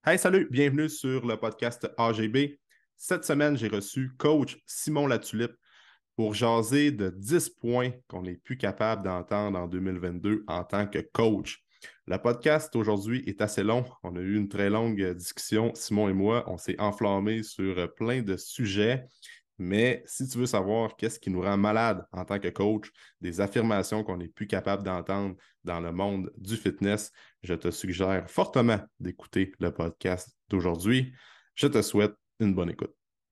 Hey, salut, bienvenue sur le podcast AGB. Cette semaine, j'ai reçu coach Simon Latulippe pour jaser de 10 points qu'on n'est plus capable d'entendre en 2022 en tant que coach. Le podcast aujourd'hui est assez long. On a eu une très longue discussion, Simon et moi. On s'est enflammés sur plein de sujets. Mais si tu veux savoir qu'est-ce qui nous rend malade en tant que coach, des affirmations qu'on n'est plus capable d'entendre dans le monde du fitness, je te suggère fortement d'écouter le podcast d'aujourd'hui. Je te souhaite une bonne écoute.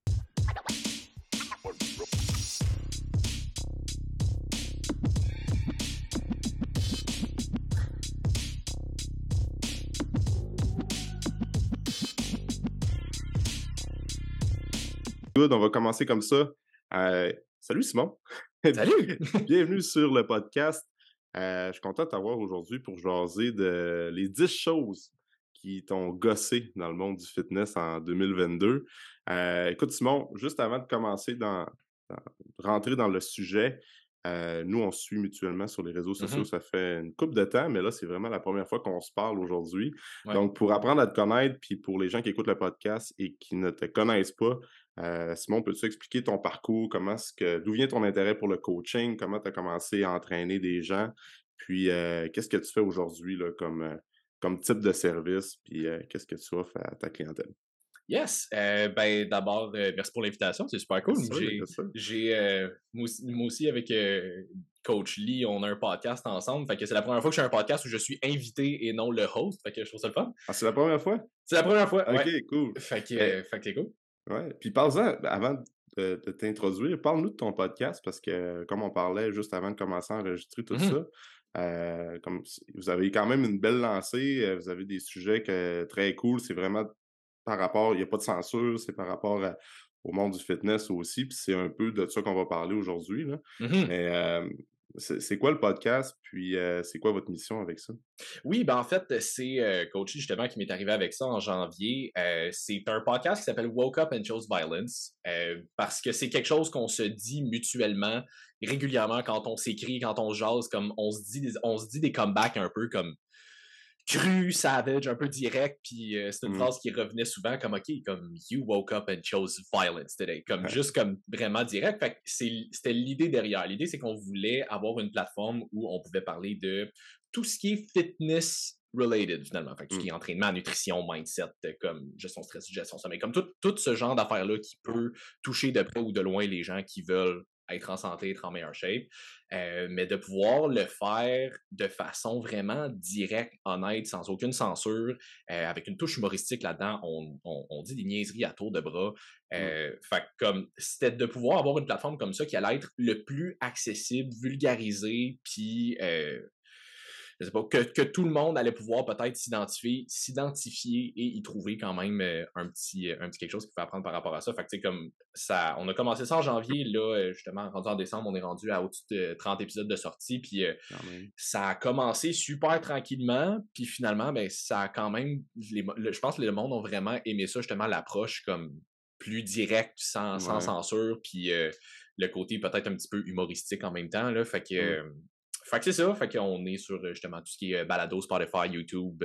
Good, on va commencer comme ça. Salut Simon. Salut! Bienvenue sur le podcast. Je suis content de t'avoir aujourd'hui pour jaser de les 10 choses qui t'ont gossé dans le monde du fitness en 2022. Écoute Simon, juste avant de commencer rentrer dans le sujet, nous on se suit mutuellement sur les réseaux sociaux, ça fait une couple de temps, mais là c'est vraiment la première fois qu'on se parle aujourd'hui. Ouais. Donc pour apprendre à te connaître, puis pour les gens qui écoutent le podcast et qui ne te connaissent pas, Simon, peux-tu expliquer ton parcours, d'où vient ton intérêt pour le coaching, comment tu as commencé à entraîner des gens, puis qu'est-ce que tu fais aujourd'hui là, comme type de service, puis qu'est-ce que tu offres à ta clientèle? Yes! D'abord, merci pour l'invitation, c'est super cool. Bien sûr. Moi aussi avec Coach Lee, on a un podcast ensemble. Fait que c'est la première fois que je fais un podcast où je suis invité et non le host. Fait que je trouve ça le fun. Ah, c'est la première fois? C'est la première fois, OK, ouais. cool. Fait que, Eh, fait que c'est cool. ouais, puis parle-en, avant de t'introduire, parle-nous de ton podcast parce que, comme on parlait juste avant de commencer à enregistrer tout Mhm. ça, vous avez quand même une belle lancée, vous avez des sujets très cool, c'est vraiment par rapport, il n'y a pas de censure, c'est par rapport au monde du fitness aussi, puis c'est un peu de ça qu'on va parler aujourd'hui, là. Mhm. Mais c'est quoi le podcast, puis c'est quoi votre mission avec ça? Oui, en fait, c'est Coachy justement qui m'est arrivé avec ça en janvier. C'est un podcast qui s'appelle Woke Up and Chose Violence parce que c'est quelque chose qu'on se dit mutuellement régulièrement quand on s'écrit, quand on jase, comme on se dit des comebacks un peu comme cru, savage, un peu direct, puis c'est une Mmh. phrase qui revenait souvent comme OK, comme You woke up and chose violence today, comme juste comme vraiment direct. Fait que c'était l'idée derrière. L'idée, c'est qu'on voulait avoir une plateforme où on pouvait parler de tout ce qui est fitness related finalement. Fait que tout ce qui Mmh. est entraînement, nutrition, mindset, comme gestion stress, gestion sommeil, comme tout ce genre d'affaires-là qui peut toucher de près ou de loin les gens qui veulent être en santé, être en meilleure shape. Mais de pouvoir le faire de façon vraiment directe, honnête, sans aucune censure, avec une touche humoristique là-dedans, on dit des niaiseries à tour de bras. Mmh. Fait que comme c'était de pouvoir avoir une plateforme comme ça qui allait être le plus accessible, vulgarisé, puis je sais pas, que tout le monde allait pouvoir peut-être s'identifier et y trouver quand même un petit quelque chose qu'il faut apprendre par rapport à ça. Fait que tu sais, comme ça, on a commencé ça en janvier, là, justement, rendu en décembre, on est rendu à au-dessus de 30 épisodes de sortie, puis Quand même. ça a commencé super tranquillement, puis finalement, ça a quand même, je pense que le monde ont vraiment aimé ça, justement, l'approche comme plus directe, sans Ouais. censure, puis le côté peut-être un petit peu humoristique en même temps, là, Mmh. fait que c'est ça, fait qu'on est sur justement tout ce qui est balado, Spotify, YouTube.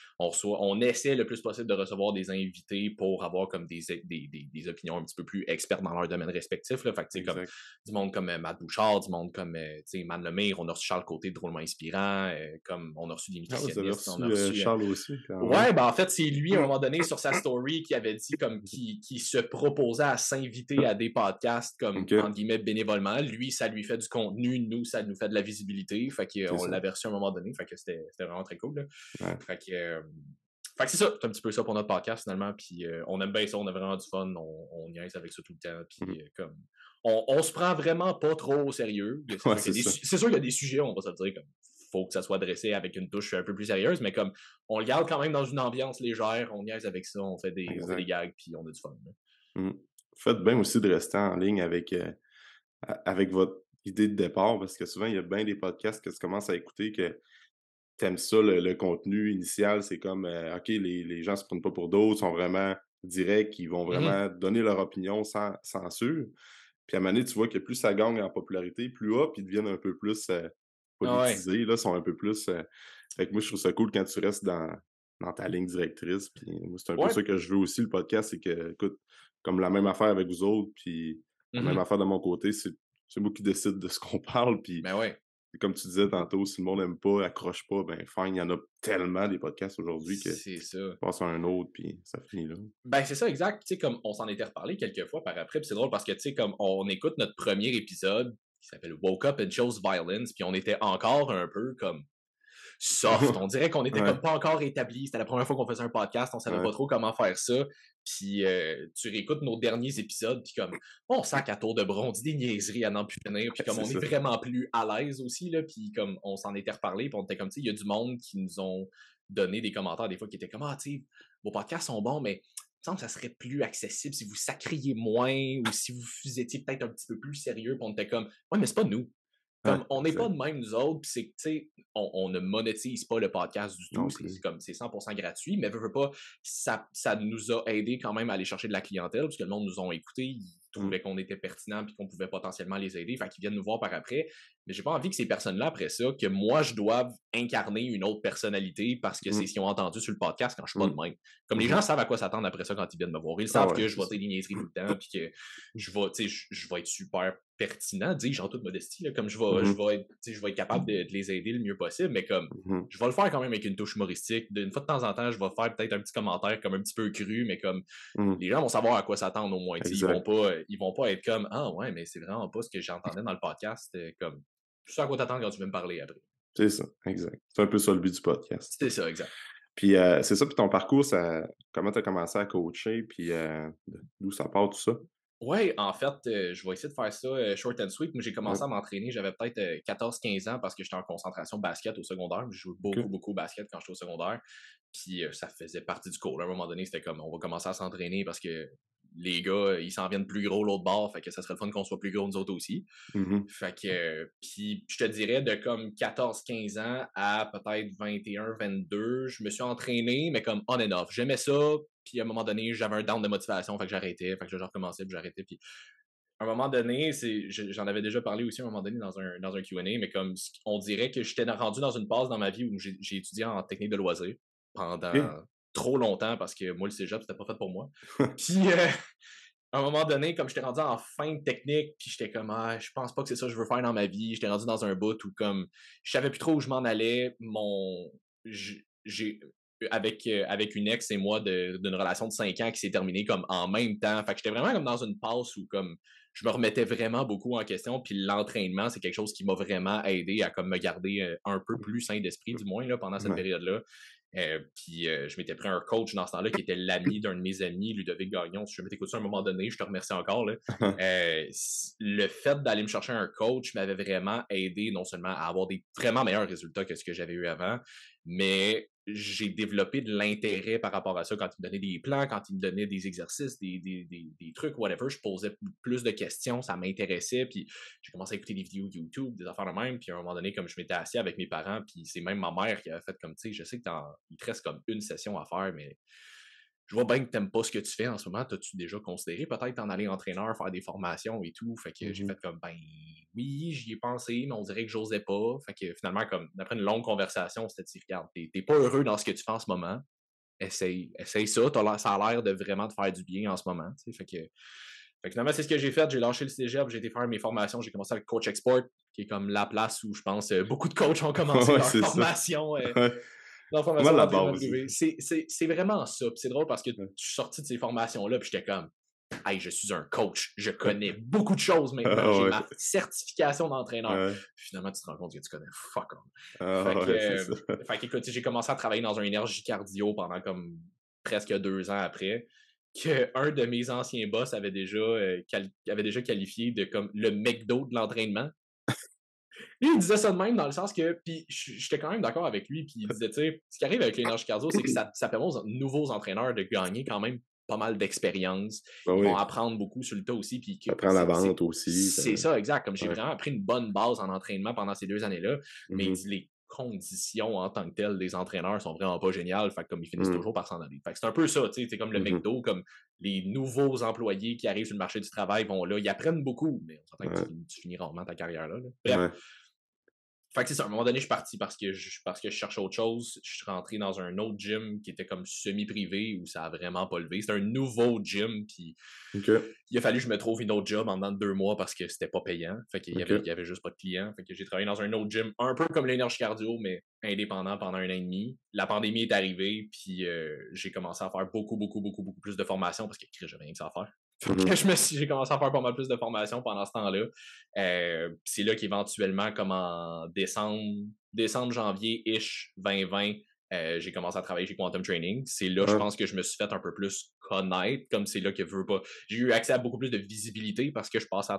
On essaie le plus possible de recevoir des invités pour avoir comme des opinions un petit peu plus expertes dans leur domaine respectif. Là. Fait que tu sais, comme Exact. du monde comme Matt Bouchard, du monde comme tu sais, Man Lemire, on a reçu Charles Côté, drôlement inspirant, comme on a reçu des Ah, vous avez nutritionnistes, on a reçu, reçu Charles aussi quand même. ouais, en fait, c'est lui, à un moment donné, sur sa story, qui avait dit comme qui se proposait à s'inviter à des podcasts comme, OK, entre guillemets, bénévolement. Lui, ça lui fait du contenu, nous, ça nous fait de la visibilité. Fait c'est qu'on ça. l'avait reçu à un moment donné. Fait que c'était vraiment très cool, là. Ouais. Fait que, euh, fait que c'est ça, c'est un petit peu ça pour notre podcast, finalement. Puis on aime bien ça, on a vraiment du fun, on niaise avec ça tout le temps. Puis Mmh. comme, on se prend vraiment pas trop au sérieux. Ouais, c'est ça. C'est sûr qu'il y a des sujets, on va se le dire, comme, faut que ça soit dressé avec une touche un peu plus sérieuse, mais comme, on le garde quand même dans une ambiance légère, on niaise avec ça, on fait des Exact. gags, puis on a du fun. Là. Mmh. Faites bien aussi de rester en ligne avec votre idée de départ parce que souvent, il y a bien des podcasts que tu commences à écouter que tu aimes ça, le contenu initial, c'est comme, OK, les gens se prennent pas pour d'autres, sont vraiment directs, ils vont Mhm. vraiment donner leur opinion sans censure. Puis à un moment donné, tu vois que plus ça gagne en popularité, plus hop, ils deviennent un peu plus, Ah ouais. politisés, là, sont un peu plus, fait que moi, je trouve ça cool quand tu restes dans ta ligne directrice. Puis moi, c'est un peu Ouais. ça que je veux aussi, le podcast, c'est que, écoute, comme la même affaire avec vous autres, puis la même Mhm. affaire de mon côté, c'est moi qui décide de ce qu'on parle. Puis Ben ouais. comme tu disais tantôt, si le monde n'aime pas, accroche pas, ben fine, il y en a tellement des podcasts aujourd'hui que C'est ça. passe à un autre, puis ça finit là. Ben, c'est ça, exact. Tu sais, comme on s'en était reparlé quelques fois par après, puis c'est drôle parce que, tu sais, comme on écoute notre premier épisode qui s'appelle Woke Up and Chose Violence, puis on était encore un peu comme soft. On dirait qu'on était Ouais, comme pas encore établi. C'était la première fois qu'on faisait un podcast, on savait ouais. pas trop comment faire ça. Puis tu réécoutes nos derniers épisodes, puis comme on sac à tour de bras, on dit des niaiseries à n'en plus finir, puis comme C'est on est ça. vraiment plus à l'aise aussi, là, puis comme on s'en était reparlé, puis on était comme, tu sais, il y a du monde qui nous ont donné des commentaires des fois qui étaient comme, ah, tu sais, vos podcasts sont bons, mais il me semble que ça serait plus accessible si vous sacriez moins ou si vous étiez peut-être un petit peu plus sérieux, puis on était comme, ouais, mais c'est pas nous. Ouais, Comme, on n'est pas exact. de même, nous autres, puis c'est que, tu sais, on ne monétise pas le podcast du tout, Non c'est plus. comme, c'est 100% gratuit, mais veux pas, ça nous a aidé quand même à aller chercher de la clientèle, parce que le monde nous ont écoutés, ils Mmh. trouvaient qu'on était pertinent puis qu'on pouvait potentiellement les aider, fait qu'ils viennent nous voir par après, mais j'ai pas envie que ces personnes-là, après ça, que moi, je doive incarner une autre personnalité parce que Mmh. c'est ce qu'ils ont entendu sur le podcast quand je suis pas Mmh. de même. Comme les Mmh. gens savent à quoi s'attendre après ça quand ils viennent me voir. Ils Ah savent ouais, que je c'est vais ça. dire des niaiseries tout le temps, puis que je vais, tu sais, je vais être super pertinent, dis-je en toute modestie, là, comme je Mmh. vais être, tu sais, je vais être capable de les aider le mieux possible, mais comme Mmh. je vais le faire quand même avec une touche humoristique. Une fois de temps en temps, je vais faire peut-être un petit commentaire comme un petit peu cru, mais comme Mmh. les gens vont savoir à quoi s'attendre au moins. Tu sais, Exact. ils vont pas être comme ah ouais, mais c'est vraiment pas ce que j'entendais dans le podcast. Comme tu sais à quoi t'attendre quand tu veux me parler après. C'est ça, exact. C'est un peu ça le but du podcast. C'est ça, exact. Puis, c'est ça, puis ton parcours, comment tu as commencé à coacher, puis d'où ça part tout ça? Ouais, en fait, je vais essayer de faire ça short and sweet. Moi, j'ai Ouais, commencé à m'entraîner, j'avais peut-être 14-15 ans parce que j'étais en concentration basket au secondaire. Je jouais OK. beaucoup au basket quand j'étais au secondaire. Puis ça faisait partie du cours. À un moment donné, c'était comme on va commencer à s'entraîner parce que les gars, ils s'en viennent plus gros l'autre bord. Fait que ça serait le fun qu'on soit plus gros nous autres aussi. Mmh. Fait que, puis je te dirais de comme 14-15 ans à peut-être 21-22, je me suis entraîné, mais comme on and off. J'aimais ça, puis à un moment donné, j'avais un down de motivation, fait que j'arrêtais, fait que je recommençais, puis j'arrêtais, puis à un moment donné, j'en avais déjà parlé aussi à un moment donné dans un Q&A, mais comme on dirait que j'étais rendu dans une phase dans ma vie où j'ai étudié en technique de loisirs pendant OK. trop longtemps parce que moi, le cégep, c'était pas fait pour moi. Puis, à un moment donné, comme j'étais rendu en fin de technique, puis j'étais comme, ah, je pense pas que c'est ça que je veux faire dans ma vie. J'étais rendu dans un bout où, comme, je savais plus trop où je m'en allais. J'ai, avec une ex et moi d'une relation de 5 ans qui s'est terminée comme en même temps. Fait que j'étais vraiment comme dans une passe où, comme, je me remettais vraiment beaucoup en question. Puis l'entraînement, c'est quelque chose qui m'a vraiment aidé à, comme, me garder un peu plus sain d'esprit, du moins, là, pendant cette Ouais. période-là. Puis je m'étais pris un coach dans ce temps-là qui était l'ami d'un de mes amis, Ludovic Gagnon. Si je m'étais écouté ça à un moment donné, je te remercie encore. Là. Le fait d'aller me chercher un coach m'avait vraiment aidé non seulement à avoir des vraiment meilleurs résultats que ce que j'avais eu avant, mais j'ai développé de l'intérêt par rapport à ça quand il me donnait des plans, quand il me donnait des exercices, des trucs, whatever. Je posais plus de questions, ça m'intéressait. Puis j'ai commencé à écouter des vidéos YouTube, des affaires de même. Puis à un moment donné, comme je m'étais assis avec mes parents, puis c'est même ma mère qui avait fait comme, tu sais, je sais que il te reste comme une session à faire, mais je vois bien que t'aimes pas ce que tu fais en ce moment. T'as-tu déjà considéré peut-être t'en aller entraîneur, faire des formations et tout? Fait que j'ai Mmh. fait comme, ben oui, j'y ai pensé, mais on dirait que j'osais pas. Fait que finalement, comme après une longue conversation, c'était dit, regarde, t'es pas heureux dans ce que tu fais en ce moment. Essaye ça. Ça a l'air de vraiment te faire du bien en ce moment. Tu sais. Fait que finalement, c'est ce que j'ai fait. J'ai lâché le cégep, j'ai été faire mes formations. J'ai commencé avec Coach Export, qui est comme la place où je pense beaucoup de coachs ont commencé Ouais, c'est ça. Ouais. leur Pas mal formation la d'entraînement base. privé. C'est vraiment ça. Puis c'est drôle parce que je Ouais. suis sorti de ces formations-là, puis j'étais comme, hey, je suis un coach. Je Ouais. connais beaucoup de choses maintenant. Ah J'ai ouais. ma certification d'entraîneur. Ouais. Finalement, tu te rends compte que tu connais fuck all. Ah Fait que, ouais, c'est ça. écoute, j'ai commencé à travailler dans un énergie cardio pendant comme presque 2 ans après. Que un de mes anciens boss avait déjà qualifié de comme le McDo de l'entraînement. Lui, il disait ça de même dans le sens que, puis j'étais quand même d'accord avec lui, puis il disait, tu sais, ce qui arrive avec l'énergie cardio, c'est que ça permet aux nouveaux entraîneurs de gagner quand même pas mal d'expérience. Bah Ils vont oui, apprendre beaucoup sur le tas aussi, puis que ça prend la vente aussi, ça c'est ça, exact. Comme j'ai ouais. vraiment pris une bonne base en entraînement pendant ces 2 années-là, mais il Mmh. dit les conditions en tant que telles des entraîneurs sont vraiment pas géniales, fait que comme ils finissent Mmh. toujours par s'en aller. Fait que c'est un peu ça, tu sais, c'est comme le Mmh. McDo, comme les nouveaux employés qui arrivent sur le marché du travail vont là, ils apprennent beaucoup, mais on s'entend que Ouais. tu finis rarement ta carrière là. Bref, Ouais. Fait que c'est ça, à un moment donné, je suis parti parce que je cherchais autre chose. Je suis rentré dans un autre gym qui était comme semi-privé où ça a vraiment pas levé. C'était un nouveau gym, puis OK. il a fallu que je me trouve une autre job en dedans de 2 mois parce que c'était pas payant. Fait qu'il OK. y avait juste pas de clients. Fait que j'ai travaillé dans un autre gym, un peu comme l'énergie cardio, mais indépendant pendant 1 an et demi. La pandémie est arrivée, puis j'ai commencé à faire beaucoup plus de formation parce que j'avais rien que ça à faire. Fait que Mhm. j'ai commencé à faire pas mal plus de formation pendant ce temps-là. C'est là qu'éventuellement, comme en décembre, janvier-ish 2020, j'ai commencé à travailler chez Quantum Training. C'est là, je Ouais. pense, que je me suis fait un peu plus connaître, comme c'est là que veut pas. J'ai eu accès à beaucoup plus de visibilité parce que je passais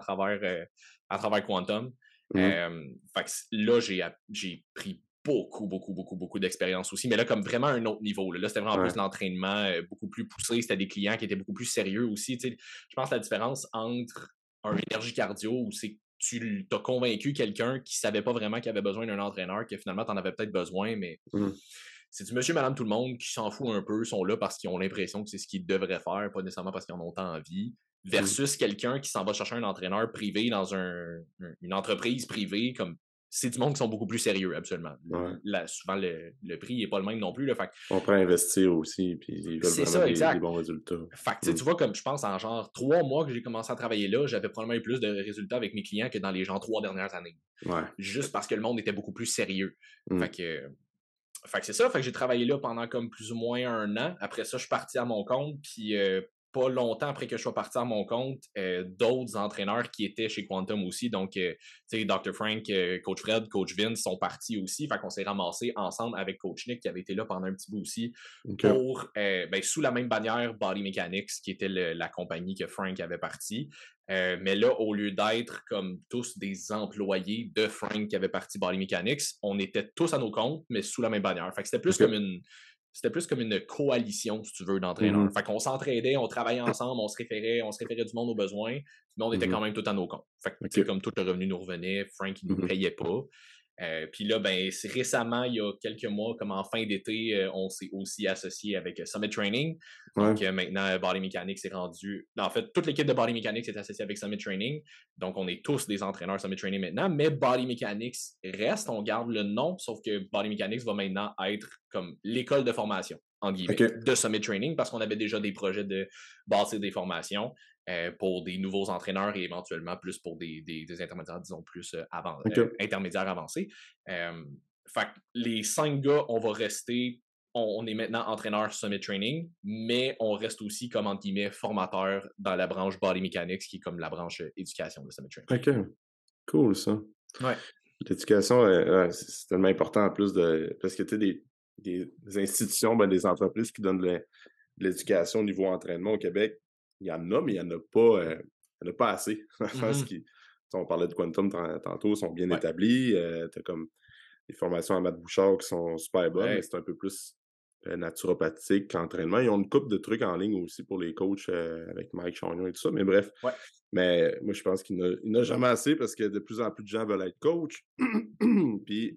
à travers Quantum. Mhm. Fait que là, j'ai pris beaucoup d'expérience aussi, mais là, comme vraiment un autre niveau. Là, c'était vraiment plus Ouais. l'entraînement, beaucoup plus poussé. C'était des clients qui étaient beaucoup plus sérieux aussi. Tu sais, je pense que la différence entre un énergie cardio où c'est que tu t'as convaincu quelqu'un qui savait pas vraiment qu'il avait besoin d'un entraîneur, que finalement, tu en avais peut-être besoin, mais Mhm. c'est du monsieur, madame, tout le monde qui s'en fout un peu, sont là parce qu'ils ont l'impression que c'est ce qu'ils devraient faire, pas nécessairement parce qu'ils en ont tant envie, Mhm. versus quelqu'un qui s'en va chercher un entraîneur privé dans une entreprise privée, comme c'est du monde qui sont beaucoup plus sérieux, absolument. Ouais. Souvent, le prix n'est pas le même non plus. Là, fait que On prend à investir aussi, puis ils veulent c'est vraiment ça, des exact. bons résultats. Fait que, Mhm. tu vois, comme je pense, en genre 3 mois que j'ai commencé à travailler là, j'avais probablement eu plus de résultats avec mes clients que dans les genre 3 dernières années. Ouais. Juste parce que le monde était beaucoup plus sérieux. Fait Mhm. que c'est ça, fait que j'ai travaillé là pendant comme plus ou moins 1 an. Après ça, je suis parti à mon compte, puis pas longtemps après que je sois parti à mon compte, d'autres entraîneurs qui étaient chez Quantum aussi, donc tu sais, Dr. Frank, Coach Fred, Coach Vince sont partis aussi, fait qu'on s'est ramassés ensemble avec Coach Nick qui avait été là pendant un petit bout aussi OK. pour, sous la même bannière Body Mechanics, qui était la compagnie que Frank avait partie. Mais là, au lieu d'être comme tous des employés de Frank qui avait parti Body Mechanics, on était tous à nos comptes, mais sous la même bannière. Fait que OK. c'était plus comme une coalition, si tu veux, d'entraîneurs. Mhm. Fait qu'on s'entraidait, on travaillait ensemble, on se référait du monde aux besoins, mais on était quand Mhm. même tous à nos comptes. Fait que, tu sais, OK. comme tout le revenu nous revenait, Frank, il nous Mhm. payait pas. Puis là, ben, c'est récemment, il y a quelques mois, comme en fin d'été, on s'est aussi associé avec Summit Training. Donc Ouais. maintenant, Body Mechanics est rendu. En fait, toute l'équipe de Body Mechanics est associée avec Summit Training. Donc on est tous des entraîneurs Summit Training maintenant, mais Body Mechanics reste, on garde le nom, sauf que Body Mechanics va maintenant être comme l'école de formation, en guillemets, OK. de Summit Training, parce qu'on avait déjà des projets de bâtir des formations pour des nouveaux entraîneurs et éventuellement plus pour des intermédiaires, disons, plus OK. intermédiaires avancés. Euh, fait que les 5 gars, on va rester. On est maintenant entraîneur Summit Training, mais on reste aussi, comme entre guillemets, formateur dans la branche Body Mechanics, qui est comme la branche éducation de Summit Training. OK. Cool, ça. Ouais. L'éducation, ouais, c'est tellement important en plus de parce que tu sais, des institutions, ben, des entreprises qui donnent de l'éducation au niveau entraînement au Québec, il y en a, mais il y en a pas assez. Dans le sens Mhm. qui on parlait de Quantum tantôt, sont bien Ouais. établis, tu as comme des formations à Matt Bouchard qui sont super bonnes, mais Ouais. c'est un peu plus, naturopathique qu'entraînement. Ils ont une couple de trucs en ligne aussi pour les coachs, avec Mike Chagnon et tout ça, mais bref. Ouais. Mais moi, je pense qu'il n'a jamais assez parce que de plus en plus de gens veulent être coach. Puis,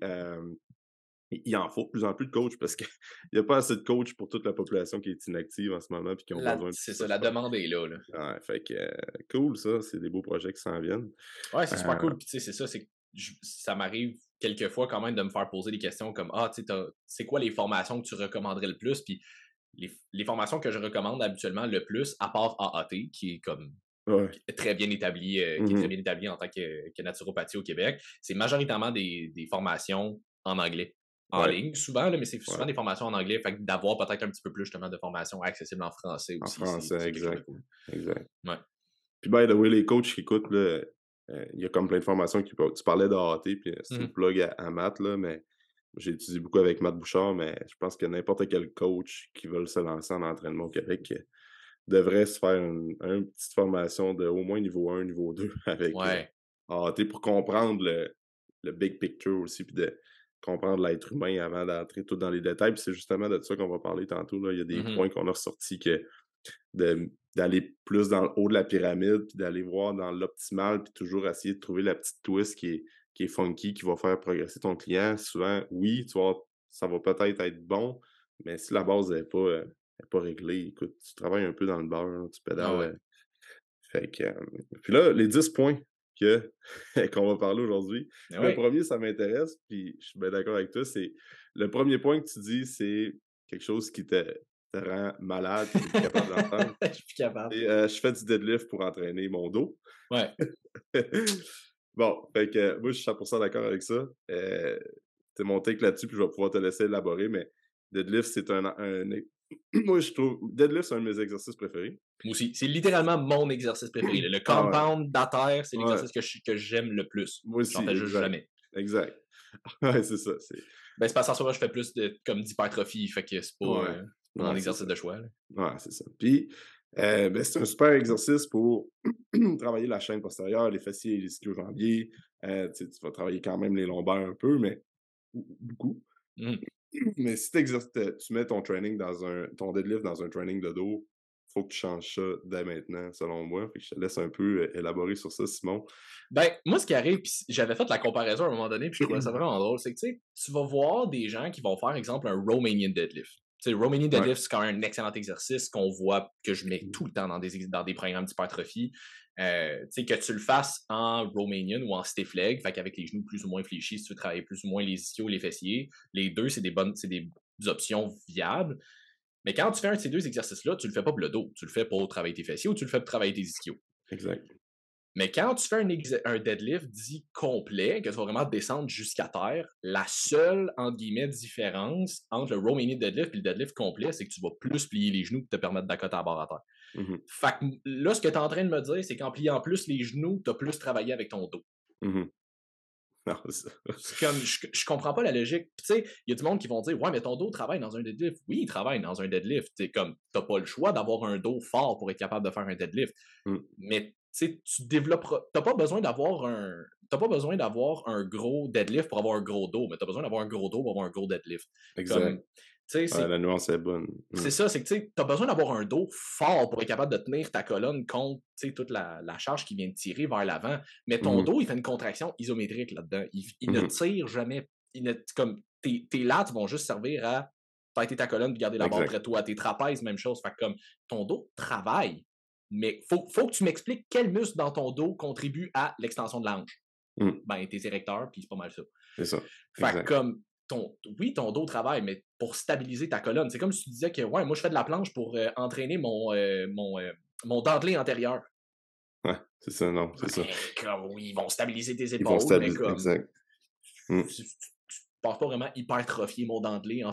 il en faut de plus en plus de coachs parce qu'il y a pas assez de coachs pour toute la population qui est inactive en ce moment puis qui ont besoin de tout C'est ça, ça, je la pense. demande est là. Ouais, fait que, cool ça, c'est des beaux projets qui s'en viennent. Ouais, c'est super Heu, cool. Puis tu sais, c'est ça, ça m'arrive quelquefois quand même de me faire poser des questions comme ah, tu sais, c'est quoi les formations que tu recommanderais le plus? Puis les formations que je recommande habituellement le plus, à part AAT, qui est comme ouais. très bien établi, qui est très Mmh. bien établi en tant que naturopathie au Québec, c'est majoritairement des formations en anglais, en Ouais, ligne souvent, là, mais c'est ouais, souvent des formations en anglais, fait que d'avoir peut-être un petit peu plus justement de formations accessibles en français en aussi, français, c'est quelque chose de exact, cool. exact. Ouais. Puis by the way, les coachs qui écoutent là, il y a comme plein de formations qui peuvent tu parlais d'AAT puis c'est une Mhm. plug à Matt là, mais j'ai étudié beaucoup avec Matt Bouchard, mais je pense que n'importe quel coach qui veut se lancer en entraînement au Québec, devrait se faire une petite formation de au moins niveau 1, niveau 2 avec, Ouais. AAT pour comprendre le big picture aussi, puis de comprendre l'être humain avant d'entrer tout dans les détails. Puis c'est justement de ça qu'on va parler tantôt, là. Il y a des Mhm. points qu'on a ressortis que d'aller plus dans le haut de la pyramide, puis d'aller voir dans l'optimal, puis toujours essayer de trouver la petite twist qui est funky, qui va faire progresser ton client. Souvent, oui, tu vois, ça va peut-être être bon, mais si la base est pas réglée, écoute, tu travailles un peu dans le beurre, là, tu Ah pédales, ouais. fait que, puis là, les 10 points que qu'on va parler aujourd'hui. Mais Le oui, premier, ça m'intéresse, puis je suis bien d'accord avec toi, c'est le premier point que tu dis, c'est quelque chose qui te rend malade, que tu es plus capable d'entendre. je suis plus capable. Et je fais du deadlift pour entraîner mon dos. Ouais. Bon, fait que moi, je suis 100 d'accord avec ça. C'est mon take là-dessus, puis je vais pouvoir te laisser élaborer, mais deadlift, c'est moi, je trouve deadlift, c'est un de mes exercices préférés. Moi aussi. C'est littéralement mon exercice préféré, là. Le Ah ouais, compound d'atterre, c'est ouais, l'exercice que j'aime le plus. moi J'en aussi, fais juste exact, jamais. exact. Ouais, c'est ça, Ben, c'est parce qu'en ce moment, je fais plus comme d'hypertrophie, fait que c'est ouais, pas mon ouais, c'est exercice ça. de choix, là. Ouais, c'est ça. Puis, ben, c'est un super exercice pour travailler la chaîne postérieure, les fessiers et les ischio-jambiers. Tu sais, tu vas travailler quand même les lombaires un peu, mais beaucoup. Mmh. Mais si tu mets ton deadlift dans un training de dos, faut que tu changes ça dès maintenant, selon moi. Fait que je te laisse un peu élaborer sur ça, Simon. Ben, moi, ce qui arrive, puis j'avais fait la comparaison à un moment donné, puis je trouvais ça vraiment drôle, c'est que, tu sais, tu vas voir des gens qui vont faire, exemple, un Romanian deadlift. Tu sais, le Romanian Ouais. deadlift, c'est quand même un excellent exercice qu'on voit, que je mets tout le temps dans des programmes d'hypertrophie. Tu sais, que tu le fasses en Romanian ou en stiff leg, fait qu'avec les genoux plus ou moins fléchis, si tu veux travailler plus ou moins les ischios et les fessiers, les deux, c'est des options viables. Mais quand tu fais un de ces deux exercices-là, tu le fais pas pour le dos, tu le fais pour travailler tes fessiers ou tu le fais pour travailler tes ischios. Exact. Mais quand tu fais un deadlift dit complet, que tu vas vraiment descendre jusqu'à terre, la seule, entre guillemets, différence entre le Romanian deadlift et le deadlift complet, c'est que tu vas plus plier les genoux pour te permettre d'accoter la barre à terre. Mhm. Fait que là, ce que tu es en train de me dire, c'est qu'en pliant plus les genoux, tu as plus travaillé avec ton dos. Mhm. Non, c'est ça. C'est comme, je comprends pas la logique. Puis, tu sais, il y a du monde qui vont dire, ouais, mais ton dos travaille dans un deadlift. Oui, il travaille dans un deadlift. C'est comme, t'as pas le choix d'avoir un dos fort pour être capable de faire un deadlift. Mm. Mais, tu sais, tu développeras, t'as pas besoin d'avoir un gros deadlift pour avoir un gros dos, mais t'as besoin d'avoir un gros dos pour avoir un gros deadlift. Comme, Exact. tu sais, Ouais, la nuance est bonne. Mm. c'est ça, c'est que tu sais, t'as besoin d'avoir un dos fort pour être capable de tenir ta colonne contre toute la charge qui vient de tirer vers l'avant. Mais ton Mhm. dos, il fait une contraction isométrique là-dedans. Il ne Mhm. tire jamais. Comme tes lats vont juste servir à têter ta colonne et garder la barre près Exact. de toi. Tes trapèzes, même chose. Fait que comme ton dos travaille, mais faut que tu m'expliques quel muscle dans ton dos contribue à l'extension de l'ange. Mm. Ben, tes érecteurs, puis c'est pas mal ça. C'est ça. Fait que Exact. comme oui, ton dos travaille, mais pour stabiliser ta colonne. C'est comme si tu disais que ouais, moi je fais de la planche pour entraîner mon dentelé antérieur. Ouais, c'est ça, non, c'est ça. Ben, comme oui, ils vont stabiliser tes Ils vont épaules, mais stabiliser. comme Exact. Mm. tu passes pas vraiment hypertrophier mon dentelé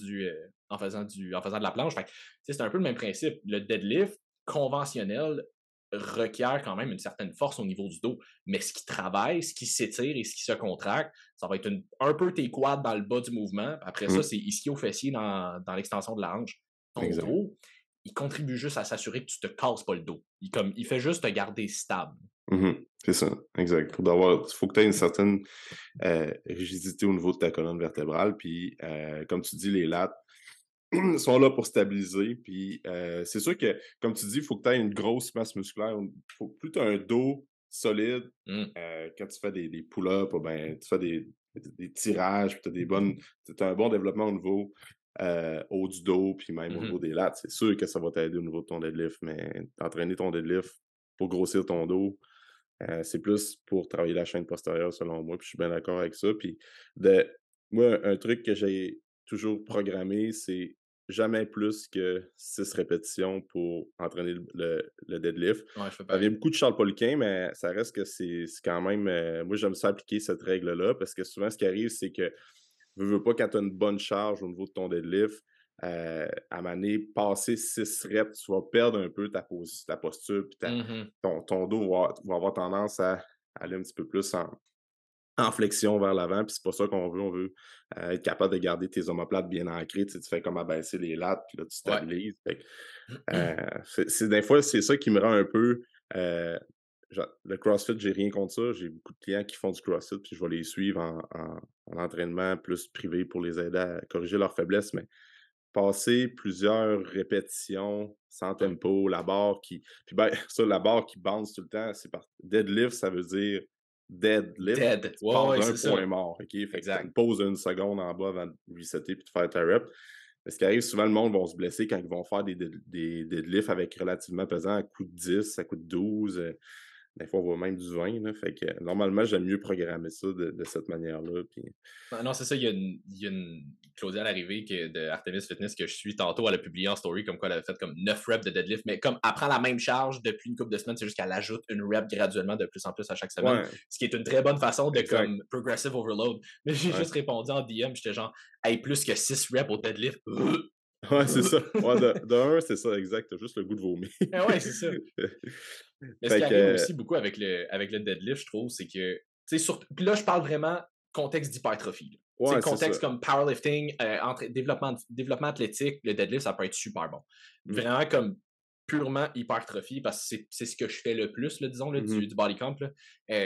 en faisant de la planche. Fait que, tu sais, c'est un peu le même principe. Le deadlift conventionnel requiert quand même une certaine force au niveau du dos. Mais ce qui travaille, ce qui s'étire et ce qui se contracte, ça va être un peu tes quads dans le bas du mouvement. Après ça, Mm. c'est ischio-fessier dans l'extension de la hanche. Ton Exact. dos, il contribue juste à s'assurer que tu te casses pas le dos. Il fait juste te garder stable. Mhm. C'est ça, exact. Faut que tu aies une certaine rigidité au niveau de ta colonne vertébrale. Puis, comme tu dis, les lats sont là pour stabiliser. Puis, c'est sûr que, comme tu dis, il faut que tu aies une grosse masse musculaire. Plus tu as un dos solide, Mm. quand tu fais des pull-ups, ou ben, tu fais des tirages, puis tu as un bon développement au niveau haut du dos, puis même au niveau Mhm. des lats. C'est sûr que ça va t'aider au niveau de ton deadlift, mais t'entraîner ton deadlift pour grossir ton dos, c'est plus pour travailler la chaîne postérieure, selon moi, puis je suis bien d'accord avec ça. Puis, de, moi, un truc que j'ai toujours programmé, c'est jamais plus que 6 répétitions pour entraîner le deadlift. Ouais, je fais Ça vient pareil. beaucoup de Charles Poliquin, mais ça reste que c'est quand même. Moi, j'aime ça appliquer cette règle-là parce que souvent, ce qui arrive, c'est que veux pas, quand tu as une bonne charge au niveau de ton deadlift, à un moment donné, passer 6 reps, tu vas perdre un peu ta posture, puis Mhm. ton dos va avoir tendance à aller un petit peu plus en flexion vers l'avant, puis c'est pas ça qu'on veut. On veut être capable de garder tes omoplates bien ancrées. Tu sais, tu fais comme abaisser les lattes, puis là, tu Ouais. stabilises. Fait que, des fois, c'est ça qui me rend un peu. Le CrossFit, j'ai rien contre ça. J'ai beaucoup de clients qui font du CrossFit, puis je vais les suivre en entraînement plus privé pour les aider à corriger leurs faiblesses. Mais passer plusieurs répétitions sans Ouais. tempo, la barre qui. Puis ben, ça, la barre qui bounce tout le temps, c'est par deadlift, ça veut dire deadlift. Dead. Tu Ouais, pars ouais, d'un c'est point ça. mort. OK? Fait que tu as Exact. une pause d'une seconde en bas avant de resetter puis de faire ta rep. Mais ce qui arrive, souvent, le monde va se blesser quand ils vont faire des deadlifts avec relativement pesant à coup de 10, à coup de 12. Des fois, on voit même du vin, là, fait que normalement, j'aime mieux programmer ça de cette manière-là, puis Non, c'est ça, il y a une Claudia à l'arrivée de Artemis Fitness que je suis tantôt, elle a publié en story comme quoi elle avait fait comme 9 reps de deadlift, mais comme elle prend la même charge depuis une couple de semaines, c'est juste qu'elle ajoute une rep graduellement de plus en plus à chaque semaine, ouais, ce qui est une très bonne façon de exact, comme progressive overload. Mais j'ai ouais. juste répondu en DM, j'étais genre, hey, plus que 6 reps au deadlift. Ouais, c'est ça. Ouais, de un, c'est ça, exact, tu juste le goût de vomir. Ah ouais, c'est ça. Mais ce qui Fait arrive que aussi beaucoup avec le deadlift, je trouve, c'est que, tu sais, surtout, puis là, je parle vraiment contexte d'hypertrophie. Tu sais, ouais, c'est ça. contexte comme powerlifting, développement athlétique, le deadlift, ça peut être super bon. Mmh. Vraiment comme purement hypertrophie, parce que c'est ce que je fais le plus, là, disons, là, Mmh. du body comp. Là.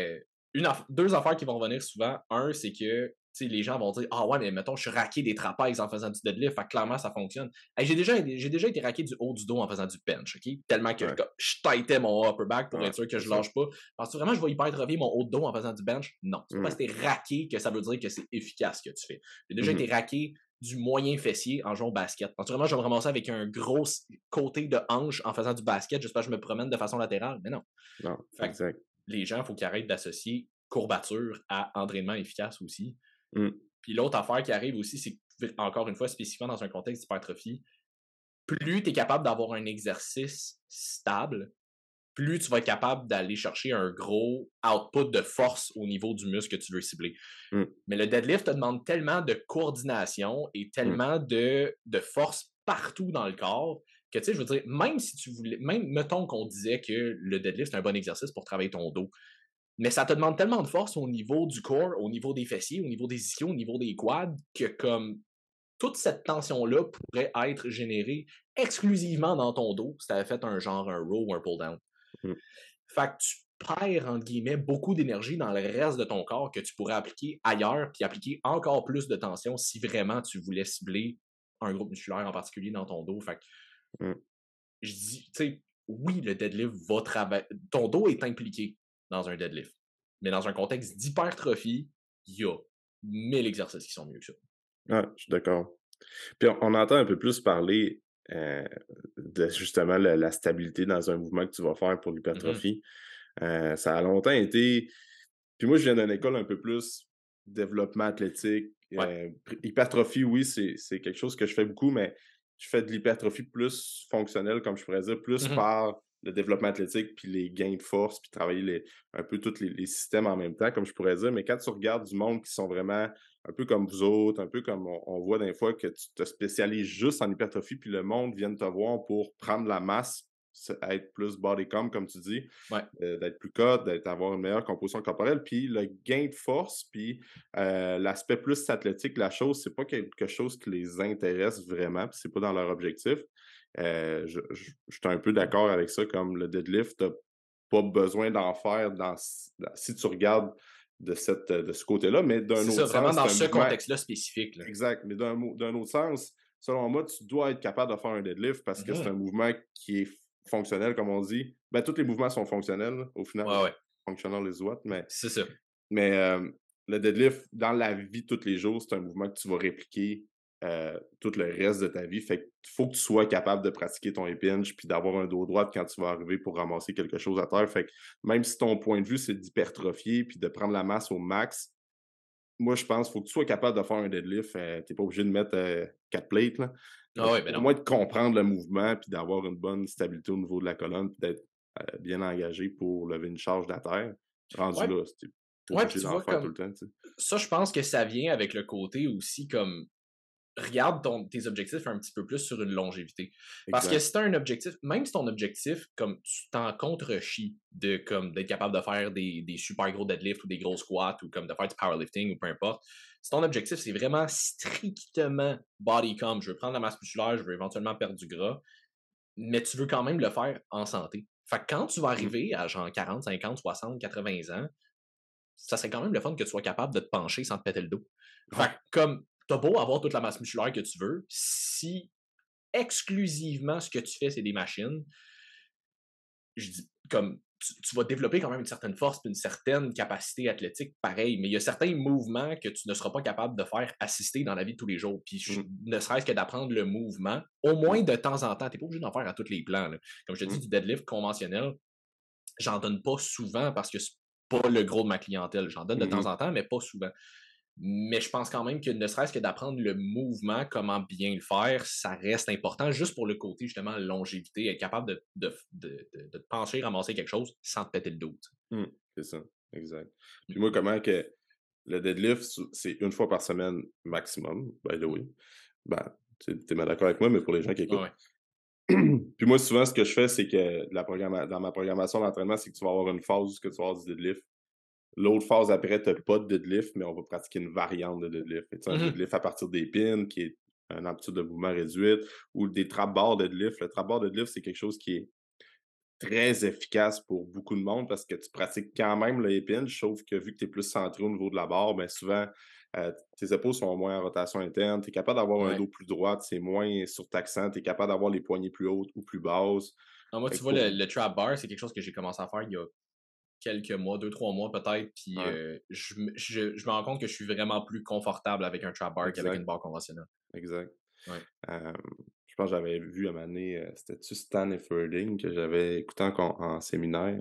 Deux affaires qui vont revenir souvent. Un, c'est que tu sais, les gens vont dire ah ouais, mais mettons, je suis raqué des trapèzes en faisant du deadlift, fait que clairement, ça fonctionne. Hey, j'ai déjà été raqué du haut du dos en faisant du bench, OK? Tellement que Ouais, je tightais mon upper back pour ouais, être sûr que c'est je ça. lâche pas. Penses-tu vraiment que je vais hypertrophier mon haut de dos en faisant du bench? Non. C'est pas parce Mmh. que t'es raqué que ça veut dire que c'est efficace ce que tu fais. J'ai déjà Mmh. été raqué du moyen fessier en jouant au basket. Penses-tu vraiment que je vais me ramasser avec un gros côté de hanche en faisant du basket? J'espère que je me promène de façon latérale. Mais non. Non, Fait que exact. les gens, il faut qu'ils arrêtent d'associer courbature à entraînement efficace aussi. Mmh. Puis l'autre affaire qui arrive aussi, c'est que, encore une fois, spécifiquement dans un contexte d'hypertrophie, plus tu es capable d'avoir un exercice stable, plus tu vas être capable d'aller chercher un gros output de force au niveau du muscle que tu veux cibler. Mmh. Mais le deadlift te demande tellement de coordination et Mmh. tellement de force partout dans le corps que, tu sais, je veux dire, même si tu voulais, même mettons qu'on disait que le deadlift c'est un bon exercice pour travailler ton dos, mais ça te demande tellement de force au niveau du corps, au niveau des fessiers, au niveau des ischios, au niveau des quads, que comme toute cette tension-là pourrait être générée exclusivement dans ton dos si tu avais fait un genre un row ou un pull-down. Mmh. Fait que tu perds, entre guillemets, beaucoup d'énergie dans le reste de ton corps que tu pourrais appliquer ailleurs, puis appliquer encore plus de tension si vraiment tu voulais cibler un groupe musculaire en particulier dans ton dos. Fait que Mmh. je dis, tu sais, oui, le deadlift va travailler. Ton dos est impliqué dans un deadlift. Mais dans un contexte d'hypertrophie, il y a 1000 exercices qui sont mieux que ça. Ouais, je suis d'accord. Puis on entend un peu plus parler, heu, de justement la stabilité dans un mouvement que tu vas faire pour Mhm, l'hypertrophie. Ça a longtemps été puis moi, je viens d'une école un peu plus développement athlétique, ouais. hypertrophie, oui, c'est quelque chose que je fais beaucoup, mais je fais de l'hypertrophie plus fonctionnelle, comme je pourrais dire, plus Mhm, par le développement athlétique, puis les gains de force, puis travailler un peu tous les systèmes en même temps, comme je pourrais dire. Mais quand tu regardes du monde qui sont vraiment un peu comme vous autres, un peu comme on voit des fois que tu te spécialises juste en hypertrophie, puis le monde vient te voir pour prendre la masse, être plus body comp, comme tu dis, ouais. d'être plus cut, d'avoir une meilleure composition corporelle. Puis le gain de force, puis l'aspect plus athlétique de la chose, c'est pas quelque chose qui les intéresse vraiment, puis c'est pas dans leur objectif. Je suis un peu d'accord avec ça, comme le deadlift, t'as pas besoin d'en faire si tu regardes de ce côté-là, mais d'un C'est ça, autre vraiment sens, dans c'est un ce mouvement contexte-là spécifique. Là. exact, mais d'un autre sens, selon moi, tu dois être capable de faire un deadlift parce que c'est un Mhm. mouvement qui est fonctionnel, comme on dit. Ben, tous les mouvements sont fonctionnels, là, au final. Ouais, ouais. Functional is what, C'est ça. mais le deadlift, dans la vie de tous les jours, c'est un mouvement que tu vas répliquer tout le reste de ta vie. Fait qu'il faut que tu sois capable de pratiquer ton pinch puis d'avoir un dos droit quand tu vas arriver pour ramasser quelque chose à terre. Fait que même si ton point de vue, c'est d'hypertrophier puis de prendre la masse au max, moi, je pense qu'il faut que tu sois capable de faire un deadlift. Tu pas obligé de mettre 4 plates, là, mais Ah ouais, ben au non. moins de comprendre le mouvement puis d'avoir une bonne stabilité au niveau de la colonne puis d'être bien engagé pour lever une charge de la terre. Rendu Ouais, là, tu pas ouais, puis obligé tu d'en vois, faire tout le comme temps, tu sais. ça, je pense que ça vient avec le côté aussi comme regarde tes objectifs un petit peu plus sur une longévité. Parce que Exact. si tu as un objectif, même si ton objectif, comme tu t'en contre-chies d'être capable de faire des super gros deadlifts ou des gros squats ou comme de faire du powerlifting ou peu importe, si ton objectif c'est vraiment strictement body comp, je veux prendre la masse musculaire, je veux éventuellement perdre du gras, mais tu veux quand même le faire en santé. Fait que quand tu vas Mmh. arriver à genre 40, 50, 60, 80 ans, ça serait quand même le fun que tu sois capable de te pencher sans te péter le dos. Fait que Ouais. comme t'as beau avoir toute la masse musculaire que tu veux, si exclusivement ce que tu fais, c'est des machines, je dis comme tu vas développer quand même une certaine force et une certaine capacité athlétique, pareil, mais il y a certains mouvements que tu ne seras pas capable de faire assister dans la vie de tous les jours. Puis Mmh. ne serait-ce que d'apprendre le mouvement, au Mmh. moins de temps en temps, tu n'es pas obligé d'en faire à tous les plans. Là. Comme je te dis, Mmh. du deadlift conventionnel, j'en donne pas souvent parce que c'est pas le gros de ma clientèle. J'en donne de temps en temps, mais pas souvent. Mais je pense quand même que ne serait-ce que d'apprendre le mouvement, comment bien le faire, ça reste important juste pour le côté justement longévité, être capable de te pencher, ramasser quelque chose sans te péter le dos. C'est ça, exact. Puis moi, comment que le deadlift, c'est une fois par semaine maximum, by the way. Ben, tu es mal d'accord avec moi, mais pour les gens qui Ouais, écoutent. ouais. Puis moi, souvent, ce que je fais, c'est que dans ma programmation d'entraînement, c'est que tu vas avoir une phase où tu vas avoir du deadlift. L'autre phase après, tu n'as pas de deadlift, mais on va pratiquer une variante de deadlift. Fait que, tu sais, un Mhm. deadlift à partir des pins, qui est une amplitude de mouvement réduite, ou des trap bars deadlift. Le trap bar deadlift, c'est quelque chose qui est très efficace pour beaucoup de monde parce que tu pratiques quand même le hinge, sauf que vu que tu es plus centré au niveau de la barre, ben souvent, tes épaules sont moins en rotation interne. Tu es capable d'avoir un Ouais. dos plus droit, c'est moins surtaxant. Tu es capable d'avoir les poignées plus hautes ou plus basses. Non, moi, Fait tu que vois, pour... le trap bar, c'est quelque chose que j'ai commencé à faire il y a quelques mois, 2, 3 mois peut-être, puis Ouais, je me rends compte que je suis vraiment plus confortable avec un trap bar qu'avec une exact, barre conventionnelle. exact. Ouais. Euh, je pense que j'avais vu à un moment donné, c'était-tu Stan Efferding que j'avais écouté en séminaire.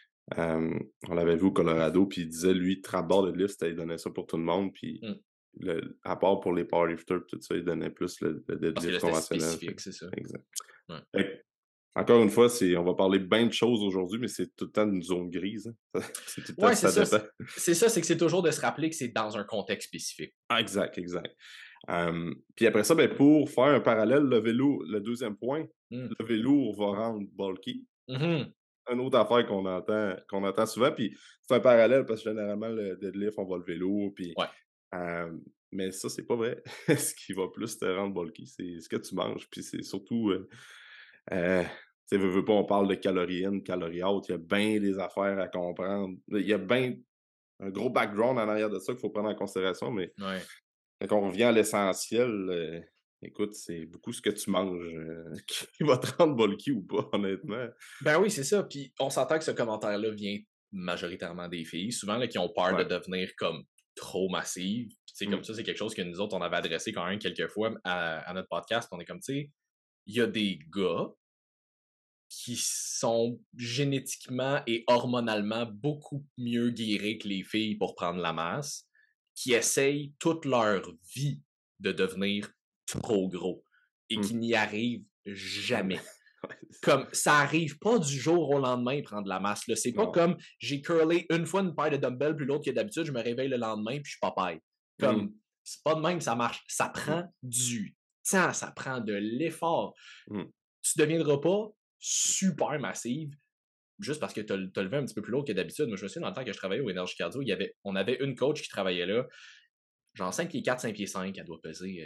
On l'avait vu au Colorado, puis il disait, lui, trap bar de lift, il donnait ça pour tout le monde, puis Mm. à part pour les powerlifters, tout ça, il donnait plus le Parce que deadlift là, c'était conventionnel. spécifique, c'est ça. Exact. Ouais. Fait encore une fois, on va parler bien de choses aujourd'hui, mais c'est tout le temps une zone grise, hein. C'est tout le temps, Ouais, c'est ça ça. dépend. C'est ça, c'est que c'est toujours de se rappeler que c'est dans un contexte spécifique. Ah, exact, exact. Puis après ça, ben, pour faire un parallèle, le vélo, le deuxième point, Mm. le vélo va rendre bulky. Mhm. Une autre affaire qu'on entend souvent, puis c'est un parallèle parce que généralement, le deadlift, on va le vélo, puis, Ouais. mais ça, c'est pas vrai. Ce qui va plus te rendre bulky, c'est ce que tu manges, puis c'est surtout, tu sais, veux pas, on parle de calories in, calories out, il y a bien des affaires à comprendre. Il y a bien un gros background en arrière de ça qu'il faut prendre en considération, mais Ouais. quand on revient à l'essentiel, écoute, c'est beaucoup ce que tu manges, qui va te rendre bulky ou pas, honnêtement. Ben oui, c'est ça. Puis on s'entend que ce commentaire-là vient majoritairement des filles, souvent là, qui ont peur de Ouais. devenir comme trop massives. Puis, tu sais, comme Mmh. ça, c'est quelque chose que nous autres, on avait adressé quand même quelques fois à notre podcast. On est comme, tu sais, il y a des gars qui sont génétiquement et hormonalement beaucoup mieux guéris que les filles pour prendre la masse, qui essayent toute leur vie de devenir trop gros et qui Mmh. n'y arrivent jamais. Ouais, Comme ça arrive pas du jour au lendemain prendre la masse. Là. C'est pas non. comme j'ai curlé une fois une paire de dumbbells plus lourde que d'habitude, je me réveille le lendemain puis je suis papaye. Mmh. Comme c'est pas de même que ça marche. Ça Mmh. prend du temps, ça prend de l'effort. Mmh. Tu deviendras pas super massive juste parce que tu as levé un petit peu plus lourd que d'habitude. Moi, je me souviens dans le temps que je travaillais au Énergie Cardio, on avait une coach qui travaillait là, genre 5 pieds 4, 5 pieds 5, elle doit peser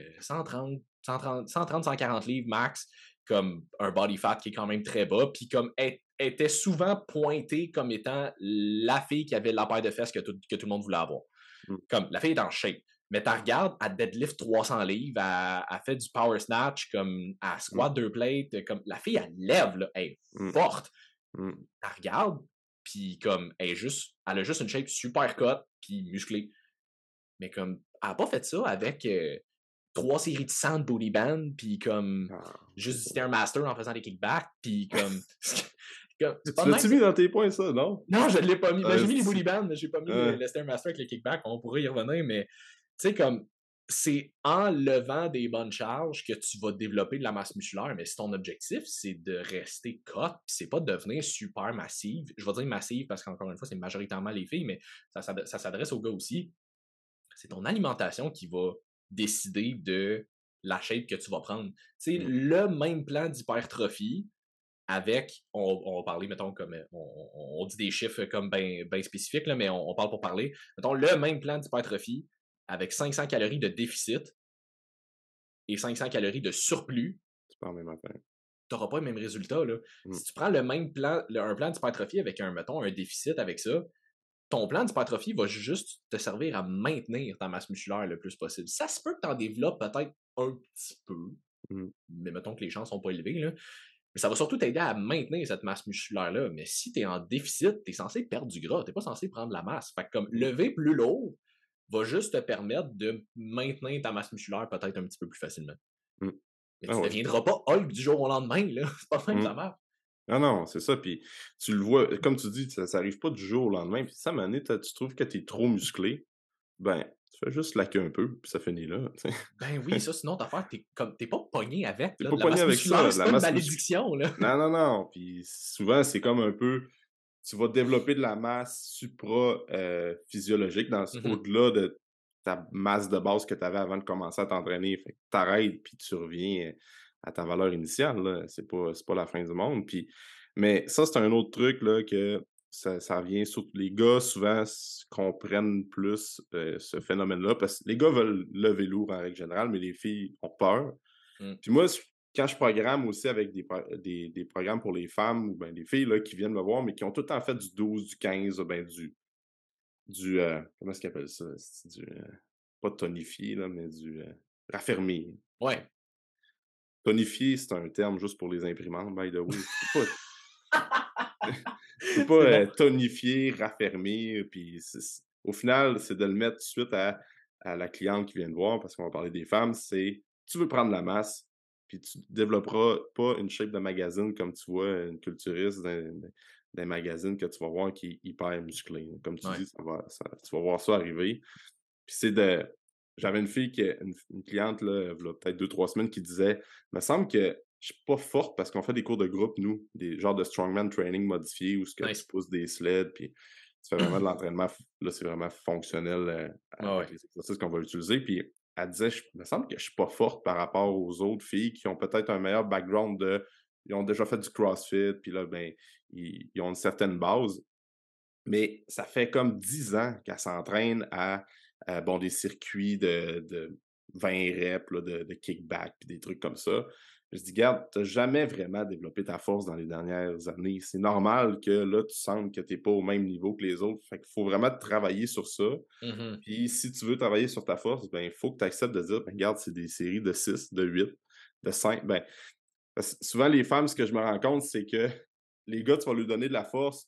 140 livres max, comme un body fat qui est quand même très bas, puis comme elle était souvent pointée comme étant la fille qui avait la paire de fesses que tout le monde voulait avoir. Mmh. Comme la fille est en shape. Mais tu regardes, elle deadlift 300 livres, elle fait du power snatch, comme elle Mmh. squat 2 plates, comme la fille, elle lève, là, elle est Mmh. forte. Mmh. Elle regarde, puis comme elle a juste une shape super cut, puis musclée. Mais comme, elle a pas fait ça avec 3 séries de 100 de booty band, puis comme Ah, c'est juste du ça. Stairmaster en faisant des kickbacks, puis comme, c'est pas Tu de même. l'as-tu mis dans tes points, ça, non? Non, je ne l'ai pas mis. Ben, j'ai mis les Si. booty bands, mais j'ai pas mis Hein. le Stairmaster avec les kickbacks. On pourrait y revenir, mais tu sais, comme, c'est en levant des bonnes charges que tu vas développer de la masse musculaire, mais si ton objectif, c'est de rester cut, puis c'est pas de devenir super massive, je vais dire massive parce qu'encore une fois, c'est majoritairement les filles, mais ça s'adresse aux gars aussi, c'est ton alimentation qui va décider de la shape que tu vas prendre. Tu sais, Mmh. le même plan d'hypertrophie avec, on va parler, mettons, comme, on dit des chiffres comme bien ben spécifiques, là, mais on parle pour parler. Mettons, le même plan d'hypertrophie avec 500 calories de déficit et 500 calories de surplus, C'est pas la même affaire. tu n'auras pas le même résultat. Là. Mmh. Si tu prends le même plan, un plan d'hypertrophie avec mettons, un déficit avec ça, ton plan d'hypertrophie va juste te servir à maintenir ta masse musculaire le plus possible. Ça se peut que tu en développes peut-être un petit peu, Mmh. mais mettons que les chances sont pas élevées. Là. Mais ça va surtout t'aider à maintenir cette masse musculaire-là. Mais si tu es en déficit, tu es censé perdre du gras, tu n'es pas censé prendre la masse. Fait que comme Mmh. lever plus lourd va juste te permettre de maintenir ta masse musculaire peut-être un petit peu plus facilement. Mmh. Mais Ah tu ne ouais. deviendras pas Hulk du jour au lendemain, là. C'est pas de même que Mmh. ça marche. Non, non, c'est ça, puis tu le vois, comme tu dis, ça arrive pas du jour au lendemain, puis si à un moment donné, tu trouves que tu es trop musclé, ben, tu fais juste laquer un peu, puis ça finit là, tu sais. Ben oui, ça, sinon, ta affaire, tu pas pogné avec, Tu là. pas De la pogné masse avec musculaire, ça, c'est la pas une masse musculaire. malédiction, là. Non, non, non, puis souvent, c'est comme un peu tu vas développer de la masse physiologique Mmh mh. au-delà de ta masse de base que tu avais avant de commencer à t'entraîner. Fait que tu arrêtes puis tu reviens, à ta valeur initiale, là. C'est pas la fin du monde, puis mais ça, c'est un autre truc, là, que ça vient surtout les gars, souvent, comprennent plus, ce phénomène-là parce que les gars veulent lever lourd en règle générale, mais les filles ont peur. Mmh. Puis moi, quand je programme aussi avec des programmes pour les femmes ou ben des filles là, qui viennent me voir, mais qui ont tout le temps fait du 12, du 15, ben comment est-ce qu'ils appellent ça? C'est pas tonifié, là, mais raffermi. Ouais. Tonifié, c'est un terme juste pour les imprimantes, by the way. Tu peux pas C'est bon. tonifier, raffermir, puis au final, c'est de le mettre tout de suite à la cliente qui vient te voir, parce qu'on va parler des femmes, c'est tu veux prendre la masse, puis tu développeras pas une shape de magazine comme tu vois une culturiste d'un magazine que tu vas voir qui est hyper musclé. Comme tu Ouais. dis, tu vas voir ça arriver. Puis j'avais une fille une cliente là, v'là peut-être 2 3 semaines qui disait: «Me semble que je suis pas forte» parce qu'on fait des cours de groupe, nous, des genres de strongman training modifiés où ce que tu Nice. pousses des sleds, puis tu fais vraiment de l'entraînement là, c'est vraiment fonctionnel, Ouais, avec ouais. les exercices qu'on va utiliser. Puis elle disait: «Je me semble que je suis pas forte par rapport aux autres filles qui ont peut-être un meilleur background ils ont déjà fait du CrossFit, puis là, ben, ils ont une certaine base». Mais ça fait comme 10 ans qu'elle s'entraîne bon, des circuits de 20 reps là, de kickback puis des trucs comme ça. Je dis: «Garde, tu jamais vraiment développé ta force dans les dernières années. C'est normal que là, tu sentes que tu es pas au même niveau que les autres. Fait qu'il faut vraiment travailler sur ça. Mmh mh. Puis si tu veux travailler sur ta force, ben, il faut que tu acceptes de dire: "Ben, regarde, c'est des séries de 6 de 8 de 5 ben, parce que souvent les femmes, ce que je me rends compte, c'est que les gars, tu vas lui donner de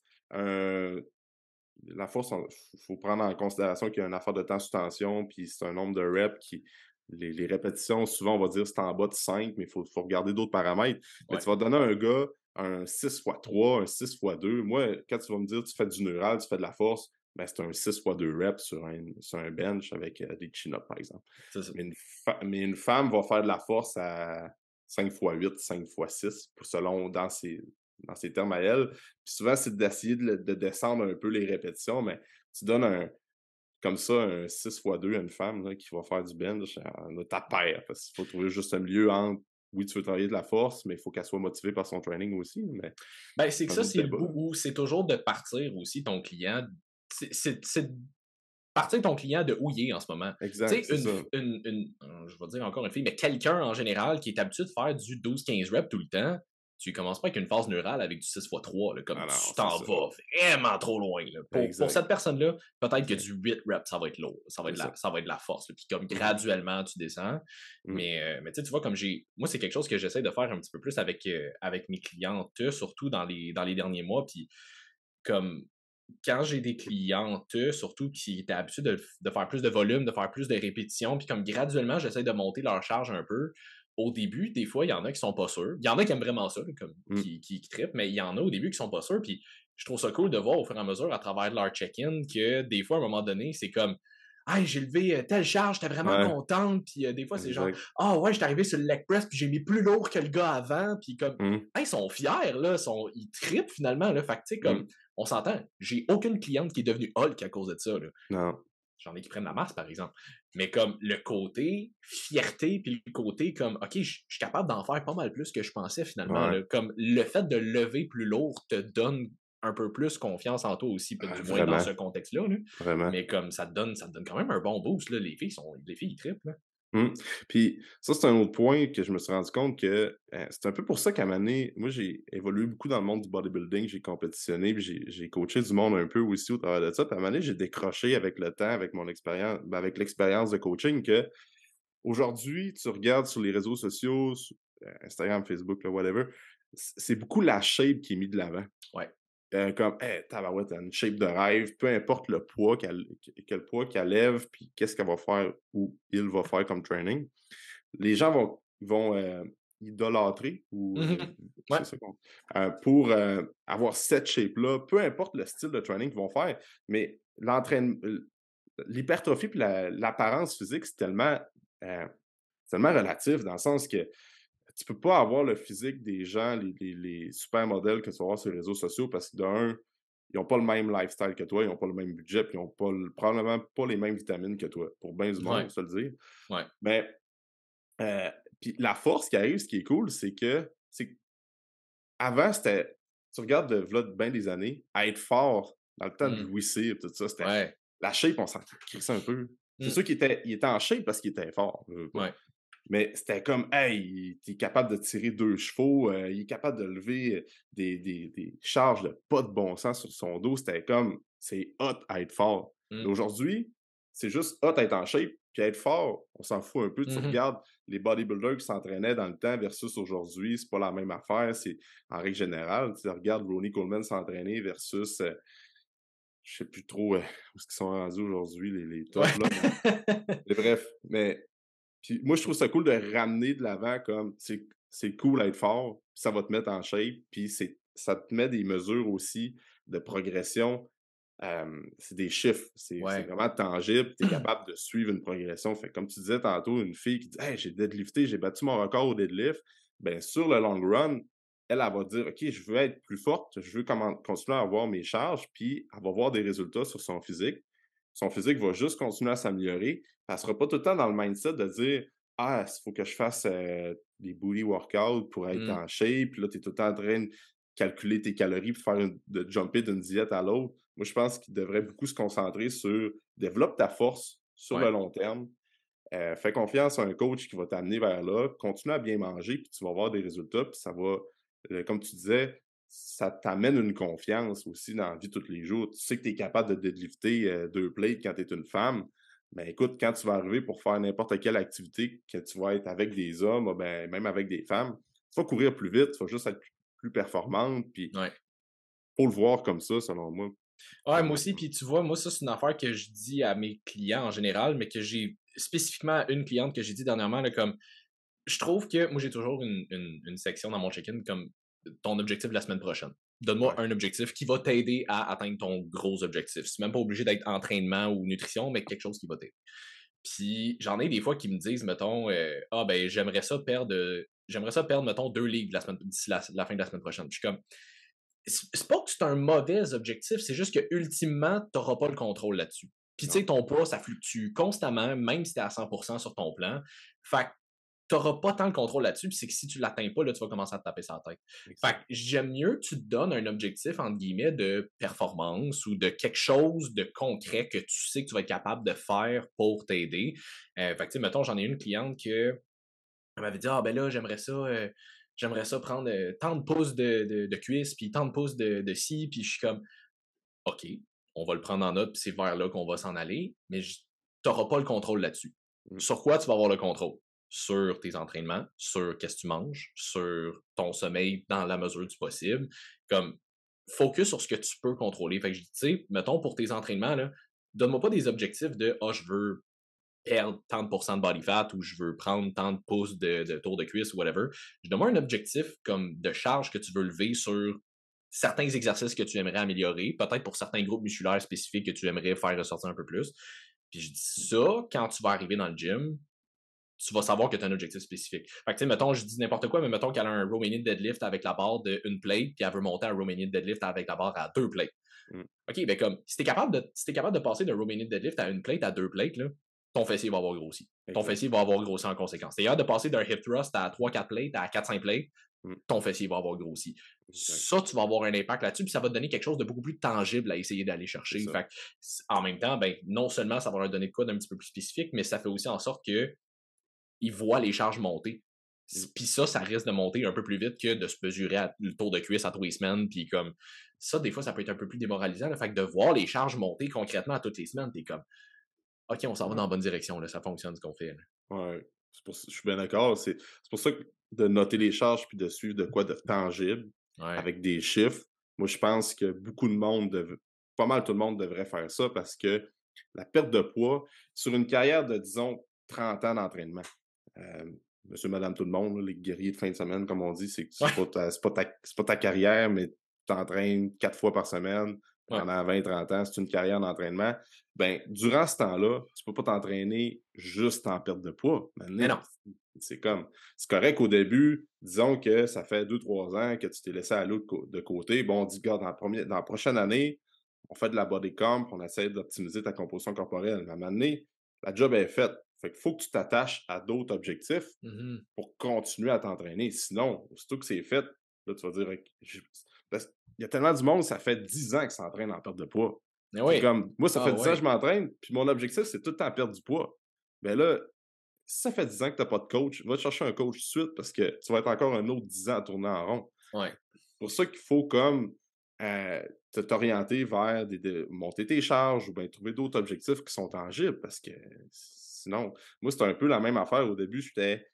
la force, il faut prendre en considération qu'il y a une affaire de temps sous tension, puis c'est un nombre de reps qui. Les répétitions, souvent, on va dire c'est en bas de 5, mais il faut regarder d'autres paramètres. Mais Ouais. tu vas donner à un gars un 6x3, un 6x2. Moi, quand tu vas me dire tu fais du neural, tu fais de la force, ben, c'est un 6x2 reps sur un bench avec des chin-ups, par exemple. C'est ça. Mais une femme va faire de la force à 5x8, 5x6, selon dans ses termes à elle. Puis souvent, c'est d'essayer de descendre un peu les répétitions, mais tu donnes comme ça un 6x2 à une femme là, qui va faire du bench, elle a ta paire. Parce qu'il faut trouver juste un milieu entre oui, tu veux travailler de la force, mais il faut qu'elle soit motivée par son training aussi. Mais Ben, c'est c'est que un ça, autre c'est le débat. bout où c'est toujours de partir aussi ton client. C'est de partir ton client de où il est en ce moment. Tu Exact, sais, c'est ça. je vais dire encore une fille, mais quelqu'un en général qui est habitué de faire du 12-15 reps tout le temps, tu commences pas avec une phase neurale avec du 6x3, là, comme Ah non, tu c'est t'en ça. vas vraiment trop loin. Là. Pour Exact, cette personne-là, peut-être que exact. du 8 reps, ça va être lourd. C'est ça. Ça va être de la force. Là, puis comme Mhm, graduellement, tu descends. mhm. Mais tu sais, tu vois, comme moi, c'est quelque chose que j'essaie de faire un petit peu plus avec mes clientes, surtout dans les derniers mois. Puis comme quand j'ai des clientes, surtout qui étaient habituées de faire plus de volume, de faire plus de répétitions, puis comme graduellement, j'essaie de monter leur charge un peu. Au début, des fois, il y en a qui sont pas sûrs. Il y en a qui aiment vraiment ça, comme Mm. qui trippent, mais il y en a au début qui sont pas sûrs. Puis je trouve ça cool de voir au fur et à mesure, à travers leur check-in, que des fois, à un moment donné, c'est comme hey, j'ai levé telle charge, j'étais vraiment Ouais, contente. Puis des fois, c'est genre exact. ah ouais, j'étais arrivé sur le leg press, puis j'ai mis plus lourd que le gars avant. Puis comme Mm, hey, ils sont fiers, là, ils trippent finalement. Là. Fait que tu sais, comme mm. on s'entend, j'ai aucune cliente qui est devenue Hulk à cause de ça. Là. Non. J'en ai qui prennent la masse, par exemple. Mais comme le côté fierté, puis le côté comme, OK, je suis capable d'en faire pas mal plus que je pensais finalement. Ouais. Là. Comme le fait de lever plus lourd te donne un peu plus confiance en toi aussi, du moins dans Vraiment, ce contexte-là. Là. vraiment. Mais comme ça te donne quand même un bon boost. Là. Les filles, ils trippent. Là. Mmh. Puis ça, c'est un autre point que je me suis rendu compte que, c'est un peu pour ça qu'à un moment donné, moi, j'ai évolué beaucoup dans le monde du bodybuilding, j'ai compétitionné, puis j'ai coaché du monde un peu aussi au travers de ça. Puis à un moment donné, j'ai décroché avec le temps, avec mon expérience avec l'expérience de coaching que aujourd'hui, tu regardes sur les réseaux sociaux, Instagram, Facebook, là, whatever, c'est beaucoup la shape qui est mise de l'avant. Ouais. Comme, hey, tabarouette, elle a une shape de rêve, peu importe le poids quel poids qu'elle lève, puis qu'est-ce qu'elle va faire ou il va faire comme training. Les gens idolâtré ou Mhm. c'est Ouais. ça qu'on pour, avoir cette shape-là, peu importe le style de training qu'ils vont faire, mais l'hypertrophie puis l'apparence physique, euh, c'est tellement relatif dans le sens que tu peux pas avoir le physique des gens, les super modèles que tu vas voir sur les réseaux sociaux parce que d'un, ils ont pas le même lifestyle que toi, ils ont pas le même budget, puis ils ont pas probablement pas les mêmes vitamines que toi, pour bien du monde, on Ouais. va se le dire. Ouais. Mais, heu, puis la force qui arrive, ce qui est cool, c'est qu'avant, c'était tu regardes de v'là bien des années, à être fort, dans le temps de Mm. Louis Cyr, tout ça, c'était Ouais. la shape, on s'en crissait un peu. C'est Mm. sûr qu'il était en shape parce qu'il était fort, veux pas. Ouais. Mais c'était comme, hey, il est capable de tirer 2 chevaux, il est capable de lever des charges de pas de bon sens sur son dos. C'était comme, c'est hot à être fort. Mais Mm. aujourd'hui, c'est juste hot à être en shape, puis à être fort, on s'en fout un peu. Tu Mhm. regardes les bodybuilders qui s'entraînaient dans le temps versus aujourd'hui, c'est pas la même affaire. C'est en règle générale. Tu regardes Ronnie Coleman s'entraîner versus, je sais plus trop où est-ce qu'ils sont rendus aujourd'hui, les tops, Ouais. là, mais bref. Mais puis moi, je trouve ça cool de ramener de l'avant comme c'est cool d'être fort, puis ça va te mettre en shape, puis ça te met des mesures aussi de progression. C'est des chiffres, c'est Ouais. vraiment tangible, tu es capable de suivre une progression. Fait que comme tu disais tantôt, une fille qui dit Hey, j'ai deadlifté, j'ai battu mon record au deadlift, ben sur le long run, elle va dire OK, je veux être plus forte, je veux continuer à avoir mes charges, puis elle va voir des résultats sur son physique. Son physique va juste continuer à s'améliorer. Elle ne sera pas tout le temps dans le mindset de dire Ah, il faut que je fasse des booty workouts pour être Mm. en shape. Puis là, tu es tout le temps en train de calculer tes calories pour de jumper d'une diète à l'autre. Moi, je pense qu'il devrait beaucoup se concentrer sur développe ta force sur le Ouais. long terme. Fais confiance à un coach qui va t'amener vers là. Continue à bien manger, puis tu vas avoir des résultats. Puis ça va, comme tu disais, ça t'amène une confiance aussi dans la vie de tous les jours. Tu sais que tu es capable de deadlifter 2 plates quand tu es une femme. Mais écoute, quand tu vas arriver pour faire n'importe quelle activité, que tu vas être avec des hommes, ah ben, même avec des femmes, tu vas courir plus vite, tu vas juste être plus performante. Puis, Ouais. faut le voir comme ça, selon moi. Ouais, moi Euh, aussi, puis tu vois, moi, ça, c'est une affaire que je dis à mes clients en général, mais que j'ai spécifiquement une cliente que j'ai dit dernièrement, là, comme, je trouve que moi, j'ai toujours une section dans mon check-in comme ton objectif de la semaine prochaine. Donne-moi ouais. un objectif qui va t'aider à atteindre ton gros objectif. C'est même pas obligé d'être entraînement ou nutrition, mais quelque chose qui va t'aider. Puis j'en ai des fois qui me disent, mettons, ah ben j'aimerais ça perdre, mettons, 2 livres d'ici la fin de la semaine prochaine. Puis je suis comme, c'est pas que c'est un mauvais objectif, c'est juste que ultimement, tu n'auras pas le contrôle là-dessus. Puis tu Non. sais, ton poids, ça fluctue constamment, même si tu es à 100% sur ton plan. Fait que tu n'auras pas tant le contrôle là-dessus, puis c'est que si tu ne l'atteins pas, là, tu vas commencer à te taper sa tête. Fait Exact. que j'aime mieux que tu te donnes un objectif, entre guillemets, de performance ou de quelque chose de concret que tu sais que tu vas être capable de faire pour t'aider. Fait que, tu sais, mettons, j'en ai une cliente que elle m'avait dit: «Ah ben là, j'aimerais ça prendre, tant de pouces de cuisses, puis tant de pouces de ci», puis je suis comme: «OK, on va le prendre en note, puis c'est vers là qu'on va s'en aller, mais tu auras pas le contrôle là-dessus». Mm. Sur quoi tu vas avoir le contrôle? Sur tes entraînements, sur qu'est-ce que tu manges, sur ton sommeil dans la mesure du possible. Comme, focus sur ce que tu peux contrôler. Fait que je dis, tu sais, mettons pour tes entraînements, là, donne-moi pas des objectifs de: «Ah, je veux perdre tant de pourcents de body fat ou je veux prendre tant de pouces de tour de cuisse ou whatever». Je donne-moi un objectif comme de charge que tu veux lever sur certains exercices que tu aimerais améliorer, peut-être pour certains groupes musculaires spécifiques que tu aimerais faire ressortir un peu plus. Puis je dis ça, quand tu vas arriver dans le gym, tu vas savoir que tu as un objectif spécifique. Fait que, tu sais, mettons, je dis n'importe quoi, mais mettons qu'elle a un Romanian deadlift avec la barre d'une plate, puis elle veut monter un Romanian deadlift avec la barre à 2 plates. Mm. OK, ben comme, si t'es capable de passer d'un Romanian deadlift à une plate à 2 plates, là, ton fessier va avoir grossi. Ton Exact. fessier va avoir grossi en conséquence. T'es capable de passer d'un hip thrust à 3-4 plates à 4-5 plates, Mm. ton fessier va avoir grossi. Exact. Ça, tu vas avoir un impact là-dessus, puis ça va te donner quelque chose de beaucoup plus tangible à essayer d'aller C'est chercher. ça. Fait que, en même temps, ben, non seulement ça va leur donner de quoi d'un petit peu plus spécifique, mais ça fait aussi en sorte que ils voient les charges monter. Mm. Puis ça risque de monter un peu plus vite que de se mesurer le tour de cuisse à 3 semaines. Puis comme ça, des fois, ça peut être un peu plus démoralisant. Le fait que de voir les charges monter concrètement à toutes les semaines, t'es comme, OK, on s'en va Ouais. dans la bonne direction, là, ça fonctionne ce qu'on fait. Là. Ouais. Je suis bien d'accord. C'est pour ça que de noter les charges puis de suivre de quoi de tangible Ouais. avec des chiffres, moi, je pense que beaucoup de monde, pas mal tout le monde devrait faire ça parce que la perte de poids, sur une carrière de, disons, 30 ans d'entraînement, monsieur, madame, tout le monde, là, les guerriers de fin de semaine, comme on dit, c'est Ouais, c'est pas ta carrière, mais tu t'entraînes 4 fois par semaine ouais. pendant 20-30 ans, c'est une carrière d'entraînement. Ben, durant ce temps-là, tu peux pas t'entraîner juste en perte de poids. Mais Maintenant, non. c'est comme c'est correct au début, disons que ça fait 2-3 ans que tu t'es laissé aller de côté. Bon, on dit: «Regarde, dans la prochaine année, on fait de la body comp, on essaie d'optimiser ta composition corporelle». Mais à un moment donné, la job est faite. Fait qu'il faut que tu t'attaches à d'autres objectifs Mmh. pour continuer à t'entraîner. Sinon, aussitôt que c'est fait, là, tu vas dire: «OK, parce qu'il y a tellement du monde, ça fait 10 ans qu'ils s'entraînent en perte de poids. Mais C'est oui. comme, moi, ça Ah fait 10 ans que ouais. je m'entraîne, puis mon objectif, c'est tout le temps perdre du poids. Mais là, si ça fait 10 ans que tu n'as pas de coach, va te chercher un coach tout de suite parce que tu vas être encore un autre 10 ans à tourner en rond. Ouais. C'est pour ça qu'il faut comme t'orienter vers monter tes charges ou bien trouver d'autres objectifs qui sont tangibles parce que sinon, moi, c'était un peu la même affaire au début.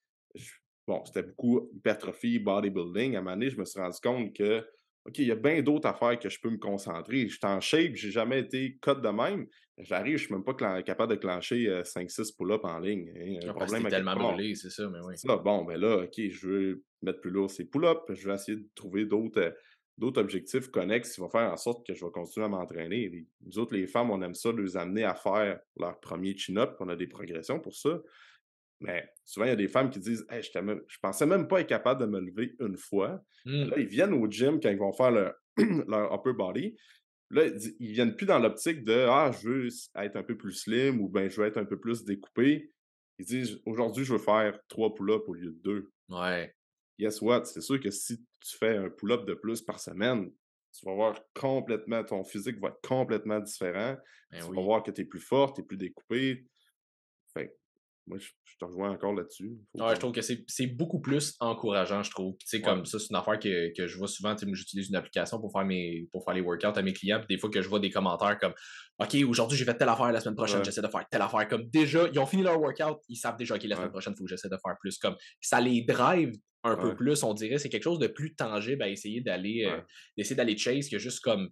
Bon, c'était beaucoup hypertrophie, bodybuilding. À un moment donné, je me suis rendu compte que, OK, il y a bien d'autres affaires que je peux me concentrer. Je suis en shape, j'ai jamais été cut de même. J'arrive, je suis même pas capable de clencher 5-6 pull-ups en ligne. Il y a un Ah, parce que problème tu à quelque tellement part. brûlé, c'est ça, mais oui. C'est ça, bon, ben là, OK, je veux mettre plus lourd ces pull-ups, je vais essayer de trouver d'autres objectifs connexes qui vont faire en sorte que je vais continuer à m'entraîner. Nous autres, les femmes, on aime ça, les amener à faire leur premier chin-up, on a des progressions pour ça. Mais souvent, il y a des femmes qui disent: «Hey, je pensais même pas être capable de me lever une fois». Mmh. Là, ils viennent au gym quand ils vont faire leur upper body. Là, ils viennent plus dans l'optique de: «Ah, je veux être un peu plus slim» ou ben je veux être un peu plus découpé. Ils disent: «Aujourd'hui, je veux faire 3 pull-ups au lieu de 2». Ouais. Guess what? C'est sûr que si tu fais un pull-up de plus par semaine, tu vas voir complètement ton physique va être complètement différent. Ben Tu vas oui. voir que tu es plus fort, tu es plus découpé. Fait que moi, je te rejoins encore là-dessus. Faut Ouais, je comme trouve que c'est beaucoup plus encourageant, je trouve. Puis, tu sais, ouais, comme ça, c'est une affaire que je vois souvent. Tu sais, moi, j'utilise une application pour faire les workouts à mes clients. Puis des fois que je vois des commentaires comme OK, aujourd'hui, j'ai fait telle affaire, la semaine prochaine, ouais, j'essaie de faire telle affaire. Comme déjà, ils ont fini leur workout, ils savent déjà OK, la semaine ouais, prochaine, il faut que j'essaie de faire plus. Comme ça les drive un peu ouais, plus, on dirait. C'est quelque chose de plus tangible à essayer ouais, d'aller chase que juste comme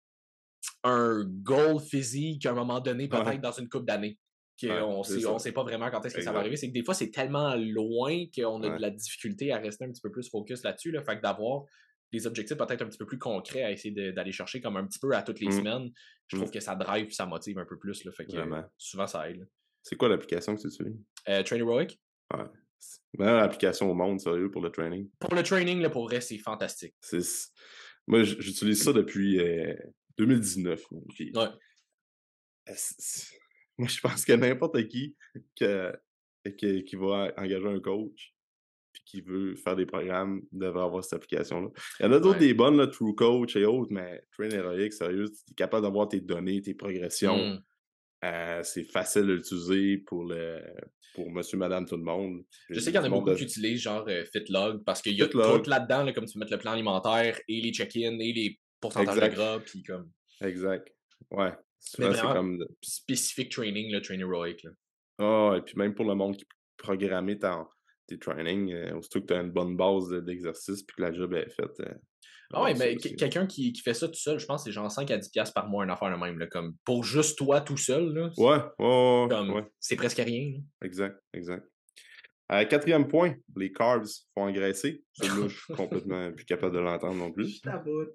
un goal physique à un moment donné, peut-être ouais, dans une couple d'années. ouais, c'est On ça. sait pas vraiment quand est-ce que ça va Exact. arriver. C'est que des fois, c'est tellement loin qu'on a de Ouais. la difficulté à rester un petit peu plus focus là-dessus. Là. Fait que d'avoir des objectifs peut-être un petit peu plus concrets à essayer d'aller chercher comme un petit peu à toutes les Mmh, semaines, je trouve mmh, que ça drive et ça motive un peu plus. Là. Fait que vraiment. souvent, ça aide. C'est quoi l'application que tu utilises? Train Heroic. Ouais. C'est la meilleure application au monde, sérieux, pour le training. Pour le training, là, pour vrai, c'est fantastique. C'est moi, j'utilise ça depuis 2019. Puis, Ouais. moi, je pense que n'importe que, qui va engager un coach puis qui veut faire des programmes devrait avoir cette application-là. Il y en a d'autres Ouais. des bonnes, là, True Coach et autres, mais Train Heroic, sérieux, tu es capable d'avoir tes données, tes progressions. Hmm. C'est facile à utiliser pour monsieur, madame, tout le monde. Je sais Puis qu'il y en du a monde beaucoup de qui utilisent genre FitLog parce qu'il y a tout FitLog. là-dedans, là, comme tu peux mettre le plan alimentaire et les check-in et les pourcentages de Exact, gras, puis comme. exact. Ouais, Mais souvent, c'est vraiment comme spécifique training, le train heroic. Là. et puis même pour le monde qui peut programmer tes trainings, aussitôt que tu as une bonne base d'exercice puis que la job est faite, Ah ouais, avoir ça mais aussi. quelqu'un qui fait ça tout seul, je pense que c'est genre 5 à 10 piastres par mois, une affaire de même. Là, comme pour juste toi tout seul, là, Ouais, ouais, ouais, ouais, comme ouais, c'est presque rien. Là. exact, exact. 4e point, les carbs font engraisser. Celui-là, je suis complètement plus capable de l'entendre non plus. Je t'aboute.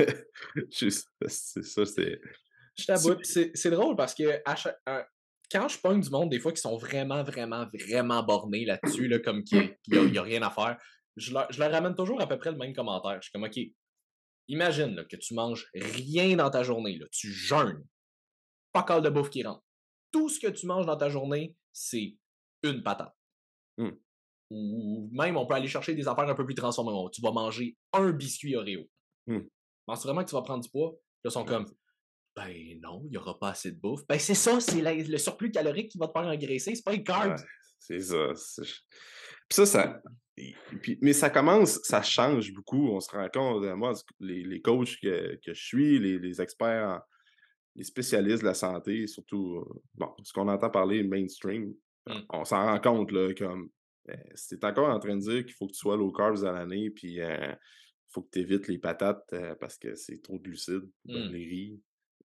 C'est ça, c'est Je tu t'aboute. Puis c'est drôle parce que quand je pogne du monde, des fois, qui sont vraiment, vraiment, vraiment bornés là-dessus, là, comme qu'il y a rien à faire, je leur ramène toujours à peu près le même commentaire. Je suis comme, OK, imagine là, que tu manges rien dans ta journée. Là, tu jeûnes. Pas call de bouffe qui rentre. Tout ce que tu manges dans ta journée, c'est une patate. Mmh, Ou même, on peut aller chercher des affaires un peu plus transformées. Tu vas manger un biscuit Oreo. mmh. Penses-tu vraiment que tu vas prendre du poids? Là, ils sont Ouais, comme, ben non, il n'y aura pas assez de bouffe. Ben c'est ça, c'est le surplus calorique qui va te faire engraisser, c'est pas les ouais, carbs. c'est ça. Puis ça mais ça change beaucoup. On se rend compte, moi, les coachs que je suis, les experts les spécialistes de la santé, surtout, bon, ce qu'on entend parler mainstream, Hmm. on s'en rend compte, là, comme, si tu encore en train de dire qu'il faut que tu sois low carbs à l'année, puis il faut que tu évites les patates parce que c'est trop de glucides, ben, Hmm. les riz.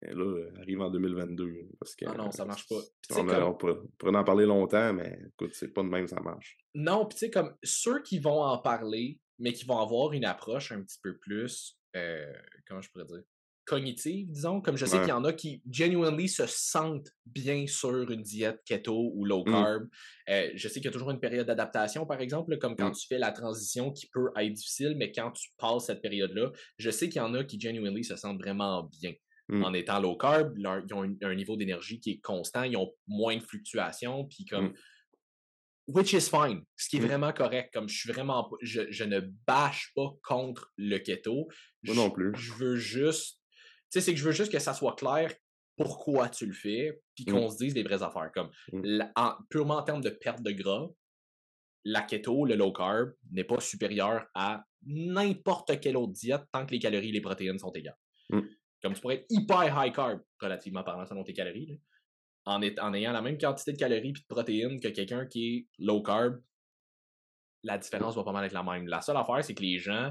Mais là, arrive en 2022, parce que Ah non, ça marche pas. Puis tu sais, on pourrait en parler longtemps, mais écoute, c'est pas de même, ça marche. non, puis tu sais, comme ceux qui vont en parler, mais qui vont avoir une approche un petit peu plus, comment je pourrais dire, cognitive, disons. Comme je sais qu'il Ouais. y en a qui genuinely se sentent bien sur une diète keto ou low Mmh, carb. Je sais qu'il y a toujours une période d'adaptation, par exemple, là, comme quand mmh, tu fais la transition qui peut être difficile, mais quand tu passes cette période-là, je sais qu'il y en a qui genuinely se sentent vraiment bien. mmh, En étant low carb, ils ont un niveau d'énergie qui est constant, ils ont moins de fluctuations, puis comme mmh, which is fine, ce qui est mmh. vraiment correct. Comme je suis vraiment pas, je ne bâche pas contre le keto. Moi non plus. Je veux juste, tu sais, c'est que je veux juste que ça soit clair pourquoi tu le fais, puis Mmh, qu'on se dise des vraies affaires. Comme mmh, purement en termes de perte de gras, la keto, le low carb, n'est pas supérieur à n'importe quelle autre diète tant que les calories et les protéines sont égales. mmh, Comme tu pourrais être hyper high carb, relativement parlant selon tes calories, là, en ayant la même quantité de calories et de protéines que quelqu'un qui est low carb, la différence va pas mal être la même. La seule affaire, c'est que les gens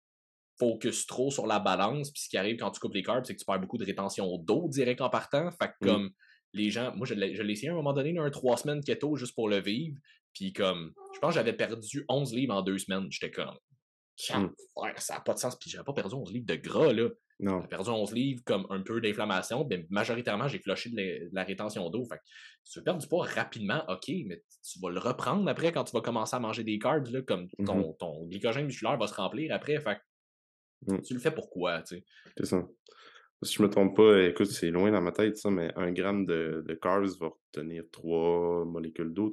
focus trop sur la balance, puis ce qui arrive quand tu coupes les carbs, c'est que tu perds beaucoup de rétention d'eau direct en partant. Fait que mmh, comme les gens, moi je l'ai essayé à un moment donné, un 3 semaines keto juste pour le vivre, puis comme, je pense que j'avais perdu 11 livres en 2 semaines. J'étais comme, mmh. ouais, ça n'a pas de sens, puis j'avais pas perdu 11 livres de gras, là. Non. J'ai perdu 11 livres comme un peu d'inflammation, mais majoritairement, j'ai flushé de la rétention d'eau. Fait que si tu veux perdre du poids rapidement, OK, mais tu vas le reprendre après quand tu vas commencer à manger des carbs, là, comme Mmh ton glycogène musculaire va se remplir après. Fait que mh. tu le fais pourquoi, tu sais? C'est ça. Si je me trompe pas, écoute, c'est loin dans ma tête ça, mais 1 gramme de carbs va retenir 3 molécules d'eau,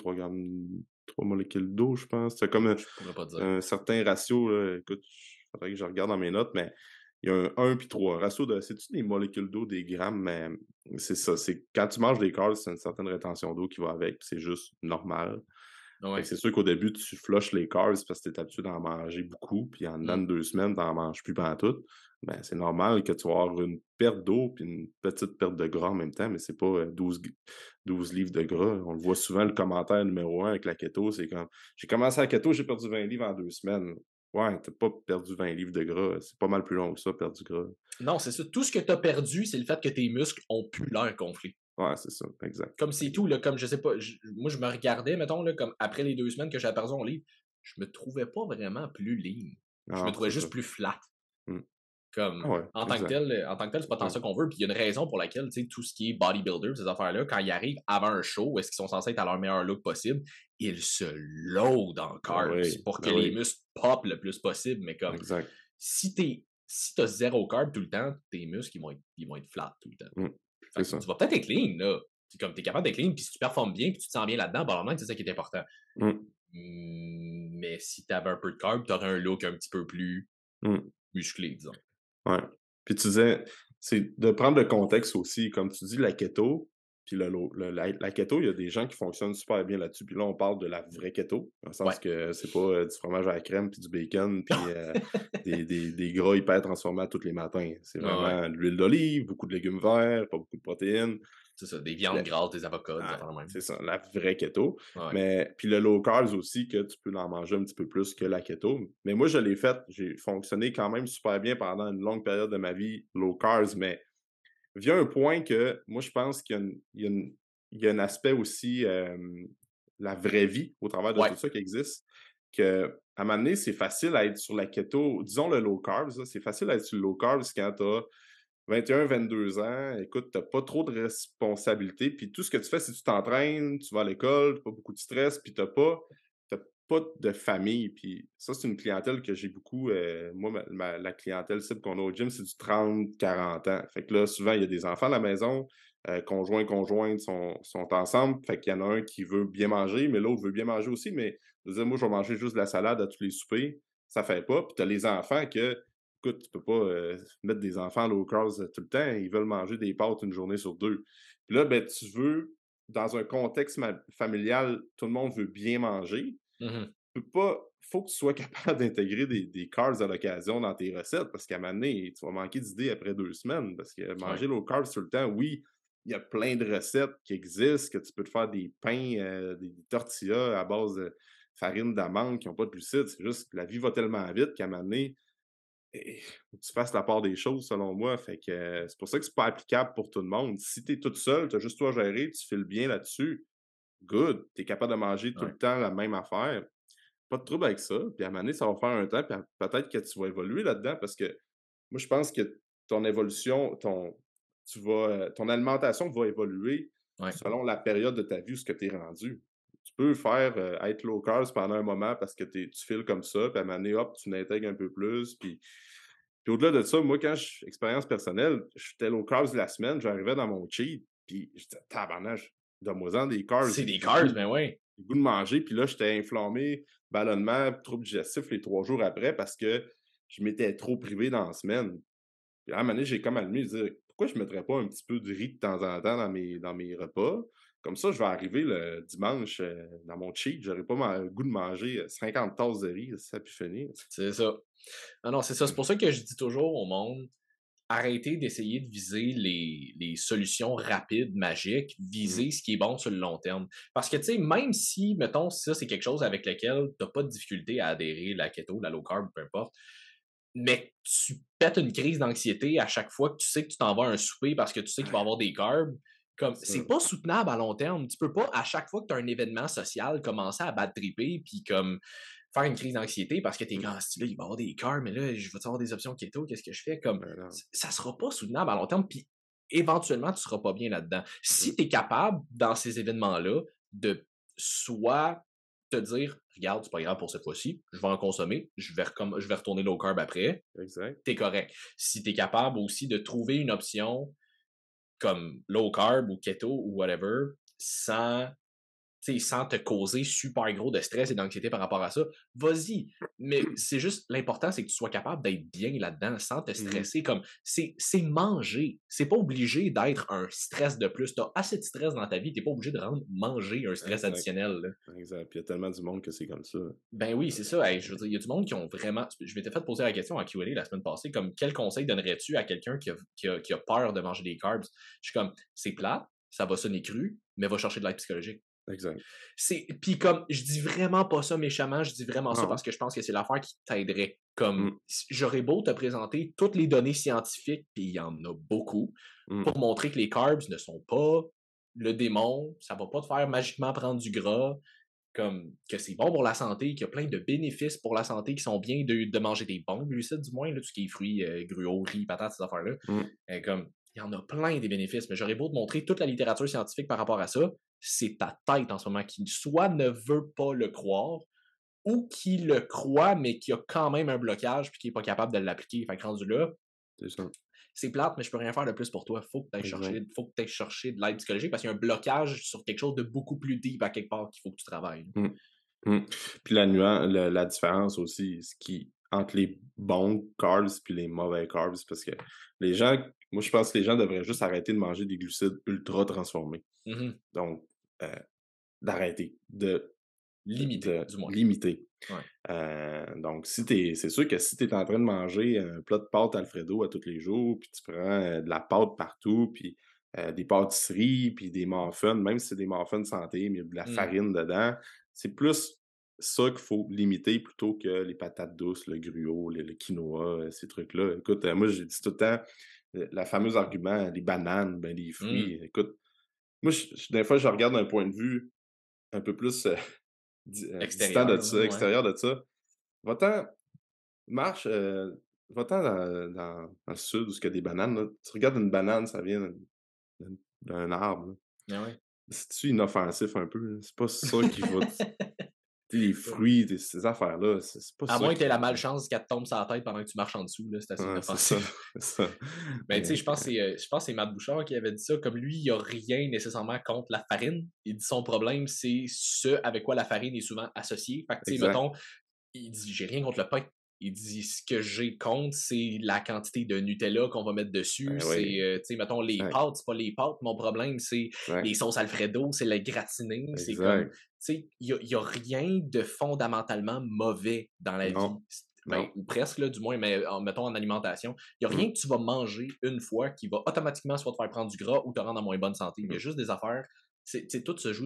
3 molécules d'eau, je pense. C'est comme Je pourrais pas te dire. un certain ratio, là. Écoute, il faudrait que je regarde dans mes notes, mais il y a un 1 puis 3. Ratio de c'est-tu des molécules d'eau, des grammes? Mais c'est ça, c'est quand tu manges des carbs, c'est une certaine rétention d'eau qui va avec, puis c'est juste normal. Fait que Ouais. c'est sûr qu'au début, tu flushes les carbs parce que tu es habitué d'en manger beaucoup, puis en dedans Mmh. de 2 semaines, tu en manges plus pantoute. Ben, c'est normal que tu vas avoir une perte d'eau puis une petite perte de gras en même temps, mais c'est pas, 12 livres de gras. On le voit souvent, le commentaire numéro 1 avec la keto, c'est comme: «J'ai commencé la keto, j'ai perdu 20 livres en 2 semaines». Ouais, tu pas perdu 20 livres de gras, c'est pas mal plus long que ça, perdre du gras. Non, c'est ça. Tout ce que tu as perdu, c'est le fait que tes muscles ont plus l'air gonflés. Ouais, c'est ça, exact, Comme c'est exact. tout, là, comme je sais pas, moi je me regardais, mettons, là, comme après les 2 semaines que j'avais perdu mon livre, je me trouvais pas vraiment plus lean. Je me Non, trouvais c'est ça. juste plus flat. Mmh. Ah Comme ouais, en tant que exact. tel, c'est pas tant Ouais. ça qu'on veut. Puis il y a une raison pour laquelle, tu sais, tout ce qui est bodybuilder, ces affaires-là, quand ils arrivent avant un show, où est-ce qu'ils sont censés être à leur meilleur look possible, ils se loadent en Ben carbs oui, pour que ben les oui, muscles pop le plus possible. Mais comme exact. si t'as zéro carb tout le temps, tes muscles ils vont être flat tout le temps. Mmh. Fait C'est que ça. tu vas peut-être être clean, là. C'est comme t'es capable d'être clean, puis si tu performes bien, puis tu te sens bien là-dedans, bah c'est ça qui est important. Mmh. Mais si t'avais un peu de carb, t'aurais un look un petit peu plus Mmh. musclé, disons. Ouais. Puis tu disais, c'est de prendre le contexte aussi, comme tu dis, la keto, puis le low la keto, il y a des gens qui fonctionnent super bien là-dessus. Puis là, on parle de la vraie keto, dans le sens Ouais. que c'est pas, du fromage à la crème, puis du bacon, puis, des gras hyper transformés tous les matins. C'est Ouais, ouais. vraiment de l'huile d'olive, beaucoup de légumes verts, pas beaucoup de protéines. C'est ça, des viandes grasses, des avocats, des Ouais, affaires de même. c'est ça, la vraie keto. Ouais, ouais. Mais puis le low carbs aussi, que tu peux en manger un petit peu plus que la keto. Mais moi, je l'ai fait, j'ai fonctionné quand même super bien pendant une longue période de ma vie, low carbs, mais vient un point que moi, je pense qu'il y a il y a un aspect aussi, la vraie vie au travers de tout Ouais. ça qui existe, qu'à un moment donné, c'est facile à être sur la keto, disons le low carbs, là, c'est facile à être sur le low carbs quand tu as 21-22 ans, écoute, tu pas trop de responsabilités, puis tout ce que tu fais, c'est que tu t'entraînes, tu vas à l'école, tu pas beaucoup de stress, puis tu pas de famille. Puis ça, c'est une clientèle que j'ai beaucoup, moi, la clientèle cible qu'on a au gym, c'est du 30-40 ans. Fait que là, souvent, il y a des enfants à la maison, conjoints, conjointes sont ensemble, fait qu'il y en a un qui veut bien manger, mais l'autre veut bien manger aussi, mais de dire: «Moi, je vais manger juste de la salade à tous les soupers», ça fait pas. Puis tu as les enfants que écoute, tu peux pas, mettre des enfants low carb, tout le temps. Ils veulent manger des pâtes une journée sur 2. Puis là, ben, tu veux dans un contexte familial, tout le monde veut bien manger. Mmh. Tu peux pas faut que tu sois capable d'intégrer des carbs à l'occasion dans tes recettes parce qu'à un moment donné, tu vas manquer d'idées après 2 semaines parce que Ouais. manger low carb tout le temps, oui, il y a plein de recettes qui existent, que tu peux te faire des pains, des tortillas à base de farine d'amande qui ont pas de glucides. C'est juste que la vie va tellement vite qu'à un moment donné, faut que tu fasses la part des choses, selon moi. Fait que c'est pour ça que c'est pas applicable pour tout le monde. Si tu es toute seule, tu as juste toi à gérer, tu files bien là-dessus, good. Tu es capable de manger tout Ouais. le temps la même affaire. Pas de trouble avec ça. Puis à un moment donné, ça va faire un temps, puis peut-être que tu vas évoluer là-dedans parce que moi, je pense que ton évolution, ton alimentation va évoluer Ouais. selon la période de ta vie où ce que tu es rendu. Tu peux faire être low carb pendant un moment parce que tu files comme ça, puis à un moment donné, hop, tu l'intègres un peu plus. Puis au-delà de ça, moi, expérience personnelle, j'étais low carb la semaine, j'arrivais dans mon cheat, puis j'étais tabarnage, donne-moi-en des carbs, C'est j'ai des j'ai le goût carbs, ben ouais. j'ai le goût de manger, puis là, j'étais inflammé, ballonnement, trouble digestif les 3 jours après parce que je m'étais trop privé dans la semaine. Puis à un moment donné, j'ai comme allumé, je disais: «Pourquoi je ne mettrais pas un petit peu de riz de temps en temps dans mes repas? Comme ça, je vais arriver le dimanche, dans mon cheat, j'aurai pas le goût de manger, 50 tasses de riz, ça a pu finir». C'est ça. Ah non, c'est ça. C'est pour ça que je dis toujours au monde, arrêtez d'essayer de viser les solutions rapides, magiques, Mmh, visez ce qui est bon sur le long terme. Parce que, tu sais, même si, mettons, ça, c'est quelque chose avec lequel tu n'as pas de difficulté à adhérer, la keto, la low carb, peu importe, mais tu pètes une crise d'anxiété à chaque fois que tu sais que tu t'en vas à un souper parce que tu sais qu'il va y avoir des carbs, comme, c'est c'est ça. pas soutenable à long terme. Tu peux pas, à chaque fois que tu as un événement social, commencer à bad tripper puis comme faire une crise d'anxiété parce que t'es Mmh, comme, ah, là, il va y avoir des carbs, mais là, je vais avoir des options keto, qu'est-ce que je fais? Comme, ben non. ça sera pas soutenable à long terme, puis éventuellement, tu seras pas bien là-dedans. Mmh, Si tu es capable, dans ces événements-là, de soit te dire, regarde, c'est pas grave pour cette fois-ci, je vais en consommer, je vais retourner low carb après, exact. t'es correct. Si tu es capable aussi de trouver une option comme low carb ou keto ou whatever, sans sans te causer super gros de stress et d'anxiété par rapport à ça, vas-y. Mais c'est juste, l'important, c'est que tu sois capable d'être bien là-dedans sans te Mmh. stresser. Comme, c'est manger. C'est pas obligé d'être un stress de plus. Tu as assez de stress dans ta vie, tu pas obligé de rendre manger un stress Exact, additionnel, là. exact. Puis il y a tellement du monde que c'est comme ça. Ben oui, c'est ça. Hey, je veux dire, il y a du monde qui ont vraiment. Je m'étais fait poser la question à Q&A la semaine passée, comme quel conseil donnerais-tu à quelqu'un qui a peur de manger des carbs? Je suis comme, c'est plat, ça va sonner cru, mais va chercher de l'aide psychologique. Exact. Puis comme, je dis vraiment pas ça méchamment, je dis vraiment ça Non. parce que je pense que c'est l'affaire qui t'aiderait. Comme, Mmh, j'aurais beau te présenter toutes les données scientifiques, puis il y en a beaucoup, mmh, pour montrer que les carbs ne sont pas le démon, ça va pas te faire magiquement prendre du gras, comme que c'est bon pour la santé, qu'il y a plein de bénéfices pour la santé qui sont bien de manger des bons glucides, du moins, là, tout ce qui est fruits, gruaux, riz, patates, ces affaires-là. mmh. Comme, il y en a plein des bénéfices, mais j'aurais beau te montrer toute la littérature scientifique par rapport à ça, c'est ta tête en ce moment qui soit ne veut pas le croire, ou qui le croit, mais qui a quand même un blocage puis qui est pas capable de l'appliquer. Fait que rendu là, C'est ça. c'est plate, mais je peux rien faire de plus pour toi. Exact. Faut que tu ailles chercher de l'aide psychologique parce qu'il y a un blocage sur quelque chose de beaucoup plus deep à quelque part qu'il faut que tu travailles. Mmh, mmh. Puis la différence aussi, entre les bons carbs puis les mauvais carbs, parce que les gens moi, je pense que les gens devraient juste arrêter de manger des glucides ultra transformés. Mhm. Donc, heu, d'arrêter, Limité, de du moins. limiter. Ouais. Donc c'est sûr que si tu es en train de manger un plat de pâtes Alfredo à tous les jours, puis tu prends, de la pâte partout, puis, des pâtisseries, puis des muffins, même si c'est des muffins santé, mais il y a de la Mm. farine dedans, c'est plus ça qu'il faut limiter plutôt que les patates douces, le gruau, le quinoa, ces trucs-là. Écoute, moi, j'ai dit tout le temps, la fameuse argument, les bananes, ben, les Mm. fruits. Écoute, moi, des fois, je regarde d'un point de vue un peu plus, distant de Extérieur, là, ça, ouais. extérieur de ça. Va-t'en, marche, va-t'en dans le sud où il y a des bananes, là. Tu regardes une banane, ça vient d'un arbre, là. Ah ouais. C'est-tu inoffensif un peu, là? C'est pas ça qui va tu sais, les fruits, ces affaires-là, c'est pas À ça moins que tu aies qui la malchance qu'elle te tombe sur la tête pendant que tu marches en dessous, là, c'est assez ouais, c'est ça, inoffensif. c'est ça. Ben, tu sais, Fait que je pense que c'est Matt Bouchard qui avait dit ça. Comme lui, il a rien nécessairement contre la farine. Il dit son problème, c'est ce avec quoi la farine est souvent associée. Fait que, tu sais, exact. mettons, il dit j'ai rien contre le pain. Il dit ce que j'ai contre, c'est la quantité de Nutella qu'on va mettre dessus. Ben C'est, oui, tu sais, mettons, les exact, pâtes, c'est pas les pâtes. Mon problème, c'est les exact, sauces Alfredo, c'est le gratiné. C'est comme, tu exact. sais, y a rien de fondamentalement mauvais dans la Non, vie. Ben, non. ou presque, là, du moins, mais mettons en alimentation. Il n'y a Mmh, rien que tu vas manger une fois qui va automatiquement soit te faire prendre du gras ou te rendre en moins bonne santé. Il y a mmh, juste des affaires tout se joue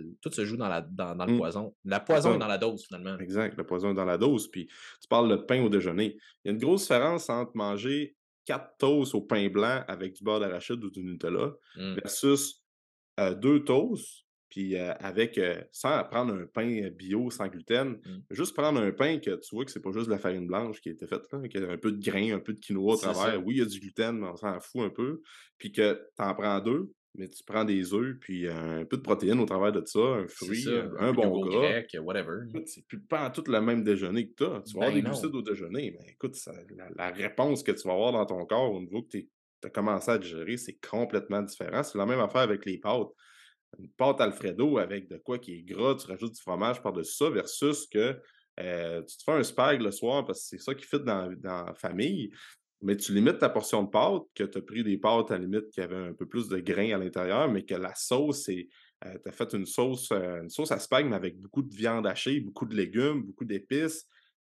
dans le Mmh, poison. La c'est poison ça. est dans la dose, finalement. Exact, le poison est dans la dose. Puis tu parles de pain au déjeuner. Il y a une grosse différence entre manger 4 toasts au pain blanc avec du beurre d'arachide ou du Nutella Mmh. versus 2 toasts, puis avec, sans prendre un pain bio sans gluten, Mmh. juste prendre un pain que tu vois que c'est pas juste de la farine blanche qui a été faite là, qu'il y a un peu de grain, un peu de quinoa au C'est ça. travers. Oui, il y a du gluten, mais on s'en fout un peu. Puis que tu en prends 2, mais tu prends des œufs, puis un peu de protéines au travers de ça, un C'est fruit, ça, un un peu de bon yogourt gras. grec, whatever. Écoute, c'est plus pas tout le même déjeuner que tu as. Tu vas avoir Ben des non. glucides au déjeuner, mais écoute, la réponse que tu vas avoir dans ton corps au niveau que tu as commencé à digérer, c'est complètement différent. C'est la même affaire avec les pâtes. Une pâte Alfredo avec de quoi qui est gras, tu rajoutes du fromage par-dessus ça versus que tu te fais un spag le soir parce que c'est ça qui fit dans la famille, mais tu limites ta portion de pâte, que tu as pris des pâtes à la limite qui avaient un peu plus de grains à l'intérieur, mais que la sauce, c'est tu as fait une sauce à spag, mais avec beaucoup de viande hachée, beaucoup de légumes, beaucoup d'épices.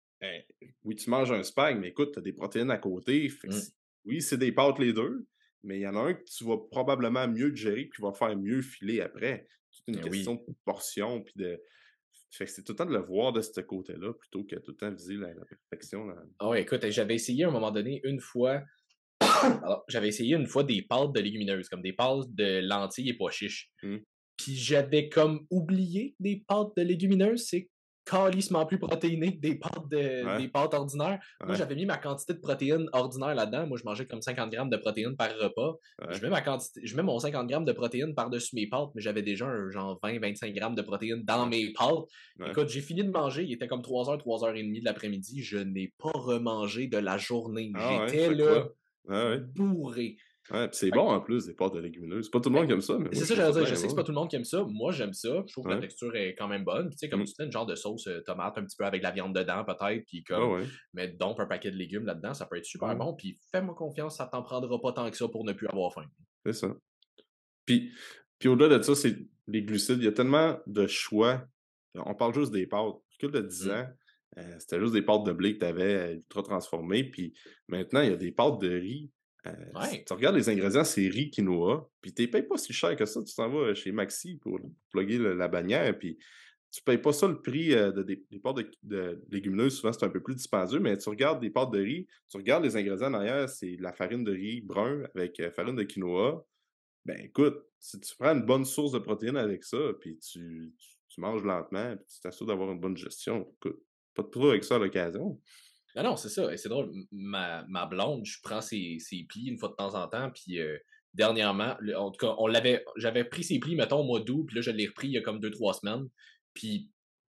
Oui, tu manges un spag, mais écoute, tu as des protéines à côté. Fait que Mmh. oui, c'est des pâtes les deux, mais il y en a un que tu vas probablement mieux digérer puis qui va faire mieux filer après. C'est une Ben question oui. de portion puis de. Fait que c'est tout le temps de le voir de ce côté-là plutôt que tout le temps viser la perfection. Ah ouais, écoute, j'avais essayé à un moment donné une fois j'avais essayé une fois des pâtes de légumineuses, comme des pâtes de lentilles et pois chiches. Mmh. Puis j'avais comme oublié que des pâtes de légumineuses, c'est calissement plus protéiné que Ouais, des pâtes ordinaires. Moi, ouais, j'avais mis ma quantité de protéines ordinaire là-dedans. Moi, je mangeais comme 50 grammes de protéines par repas. ouais, Je mets mon 50 grammes de protéines par-dessus mes pâtes, mais j'avais déjà un genre 20-25 grammes de protéines dans ouais, mes pâtes. ouais. Écoute, j'ai fini de manger. Il était comme 3 heures et demie de l'après-midi. Je n'ai pas remangé de la journée. Ah ouais, J'étais chaque là, fois. Ouais, ouais. bourré. Ouais, puis c'est Fait bon en plus des pâtes de légumineuses. C'est pas tout le ben, monde qui aime ça, mais moi c'est je ça, trouve j'allais ça dire. Je bien sais que c'est pas bon. tout le monde qui aime ça. Moi, j'aime ça. Je trouve que la Ouais. texture est quand même bonne. Puis, tu sais, comme Mmh. tu disais, une genre de sauce tomate un petit peu avec de la viande dedans, peut-être. Puis, Ouais, comme ouais. mettre donc un paquet de légumes là-dedans, ça peut être super Ouais, bon. Puis, fais-moi confiance, ça t'en prendra pas tant que ça pour ne plus avoir faim. c'est ça. Puis puis au-delà de ça, c'est les glucides, il y a tellement de choix. On parle juste des pâtes. Il y a de 10 Mmh. ans, c'était juste des pâtes de blé que tu avais, ultra transformées, puis maintenant, il y a des pâtes de riz. Si Ouais. tu regardes les ingrédients, c'est riz, quinoa, puis tu les payes pas si cher que ça. Tu t'en vas chez Maxi pour plugger le la bannière, puis tu payes pas ça le prix, des pâtes de légumineuses. Souvent, c'est un peu plus dispendieux, mais tu regardes des pâtes de riz, tu regardes les ingrédients en arrière, c'est de la farine de riz brun avec, farine de quinoa. Ben, écoute, si tu prends une bonne source de protéines avec ça, puis tu manges lentement, puis tu t'assures d'avoir une bonne gestion, écoute, pas de trouble avec ça à l'occasion. Non, non, c'est ça. Et c'est drôle. Ma blonde, je prends ses plis une fois de temps en temps. Puis, dernièrement, en tout cas, j'avais pris ses plis, mettons, au mois d'août. Puis là, je l'ai repris il y a comme 2-3 semaines. Puis,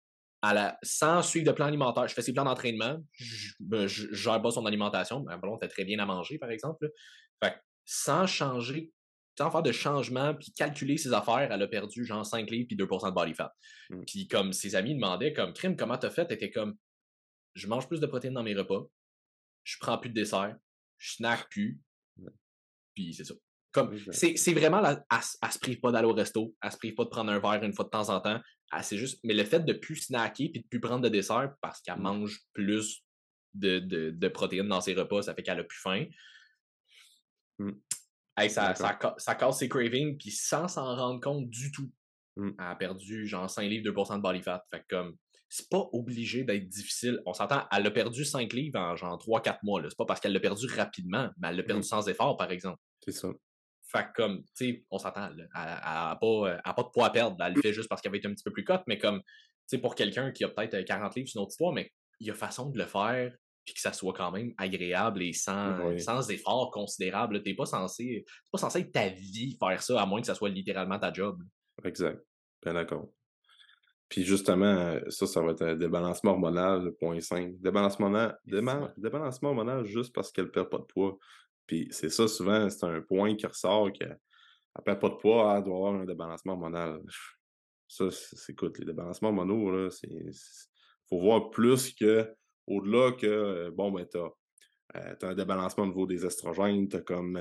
sans suivre de plan alimentaire. Je fais ses plans d'entraînement, je gère pas son alimentation. Ma blonde fait très bien à manger, par exemple. Là. Fait que sans changer, sans faire de changement, puis calculer ses affaires, elle a perdu genre 5 livres puis 2% de body fat. Mmh, Puis comme ses amis demandaient, comme, Crime, comment t'as fait? T'étais comme, je mange plus de protéines dans mes repas, je prends plus de dessert, je snack plus, ouais, puis c'est ça. Comme, exact. c'est vraiment, elle se prive pas d'aller au resto, elle se prive pas de prendre un verre une fois de temps en temps. C'est juste, mais le fait de plus snacker puis de plus prendre de dessert parce qu'elle Mmh, mange plus de protéines dans ses repas, ça fait qu'elle a plus faim. mmh, Hey, d'accord. ça casse ses cravings puis sans s'en rendre compte du tout. Mmh, Elle a perdu genre 5 livres, 2% de body fat. Fait que comme, c'est pas obligé d'être difficile. On s'entend, elle a perdu 5 livres en genre 3-4 mois. Là. C'est pas parce qu'elle l'a perdu rapidement, mais elle l'a perdu mmh, sans effort, par exemple. c'est ça. Fait que comme, tu sais, on s'entend, elle a pas de poids à perdre. Elle le fait juste parce qu'elle va être un petit peu plus cote, mais comme, tu sais, pour quelqu'un qui a peut-être 40 livres, c'est une autre histoire, mais il y a façon de le faire puis que ça soit quand même agréable et Oui, sans effort considérable. C'est pas censé être ta vie faire ça, à moins que ça soit littéralement ta job. exact. Bien d'accord. Puis justement, ça va être un débalancement hormonal, point 5. Effectivement. Débalancement hormonal juste parce qu'elle perd pas de poids. Puis c'est ça, souvent, c'est un point qui ressort qu'elle perd pas de poids, elle doit avoir un débalancement hormonal. Ça, écoute, les débalancements hormonaux, là, faut voir plus que au-delà que, bon, ben, tu un débalancement au niveau des estrogènes, tu comme,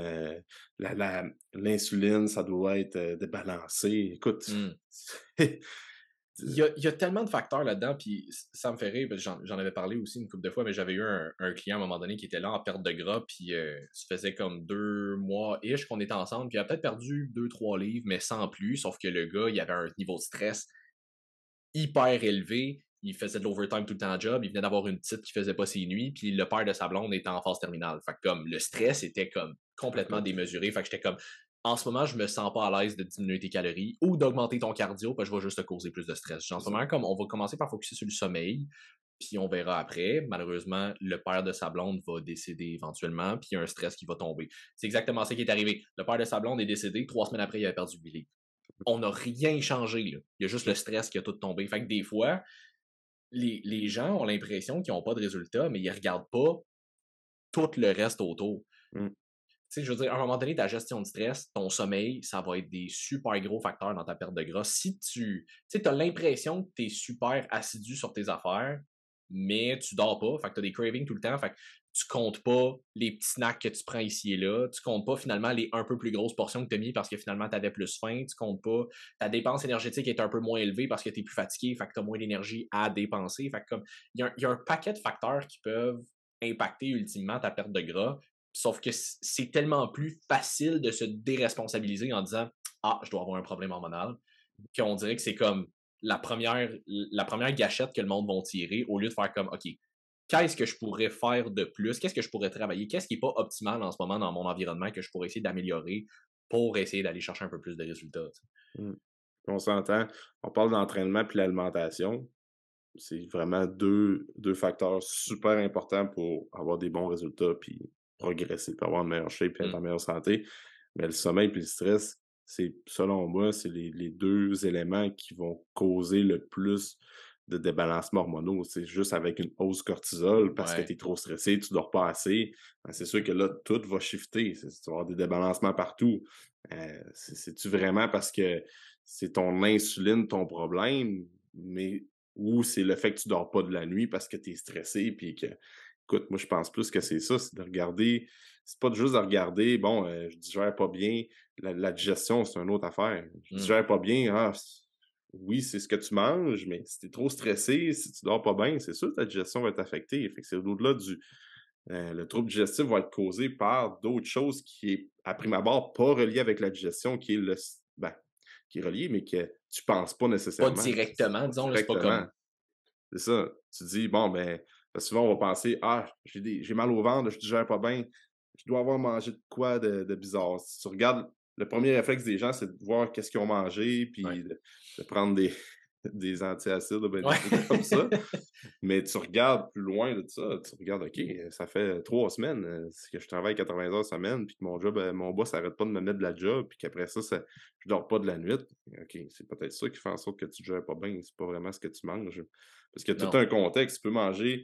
l'insuline, ça doit être, débalancé. Écoute, Mmh. Il y a tellement de facteurs là-dedans, puis ça me fait rire, parce que j'en avais parlé aussi une couple de fois, mais j'avais eu un client à un moment donné qui était là en perte de gras, puis ça faisait comme 2 mois-ish qu'on était ensemble, puis il a peut-être perdu 2-3 livres, mais sans plus, sauf que le gars, il avait un niveau de stress hyper élevé, il faisait de l'overtime tout le temps à job, il venait d'avoir une petite qui faisait pas ses nuits, puis le père de sa blonde était en phase terminale. Fait que comme le stress était comme complètement démesuré, fait que j'étais comme en ce moment, je me sens pas à l'aise de diminuer tes calories ou d'augmenter ton cardio, parce que je vais juste te causer plus de stress. En ce moment, comme on va commencer par focuser sur le sommeil, puis on verra après. Malheureusement, le père de sa blonde va décéder éventuellement, puis il y a un stress qui va tomber. C'est exactement ça qui est arrivé. Le père de sa blonde est décédé, 3 semaines après, il avait perdu 8 livres. On n'a rien changé, là. Il y a juste le stress qui a tout tombé. Fait que des fois, les gens ont l'impression qu'ils n'ont pas de résultats, mais ils regardent pas tout le reste autour. Mm. Tu sais, je veux dire, à un moment donné, ta gestion de stress, ton sommeil, ça va être des super gros facteurs dans ta perte de gras. Si tu as l'impression que tu es super assidu sur tes affaires, mais tu dors pas, fait que tu as des cravings tout le temps, fait que tu comptes pas les petits snacks que tu prends ici et là, tu comptes pas finalement les un peu plus grosses portions que tu as mis parce que finalement tu avais plus faim, tu comptes pas ta dépense énergétique est un peu moins élevée parce que tu es plus fatigué, fait que tu as moins d'énergie à dépenser, fait que comme il y a un paquet de facteurs qui peuvent impacter ultimement ta perte de gras. Sauf que c'est tellement plus facile de se déresponsabiliser en disant ah, je dois avoir un problème hormonal, qu'on dirait que c'est comme la première gâchette que le monde va tirer au lieu de faire comme OK, qu'est-ce que je pourrais faire de plus? Qu'est-ce que je pourrais travailler? Qu'est-ce qui n'est pas optimal en ce moment dans mon environnement que je pourrais essayer d'améliorer pour essayer d'aller chercher un peu plus de résultats? Mm. On s'entend. On parle d'entraînement puis l'alimentation. C'est vraiment deux facteurs super importants pour avoir des bons résultats puis progresser, puis avoir une meilleure shape et être en meilleure santé. Mais le sommeil puis le stress, c'est, selon moi, c'est les 2 éléments qui vont causer le plus de débalancements hormonaux. C'est juste avec une hausse cortisol parce que Ouais. tu es trop stressé, tu dors pas assez. Ben, c'est sûr que là, tout va shifter. Tu vas avoir des débalancements partout. C'est-tu vraiment parce que c'est ton insuline ton problème, mais ou c'est le fait que tu dors pas de la nuit parce que tu es stressé puis que écoute, moi je pense plus que c'est ça, c'est de regarder c'est pas juste de regarder, bon, je digère pas bien, la digestion, c'est une autre affaire. Je Mm. digère pas bien, oui, c'est ce que tu manges, mais si tu es trop stressé, si tu dors pas bien, c'est sûr que ta digestion va être affectée. Fait que c'est au-delà du le trouble digestif va être causé par d'autres choses qui est, à prime abord, pas relié avec la digestion, qui est ben, qui est relié, mais que tu penses pas Pas nécessairement. directement, Pas disons, là, c'est pas directement. comme. C'est ça. Tu dis, bon, ben, parce que souvent, on va penser, j'ai mal au ventre, je digère pas bien, je dois avoir mangé de quoi de bizarre. Si tu regardes, le premier réflexe des gens, c'est de voir qu'est-ce qu'ils ont mangé, Ouais. puis de prendre des antiacides, ben, des Ouais. trucs comme ça. Mais tu regardes plus loin de ça, tu regardes, OK, ça fait 3 semaines que je travaille 80 heures semaine, puis que mon job, mon boss n'arrête pas de me mettre de la job, puis qu'après ça, je dors pas de la nuit. OK, c'est peut-être ça qui fait en sorte que tu ne gères pas bien, c'est pas vraiment ce que tu manges. Parce que tout Non. un contexte, tu peux manger,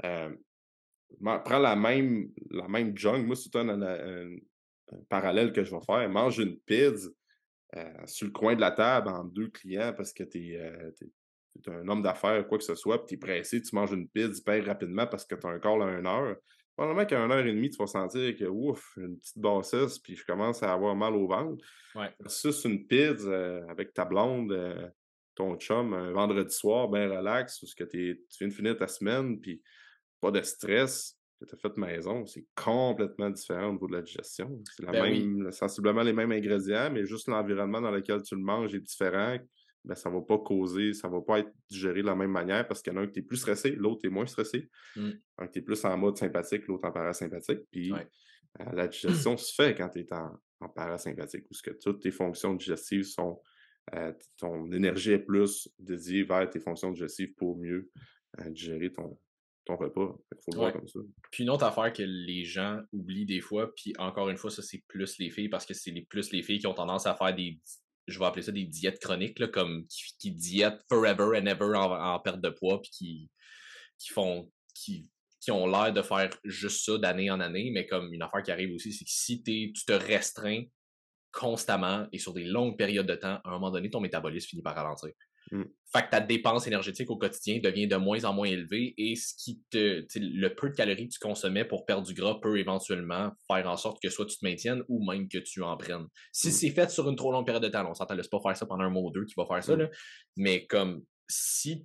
prends la même junk, moi, c'est un parallèle que je vais faire. Mange une pizza sur le coin de la table entre 2 clients parce que tu es un homme d'affaires, quoi que ce soit, puis tu es pressé, tu manges une pizza hyper rapidement parce que tu as un call à 1 heure. Probablement qu'à 1 heure et demie, tu vas sentir que ouf, une petite bassesse, puis je commence à avoir mal au ventre. Ouais. Versus une pizza avec ta blonde, ton chum, un vendredi soir, bien relax, où ce que tu viens de finir ta semaine, puis pas de stress, que tu as fait maison, c'est complètement différent au niveau de la digestion. C'est Ben oui. sensiblement les mêmes ingrédients, mais juste l'environnement dans lequel tu le manges est différent. Ben, ça va pas causer, ça va pas être digéré de la même manière parce qu'il y en a un qui est plus stressé, l'autre est moins stressé. Mm. Un qui est plus en mode sympathique, l'autre en parasympathique. Puis Ouais. la digestion se fait quand tu es en parasympathique, où ce que toutes tes fonctions digestives sont, ton énergie est plus dédiée vers tes fonctions digestives pour mieux digérer ton repas. Il faut le voir Ouais. comme ça. Puis une autre affaire que les gens oublient des fois, puis encore une fois, ça c'est plus les filles parce que c'est plus les filles qui ont tendance à faire je vais appeler ça des diètes chroniques, là, comme qui diètent forever and ever en perte de poids, puis qui font, qui ont l'air de faire juste ça d'année en année, mais comme une affaire qui arrive aussi, c'est que si tu te restreins constamment et sur des longues périodes de temps, à un moment donné, ton métabolisme finit par ralentir. Mm. Fait que ta dépense énergétique au quotidien devient de moins en moins élevée et le peu de calories que tu consommais pour perdre du gras peut éventuellement faire en sorte que soit tu te maintiennes ou même que tu en prennes. Si Mm. c'est fait sur une trop longue période de temps, on s'entend, laisse pas faire ça pendant un mois ou deux qui va faire ça, Mm. là, mais comme si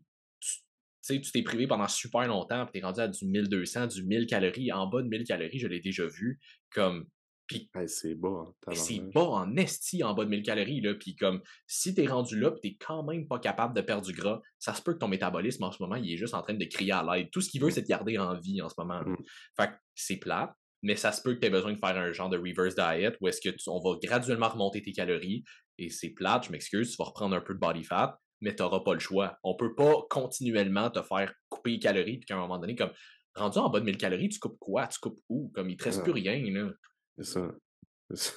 tu t'es privé pendant super longtemps, puis t'es rendu à du 1200, du 1000 calories, en bas de 1000 calories, je l'ai déjà vu, comme, puis Hey, c'est bas, hein, c'est tabarnak. bas en esti en bas de 1000 calories, là, puis comme, si t'es rendu là, puis t'es quand même pas capable de perdre du gras, ça se peut que ton métabolisme, en ce moment, il est juste en train de crier à l'aide. Tout ce qu'il veut, Mmh, c'est te garder en vie, en ce moment, là. mmh, Fait que c'est plate, mais ça se peut que t'aies besoin de faire un genre de reverse diet, où est-ce que on va graduellement remonter tes calories, et c'est plate, je m'excuse, tu vas reprendre un peu de body fat, mais t'auras pas le choix. On peut pas continuellement te faire couper les calories, puis qu'à un moment donné, comme, rendu en bas de 1000 calories, tu coupes quoi? Tu coupes où? Comme, il te reste plus ah, rien, là. c'est ça. C'est ça.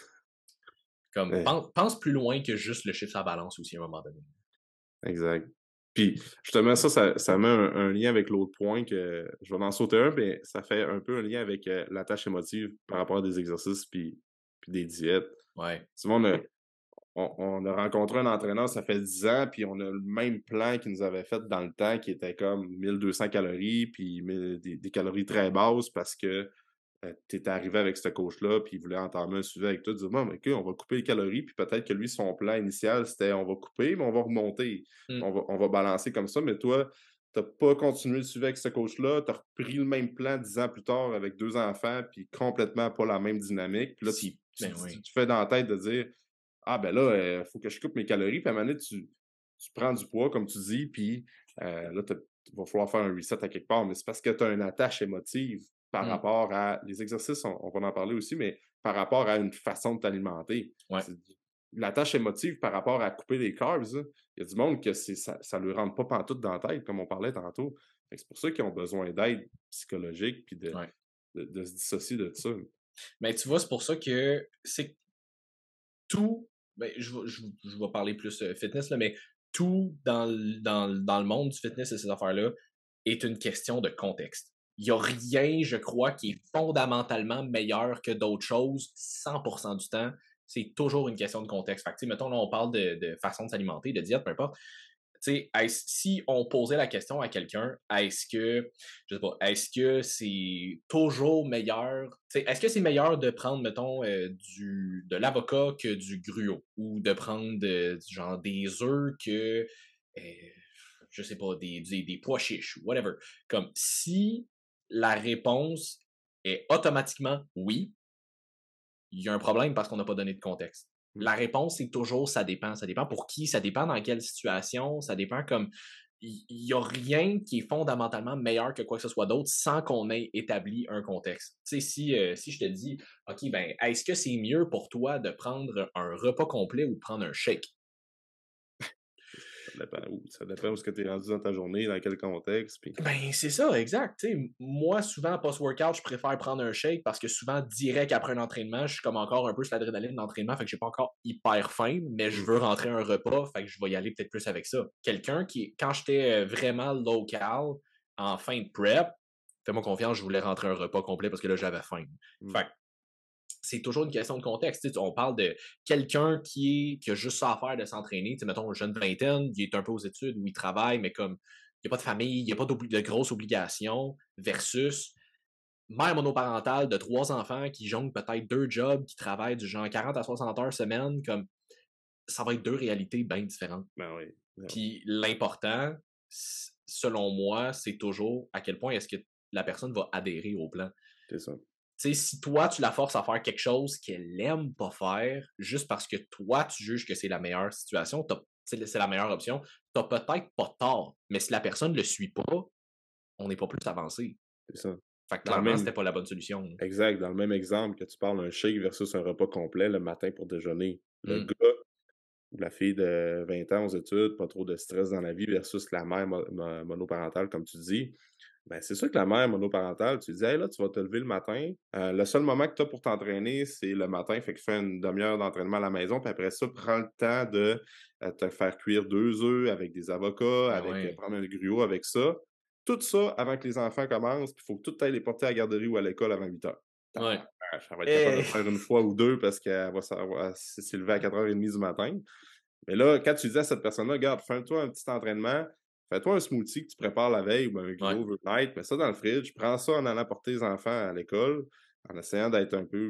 Comme, Hey, pense plus loin que juste le chiffre à balance aussi, à un moment donné. exact. Puis justement, ça met un lien avec l'autre point que je vais en sauter un, mais ça fait un peu un lien avec, la tâche émotive par rapport à des exercices puis des diètes. Ouais. Souvent, on a rencontré un entraîneur, ça fait 10 ans, puis on a le même plan qu'il nous avait fait dans le temps, qui était comme 1200 calories, puis des calories très basses parce que tu étais arrivé avec ce coach-là, puis il voulait entamer un suivi avec toi, dire bon, mais OK, on va couper les calories, puis peut-être que lui, son plan initial, c'était on va couper, mais on va remonter. Mmh. On va balancer comme ça, mais toi, tu pas continué le suivi avec ce coach-là, tu as repris le même plan 10 ans plus tard avec 2 enfants, puis complètement pas la même dynamique. Puis là, Si, ben oui. tu fais dans la tête de dire ah, ben là, il faut que je coupe mes calories, puis à un moment donné, tu prends du poids, comme tu dis, puis là, il va falloir faire un reset à quelque part, mais c'est parce que tu as une attache émotive par Mmh. rapport à les exercices, on va en parler aussi, mais par rapport à une façon de t'alimenter. Ouais. C'est la tâche émotive par rapport à couper les carbs, là, il y a du monde que ça ne lui rentre pas pantoute dans la tête, comme on parlait tantôt. Fait que c'est pour ça qu'ils ont besoin d'aide psychologique puis Ouais. de se dissocier de ça. Mais tu vois, c'est pour ça que c'est tout, ben, je vais parler plus, fitness, là, mais tout dans le monde du fitness et ces affaires-là est une question de contexte. Il y a rien, je crois, qui est fondamentalement meilleur que d'autres choses 100 du temps. C'est toujours une question de contexte. Fait que, tu sais, mettons, là, on parle de façon de s'alimenter, de diète, peu importe. Tu sais, si on posait la question à quelqu'un, est-ce que, je sais pas, est-ce que c'est toujours meilleur, tu sais, est-ce que c'est meilleur de prendre, mettons, de l'avocat que du gruau, ou de prendre genre des œufs que, je sais pas, des pois chiches, whatever. Comme, si la réponse est automatiquement oui, il y a un problème parce qu'on n'a pas donné de contexte. Mmh. La réponse, c'est toujours ça dépend. Ça dépend pour qui, ça dépend dans quelle situation, ça dépend comme. Il n'y a rien qui est fondamentalement meilleur que quoi que ce soit d'autre sans qu'on ait établi un contexte. Tu sais, si je te dis, OK, ben, est-ce que c'est mieux pour toi de prendre un repas complet ou de prendre un shake? Ça dépend où est-ce que tu es rendu dans ta journée, dans quel contexte, puis Ben, c'est ça, exact. Tu sais, moi, souvent, post-workout, je préfère prendre un shake parce que souvent, direct après un entraînement, je suis comme encore un peu sur l'adrénaline de l'entraînement, fait que j'ai pas encore hyper faim, mais je mmh, veux rentrer un repas, fait que je vais y aller peut-être plus avec ça. Quelqu'un quand j'étais vraiment local, en fin de prep, fais-moi confiance, je voulais rentrer un repas complet parce que là, j'avais faim. mmh, Fait que c'est toujours une question de contexte. Tu sais, on parle de quelqu'un qui a juste ça à faire de s'entraîner. Tu sais, mettons, un jeune vingtaine, il est un peu aux études où il travaille, mais comme il n'y a pas de famille, il n'y a pas de grosses obligations, versus mère monoparentale de 3 enfants qui jongle peut-être 2 jobs, qui travaillent du genre 40 à 60 heures semaine, comme ça va être 2 réalités bien différentes. ben oui, ben oui, Puis l'important, selon moi, c'est toujours à quel point est-ce que la personne va adhérer au plan. c'est ça. Tu sais, si toi, tu la forces à faire quelque chose qu'elle aime pas faire, juste parce que toi, tu juges que c'est la meilleure situation, c'est la meilleure option, t'as peut-être pas tort. Mais si la personne le suit pas, on n'est pas plus avancé. C'est ça. Fait que Dans le clairement, même c'était pas la bonne solution. exact, dans le même exemple que tu parles d'un shake versus un repas complet le matin pour déjeuner. Le Mmh. gars ou la fille de 20 ans aux études, pas trop de stress dans la vie versus la mère monoparentale, comme tu dis. Ben, c'est sûr que la mère monoparentale, tu dis: «Hey, là, tu vas te lever le matin, le seul moment que tu as pour t'entraîner, c'est le matin, fait que fais une demi-heure d'entraînement à la maison, puis après ça, prends le temps de, te faire cuire 2 œufs avec des avocats, Ben avec, ouais. prendre un gruau avec ça». Tout ça avant que les enfants commencent, puis il faut que tout ailles les porter à la garderie ou à l'école avant 8 heures. Ouais. Tabarnak, elle va être capable de Eh! le faire une fois ou 2 parce qu'elle va savoir elle s'est levée à 4:30 du matin. Mais là, quand tu dis à cette personne-là: «Regarde, fais-toi un petit entraînement, fais-toi un smoothie que tu prépares la veille ou un Ouais. gros overnight, mets ça dans le fridge, prends ça en allant porter les enfants à l'école, en essayant d'être un peu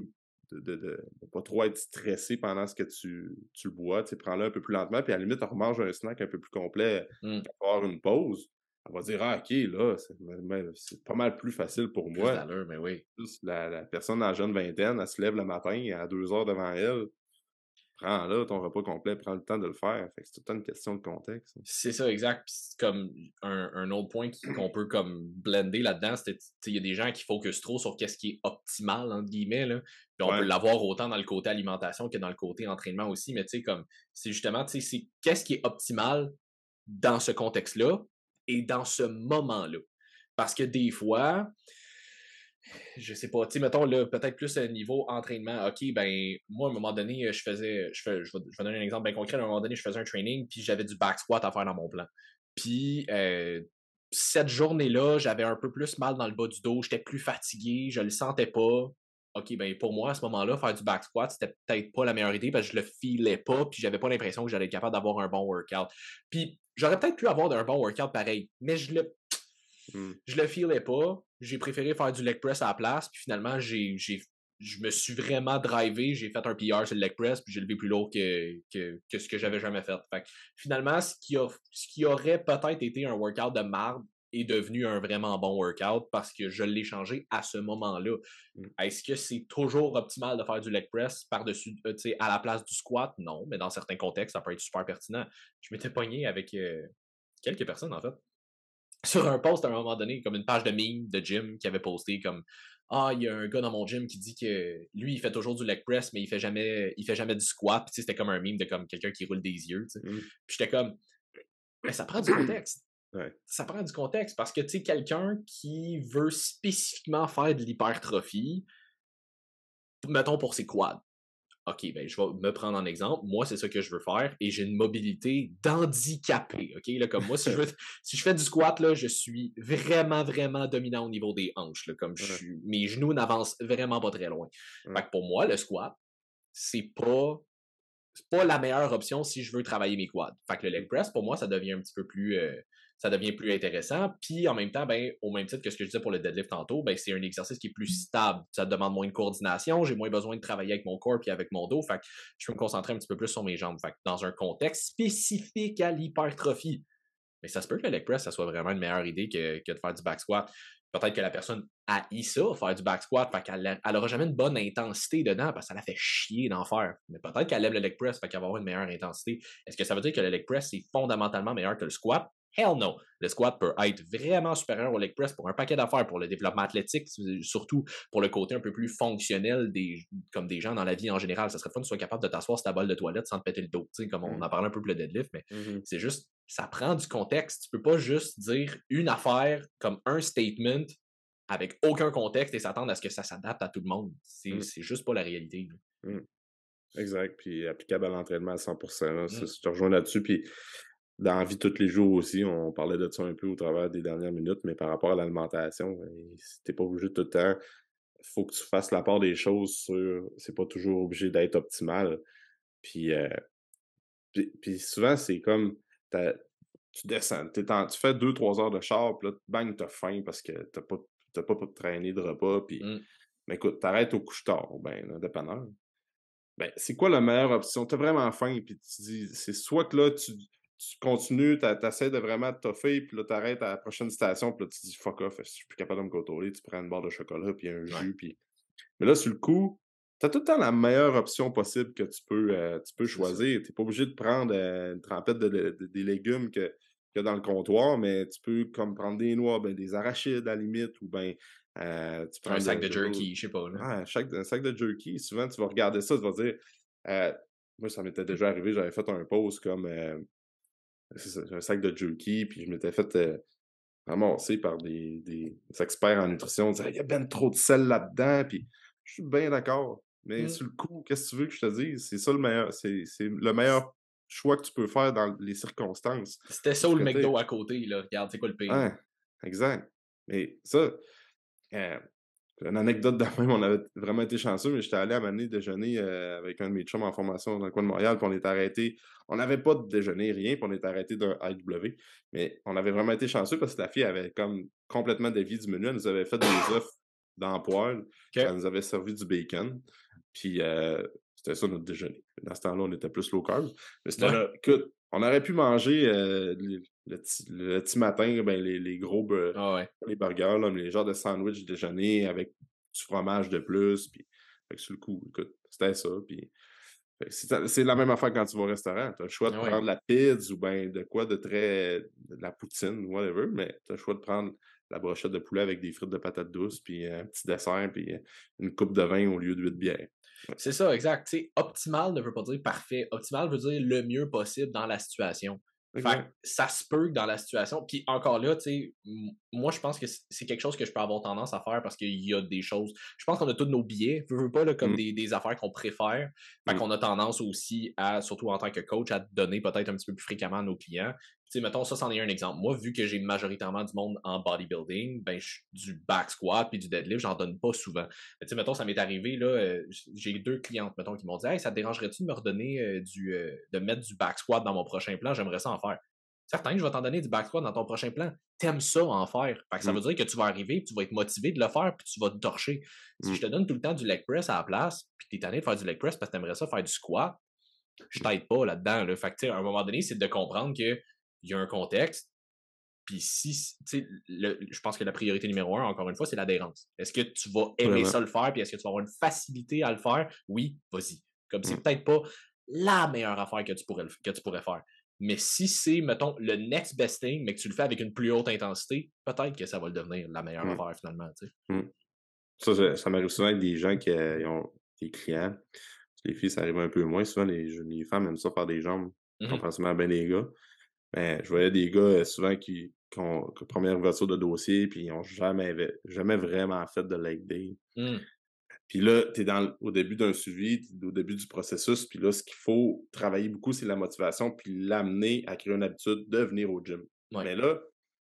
de pas trop être stressé pendant ce que tu le bois. Tu sais, prends-le un peu plus lentement, puis à la limite, on remange un snack un peu plus complet Mmh. pour avoir une pause. On va dire, ah, OK, là, c'est pas mal plus facile pour Plus moi. d'allure, mais oui. Plus la personne en jeune vingtaine, elle se lève le matin à 2 heures devant elle. Prends-là ton repas complet, prends le temps de le faire. Fait que c'est tout le temps une question de contexte. C'est ça, exact. Puis c'est comme un autre point qu'on peut comme blender là-dedans, c'est il y a des gens qui focusent trop sur qu'est-ce qui est optimal, entre guillemets, là. Puis on peut Ouais. l'avoir autant dans le côté alimentation que dans le côté entraînement aussi, mais tu sais, comme, c'est justement, tu sais, c'est qu'est-ce qui est optimal dans ce contexte-là et dans ce moment-là. Parce que des fois, je sais pas, tu sais, mettons, là, peut-être plus à niveau entraînement. OK, ben, moi, à un moment donné, je vais donner un exemple bien concret. À un moment donné, je faisais un training, puis j'avais du back squat à faire dans mon plan. Puis, cette journée-là, j'avais un peu plus mal dans le bas du dos, j'étais plus fatigué, je le sentais pas. OK, ben, pour moi, à ce moment-là, faire du back squat, c'était peut-être pas la meilleure idée parce que je le filais pas, puis j'avais pas l'impression que j'allais être capable d'avoir un bon workout. Puis, j'aurais peut-être pu avoir un bon workout pareil, mais Mmh. je le filais pas. J'ai préféré faire du leg press à la place. Puis finalement, je me suis vraiment drivé. J'ai fait un PR sur le leg press. Puis j'ai levé plus lourd que ce que j'avais jamais fait. Fait que finalement, ce qui aurait peut-être été un workout de marde est devenu un vraiment bon workout parce que je l'ai changé à ce moment-là. Mmh. Est-ce que c'est toujours optimal de faire du leg press par-dessus, à la place du squat? Non, mais dans certains contextes, ça peut être super pertinent. Je m'étais pogné avec quelques personnes, en fait, sur un post à un moment donné, comme une page de meme de gym qui avait posté comme ah, il y a un gars dans mon gym qui dit que lui, il fait toujours du leg press, mais il fait jamais du squat. Puis, tu sais, c'était comme un meme de comme quelqu'un qui roule des yeux. Tu sais. Mmh. Puis j'étais comme, mais ça prend du contexte. Ouais. Ça prend du contexte parce que tu sais, quelqu'un qui veut spécifiquement faire de l'hypertrophie, mettons pour ses quads. OK, ben, je vais me prendre en exemple. Moi, c'est ça que je veux faire et j'ai une mobilité d'handicapé. OK, là, comme moi, si je fais du squat, là, je suis vraiment, vraiment dominant au niveau des hanches. Là, comme Ouais. mes genoux n'avancent vraiment pas très loin. Ouais. Fait que pour moi, le squat, c'est pas la meilleure option si je veux travailler mes quads. Fait que le leg press, pour moi, ça devient un petit peu plus, ça devient plus intéressant. Puis en même temps, ben, au même titre que ce que je disais pour le deadlift tantôt, ben, c'est un exercice qui est plus stable. Ça demande moins de coordination, j'ai moins besoin de travailler avec mon corps puis avec mon dos. Fait que je peux me concentrer un petit peu plus sur mes jambes. Fait que dans un contexte spécifique à l'hypertrophie, mais ça se peut que le leg press, ça soit vraiment une meilleure idée que de faire du back squat. Peut-être que la personne haït ça, faire du back squat, fait qu'elle aura jamais une bonne intensité dedans parce que ça la fait chier d'en faire. Mais peut-être qu'elle aime le leg press, fait qu'elle va avoir une meilleure intensité. Est-ce que ça veut dire que le leg press est fondamentalement meilleur que le squat? Hell no! Le squat peut être vraiment supérieur au leg press pour un paquet d'affaires, pour le développement athlétique, surtout pour le côté un peu plus fonctionnel comme des gens dans la vie en général. Ça serait fun que tu sois capable de t'asseoir sur ta balle de toilette sans te péter le dos, comme on en parlait un peu pour le deadlift, mais Mmh. c'est juste, ça prend du contexte. Tu peux pas juste dire une affaire comme un statement avec aucun contexte et s'attendre à ce que ça s'adapte à tout le monde. Mmh. C'est juste pas la réalité. Mmh. Exact, puis applicable à l'entraînement à 100%, là. Ça, Mm. je te rejoins là-dessus, puis dans la vie de tous les jours aussi, on parlait de ça un peu au travers des dernières minutes, mais par rapport à l'alimentation, tu pas obligé tout le temps. Faut que tu fasses la part des choses sur c'est pas toujours obligé d'être optimal. Puis, puis souvent, c'est comme tu descends, tu fais 2 3 heures de char, puis là, bang, t'as faim parce que t'as pas traîné de repas, puis Mm. mais écoute, t'arrêtes au couche-tard, ben, le dépanneur. Ben, c'est quoi la meilleure option? Tu as vraiment faim, puis tu dis, c'est soit que là, tu continues, tu essaies de vraiment te toffer, puis là, tu arrêtes à la prochaine station, puis là, tu dis fuck off, je suis plus capable de me contrôler, tu prends une barre de chocolat, puis un Ouais. jus, puis. Mais là, sur le coup, tu as tout le temps la meilleure option possible que tu peux C'est ça. choisir. Tu n'es pas obligé de prendre une trempette des légumes qu'il y a dans le comptoir, mais tu peux comme prendre des noix, ben, des arachides à la limite, ou ben tu Un prends sac de jerky, je sais pas. Là. ouais, un sac de jerky, souvent, tu vas regarder ça, tu vas dire, heu, moi, ça m'était déjà arrivé, j'avais fait un post comme, c'est ça, un sac de jerky, puis je m'étais fait, ramasser par des experts en nutrition. Ils disaient: «Il y a ben trop de sel là-dedans», puis je suis bien d'accord, mais Mm. sur le coup, qu'est-ce que tu veux que je te dise? C'est ça le meilleur, c'est le meilleur choix que tu peux faire dans les circonstances. C'était ça Parce ou le que, tu sais McDo à côté, là. Regarde, c'est quoi le pire? ouais, exact, mais ça, heu une anecdote de même, on avait vraiment été chanceux, mais j'étais allé à un moment donné déjeuner, avec un de mes chums en formation dans le coin de Montréal, puis on est arrêté. On n'avait pas de déjeuner, rien, puis on est arrêté d'un IW. Mais on avait vraiment été chanceux parce que la fille avait comme complètement dévié du menu. Elle nous avait fait des œufs dans la poêle, puis OK. elle nous avait servi du bacon. Puis c'était ça notre déjeuner. Dans ce temps-là, on était plus low carb. Mais c'était Ouais. là, écoute, on aurait pu manger le petit matin, ben, les gros Ah ouais. les burgers, là, mais les genres de sandwich déjeuner avec du fromage de plus. Puis, fait que sur le coup, écoute, c'était ça. Puis, fait que c'est la même affaire quand tu vas au restaurant. Tu as le choix de Ah ouais. prendre la pizza ou ben de quoi de très. De la poutine, whatever, mais tu as le choix de prendre la brochette de poulet avec des frites de patates douces, puis un petit dessert, puis une coupe de vin au lieu de 8 bières. Ouais. C'est ça, exact. Tu sais, optimal ne veut pas dire parfait. Optimal veut dire le mieux possible dans la situation. Fait que Exact. ça se peut que dans la situation. Puis encore là, tu sais, moi, je pense que c'est quelque chose que je peux avoir tendance à faire parce qu'il y a des choses. Je pense qu'on a tous nos billets, veux pas, là, comme Mm, des affaires qu'on préfère. Fait mm, qu'on a tendance aussi à, surtout en tant que coach, à donner peut-être un petit peu plus fréquemment à nos clients. Tu sais, mettons, ça, c'en est un exemple. Moi, vu que j'ai majoritairement du monde en bodybuilding, ben, du back squat puis du deadlift, j'en donne pas souvent. Tu sais, mettons, ça m'est arrivé, là, j'ai 2 clientes, mettons, qui m'ont dit « Hey, ça te dérangerait-tu de me redonner de mettre du back squat dans mon prochain plan? J'aimerais ça en faire. » Certain que je vais t'en donner du back squat dans ton prochain plan. T'aimes ça en faire. Fait que ça veut mm, dire que tu vas arriver, tu vas être motivé de le faire, puis tu vas te torcher. Si je mm. te donne tout le temps du leg press à la place, puis t'es tanné de faire du leg press parce que t'aimerais ça faire du squat, je t'aide pas là-dedans. Là. Fait que, tu sais, à un moment donné, c'est de comprendre qu'il y a un contexte. Puis si, tu sais, je pense que la priorité numéro 1, encore une fois, c'est l'adhérence. Est-ce que tu vas aimer Vraiment. ça le faire, puis est-ce que tu vas avoir une facilité à le faire? Oui, vas-y. Comme c'est Mm. peut-être pas la meilleure affaire que tu pourrais faire. Mais si c'est, mettons, le next best thing, mais que tu le fais avec une plus haute intensité, peut-être que ça va le devenir la meilleure Mm. affaire finalement. Tu sais. Mm. Ça m'arrive souvent avec des gens qui ont des clients. Les filles, ça arrive un peu moins. Souvent, les femmes aiment ça faire des jambes, Mhm. comparativement à bien les gars. Mais je voyais des gars souvent qui ont première ouverture de dossier, puis ils n'ont jamais vraiment fait de leg day. Mm. Puis là, tu es au début d'un suivi, au début du processus, puis là, ce qu'il faut travailler beaucoup, c'est la motivation, puis l'amener à créer une habitude de venir au gym. Ouais. Mais là,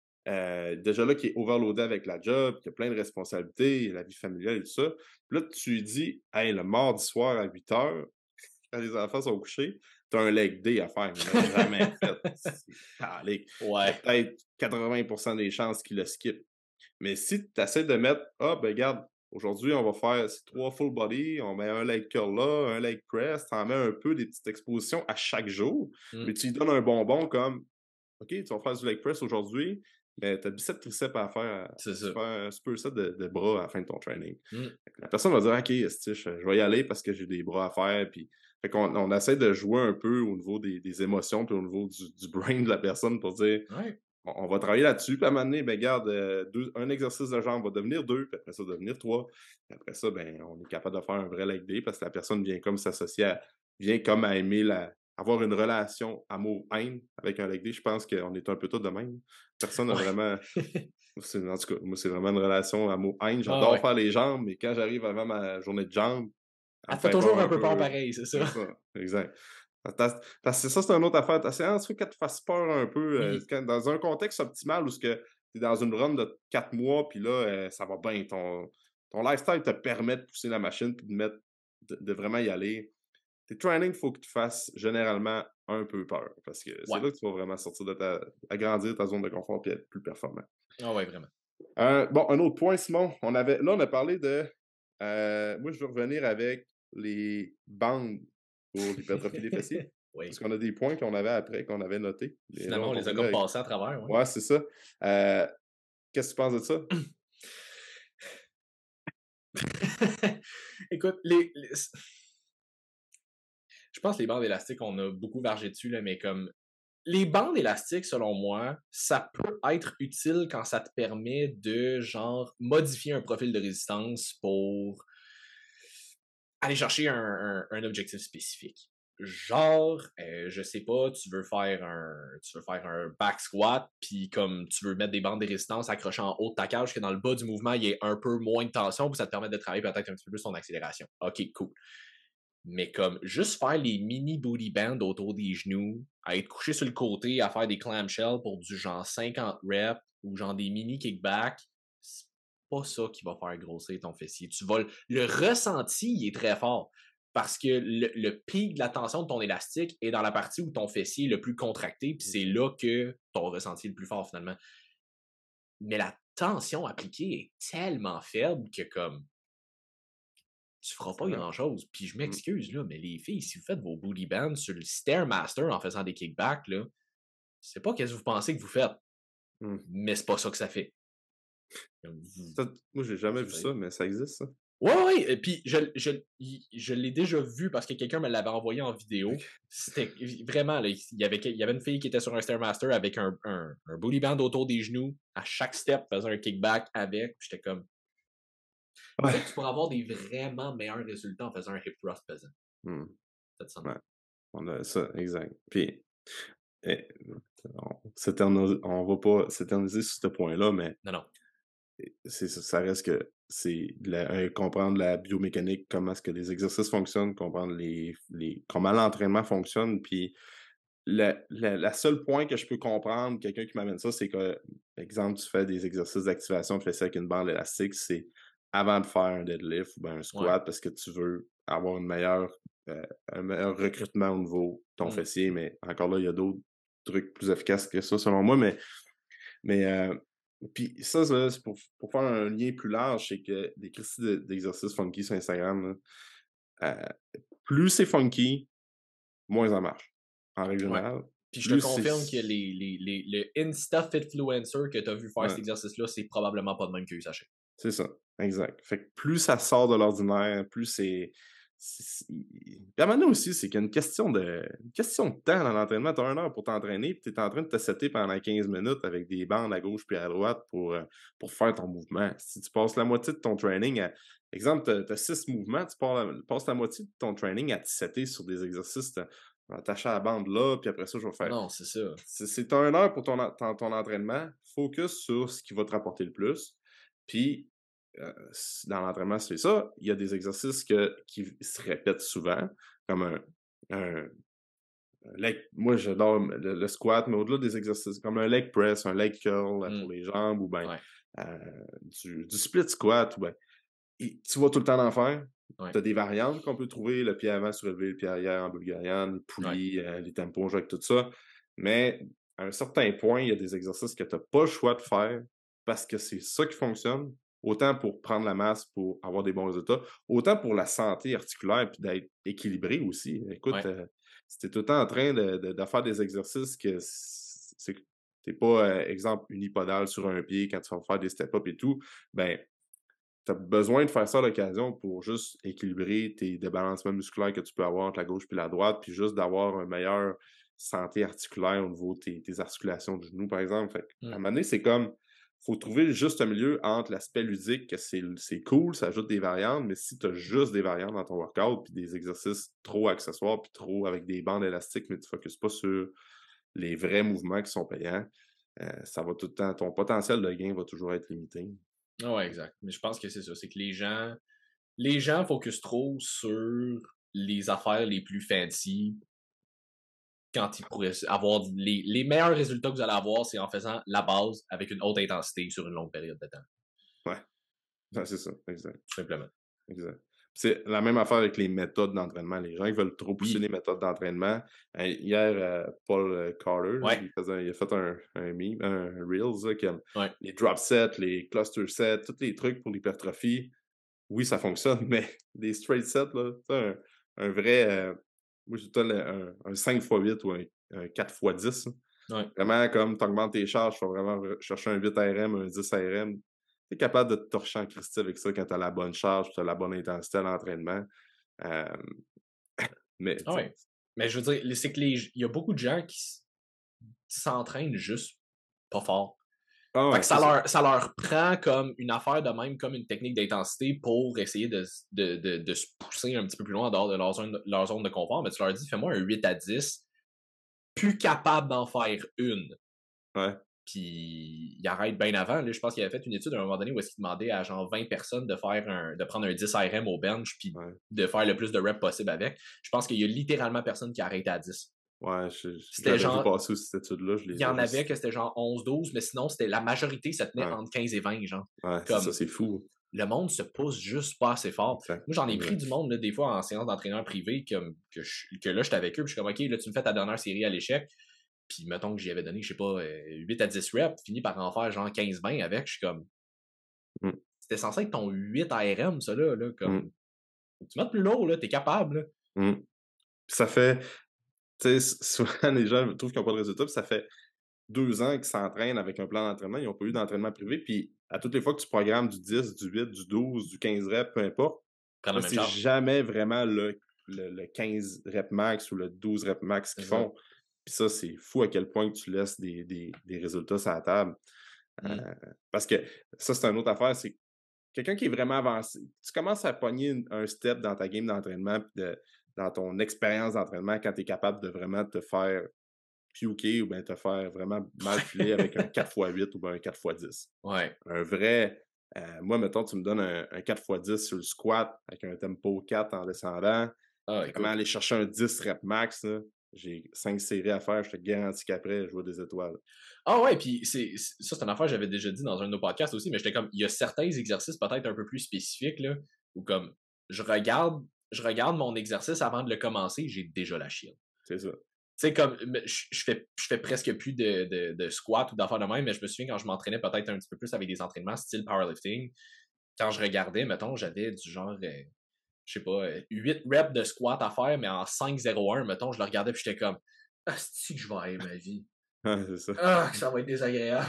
déjà là, qui est overloadé avec la job, qui a plein de responsabilités, la vie familiale et tout ça. Puis là, tu lui dis, hey, le mardi soir à 8 heures, quand les enfants sont couchés, tu as un leg day à faire, mais il l'a jamais fait. Calique. Il y a Ouais. peut-être 80% des chances qu'il le skip. Mais si tu essaies de mettre, ah, ben regarde, aujourd'hui, on va faire 3 full body, on met un leg curl là, un leg press, tu en mets un peu des petites expositions à chaque jour, Mm. mais tu lui donnes un bonbon comme, OK, tu vas faire du leg press aujourd'hui, mais tu as biceps triceps à faire, C'est tu ça. fais un superset de bras à la fin de ton training. Mm. La personne va dire, OK, esti, je vais y aller parce que j'ai des bras à faire. Puis, fait qu'on on essaie de jouer un peu au niveau des émotions, puis au niveau du brain de la personne pour dire, Ouais. on va travailler là-dessus. Puis à un moment donné, ben, regarde, un exercice de jambe va devenir 2, puis après ça, devenir 3. Puis après ça, ben, on est capable de faire un vrai leg day parce que la personne vient comme vient comme à aimer avoir une relation amour-haine avec un leg day. Je pense qu'on est un peu tous de même. Personne n'a Ouais. vraiment. En tout cas, moi, c'est vraiment une relation amour-haine. Ah J'adore ouais. faire les jambes, mais quand j'arrive avant ma journée de jambes, elle Elle me te fait fait peur toujours un un peu peur peu. pareil, c'est ça. C'est ça, exact. Parce que ça, c'est une autre affaire. Ta séance, faut qu'elle te fasse peur un peu. Oui. Dans un contexte optimal où tu es dans une run de 4 mois, puis là, ça va bien. Ton lifestyle te permet de pousser la machine puis de vraiment y aller. Tes trainings, il faut que tu fasses généralement un peu peur. Parce que c'est Ouais. là que tu vas vraiment sortir agrandir ta zone de confort et être plus performant. Ah ouais, vraiment. Bon, un autre point, Simon. On a parlé de. Moi, je veux revenir avec les bandes pour l'hypertrophie des fessiers. Parce Oui. qu'on a des points qu'on avait après, qu'on avait notés. Et là, Finalement, on on va les a revenir comme avec. passés à travers, ouais. Ouais, c'est ça. Euh, Qu'est-ce que tu penses de ça? Écoute, je pense que les bandes élastiques, on a beaucoup vargé dessus, là, mais comme les bandes élastiques, selon moi, ça peut être utile quand ça te permet de, genre, modifier un profil de résistance pour aller chercher un objectif spécifique. Genre, je sais pas, tu veux faire un back squat, puis comme tu veux mettre des bandes de résistance accrochées en haut de ta cage, que dans le bas du mouvement, il y ait un peu moins de tension, pour ça te permet de travailler peut-être un petit peu plus ton accélération. Ok, cool. Mais comme juste faire les mini booty bands autour des genoux, à être couché sur le côté, à faire des clamshells pour du genre 50 reps ou genre des mini kickbacks, c'est pas ça qui va faire grossir ton fessier. Le ressenti, il est très fort parce que le pic de la tension de ton élastique est dans la partie où ton fessier est le plus contracté, puis c'est là que ton ressenti est le plus fort finalement. Mais la tension appliquée est tellement faible que comme tu feras pas grand-chose. Puis je m'excuse, là, mais les filles, si vous faites vos booty bands sur le Stairmaster en faisant des kickbacks, là, c'est pas qu'est-ce que vous pensez que vous faites, mais c'est pas ça que ça fait. Moi, j'ai jamais vu ça, mais ça existe, ça. Ouais, et puis je l'ai déjà vu parce que quelqu'un me l'avait envoyé en vidéo. C'était vraiment, là, il y avait une fille qui était sur un Stairmaster avec un booty band autour des genoux. À chaque step, faisait un kickback avec. J'étais comme, Ouais. tu pourras avoir des vraiment meilleurs résultats en faisant un hip thrust pesant. Ouais. On a ça, exact. Puis, on va pas s'éterniser sur ce point-là, mais Non. ça reste que c'est comprendre la biomécanique, comment est-ce que les exercices fonctionnent, comprendre comment l'entraînement fonctionne. Puis, la seule point que je peux comprendre, quelqu'un qui m'amène ça, c'est que, exemple, tu fais des exercices d'activation, tu fais ça avec une bande élastique, c'est avant de faire un deadlift ou bien un squat parce que tu veux avoir un meilleur recrutement au niveau de ton fessier. Mais encore là, il y a d'autres trucs plus efficaces que ça, selon moi. Mais puis ça, c'est pour faire un lien plus large, c'est que des critiques d'exercices funky sur Instagram, là, plus c'est funky, moins ça marche. En règle générale. Puis je te confirme que le Insta-Fitfluencer que tu as vu faire cet exercice-là, c'est probablement pas de même que sachez. C'est ça, exact. Fait que plus ça sort de l'ordinaire, plus c'est. Puis à un moment donné aussi, c'est qu'il y a une question de temps dans l'entraînement. Tu as 1 heure pour t'entraîner, puis tu es en train de te setter pendant 15 minutes avec des bandes à gauche puis à droite pour faire ton mouvement. Si tu passes la moitié de ton training à. Exemple, tu as 6 mouvements, tu passes la moitié de ton training à te setter sur des exercices attaché à la bande là, puis après ça, je vais faire. Non, c'est ça. C'est 1 heure pour ton entraînement. Focus sur ce qui va te rapporter le plus. Puis, dans l'entraînement, c'est ça. Il y a des exercices qui se répètent souvent, comme un leg. Moi, j'adore le squat, mais au-delà des exercices, comme un leg press, un leg curl pour les jambes, ou bien du split squat, ou bien. Tu vas tout le temps en faire. Tu as des variantes qu'on peut trouver, le pied avant surélevé, le pied arrière en bulgarienne, les poulies, les tempos, avec tout ça. Mais à un certain point, il y a des exercices que tu n'as pas le choix de faire parce que c'est ça qui fonctionne, autant pour prendre la masse, pour avoir des bons résultats, autant pour la santé articulaire et d'être équilibré aussi. Écoute, si tu es tout le temps en train de faire des exercices que tu n'es pas, exemple, unipodal sur un pied quand tu vas faire des step-up et tout, ben tu as besoin de faire ça à l'occasion pour juste équilibrer tes débalancements musculaires que tu peux avoir entre la gauche et la droite, puis juste d'avoir une meilleure santé articulaire au niveau de tes articulations du genou, par exemple. Fait à un moment donné, c'est comme, faut trouver le juste milieu entre l'aspect ludique, que c'est cool, ça ajoute des variantes, mais si tu as juste des variantes dans ton workout, puis des exercices trop accessoires, puis trop avec des bandes élastiques, mais tu ne focuses pas sur les vrais mouvements qui sont payants, ça va tout le temps, ton potentiel de gain va toujours être limité. Ouais, exact. Mais je pense que c'est ça. C'est que les gens focusent trop sur les affaires les plus fancy quand ils pourraient avoir les meilleurs résultats que vous allez avoir, c'est en faisant la base avec une haute intensité sur une longue période de temps. Ouais, c'est ça, exact. Tout simplement. Exact. C'est la même affaire avec les méthodes d'entraînement. Les gens qui veulent trop pousser les méthodes d'entraînement. Hier, Paul Carter, il a fait un meme, un Reels, là, les drop sets, les cluster sets, tous les trucs pour l'hypertrophie. Oui, ça fonctionne, mais des straight sets, là, un vrai. Moi, je donne un 5x8 ou un 4x10. Vraiment, comme tu augmentes tes charges, il faut vraiment chercher un 8 RM, un 10 RM. Tu es capable de te torcher en Christie avec ça quand tu as la bonne charge, tu as la bonne intensité à l'entraînement. Mais, mais je veux dire, c'est que il y a beaucoup de gens qui s'entraînent juste pas fort. Fait que ça leur prend comme une affaire de même, comme une technique d'intensité pour essayer de se pousser un petit peu plus loin en dehors de leur zone de confort. Mais tu leur dis, fais-moi un 8 à 10, plus capable d'en faire une. Puis il arrête bien avant. Là, je pense qu'il avait fait une étude à un moment donné où est-ce qu'il demandait à genre 20 personnes de prendre un 10 RM au bench puis de faire le plus de reps possible avec. Je pense qu'il y a littéralement personne qui arrête à 10. Ouais, j'avais vu passer aussi cette étude-là. Il y en avait que c'était genre 11-12, mais sinon, c'était la majorité, ça tenait entre 15 et 20, genre. Ouais, ça, c'est fou. Le monde se pousse juste pas assez fort. Moi, j'en ai pris du monde, là, des fois, en séance d'entraîneur privé, que là, j'étais avec eux, puis je suis comme, OK, là, tu me fais ta dernière série à l'échec. Puis, mettons que j'y avais donné, je sais pas, 8 à 10 reps, fini par en faire genre 15-20 avec. Je suis comme. C'était censé être ton 8 ARM, ça, là. Comme. Faut que tu mettes plus lourd, là, t'es capable, là. Puis ça fait, tu sais, souvent les gens trouvent qu'ils n'ont pas de résultats, puis ça fait 2 ans qu'ils s'entraînent avec un plan d'entraînement, ils n'ont pas eu d'entraînement privé, puis à toutes les fois que tu programmes du 10, du 8, du 12, du 15 reps, peu importe, Prends la mais même c'est charge. jamais vraiment le 15 reps max ou le 12 reps max C'est qu'ils ça. font. Puis ça, c'est fou à quel point que tu laisses des résultats sur la table. Mmh. Parce que ça, c'est une autre affaire, c'est quelqu'un qui est vraiment avancé. Tu commences à pogner un step dans ta game d'entraînement, puis dans ton expérience d'entraînement, quand tu es capable de vraiment te faire puker ou bien te faire vraiment mal filer avec un 4x8 ou bien un 4x10. Ouais. Un vrai, moi, mettons, tu me donnes un 4x10 sur le squat avec un tempo 4 en descendant, Ah, vraiment écoute. aller chercher un 10 rep max, là, j'ai 5 séries à faire, je te garantis qu'après, je vois des étoiles. Ah ouais, puis ça, c'est une affaire que j'avais déjà dit dans un de nos podcasts aussi, mais j'étais comme, il y a certains exercices peut-être un peu plus spécifiques, là, où comme, je regarde, je regarde mon exercice avant de le commencer, j'ai déjà la chienne. C'est ça. Tu sais, comme, je fais presque plus de squat ou d'affaires de même, mais je me souviens quand je m'entraînais peut-être un petit peu plus avec des entraînements style powerlifting, quand je regardais, mettons, j'avais du genre, je sais pas, 8 reps de squat à faire, mais en 5-0-1, mettons, je le regardais puis j'étais comme, ah, c'est que je vais haïr ma vie. Ouais, c'est ça. Ah, que ça va être désagréable.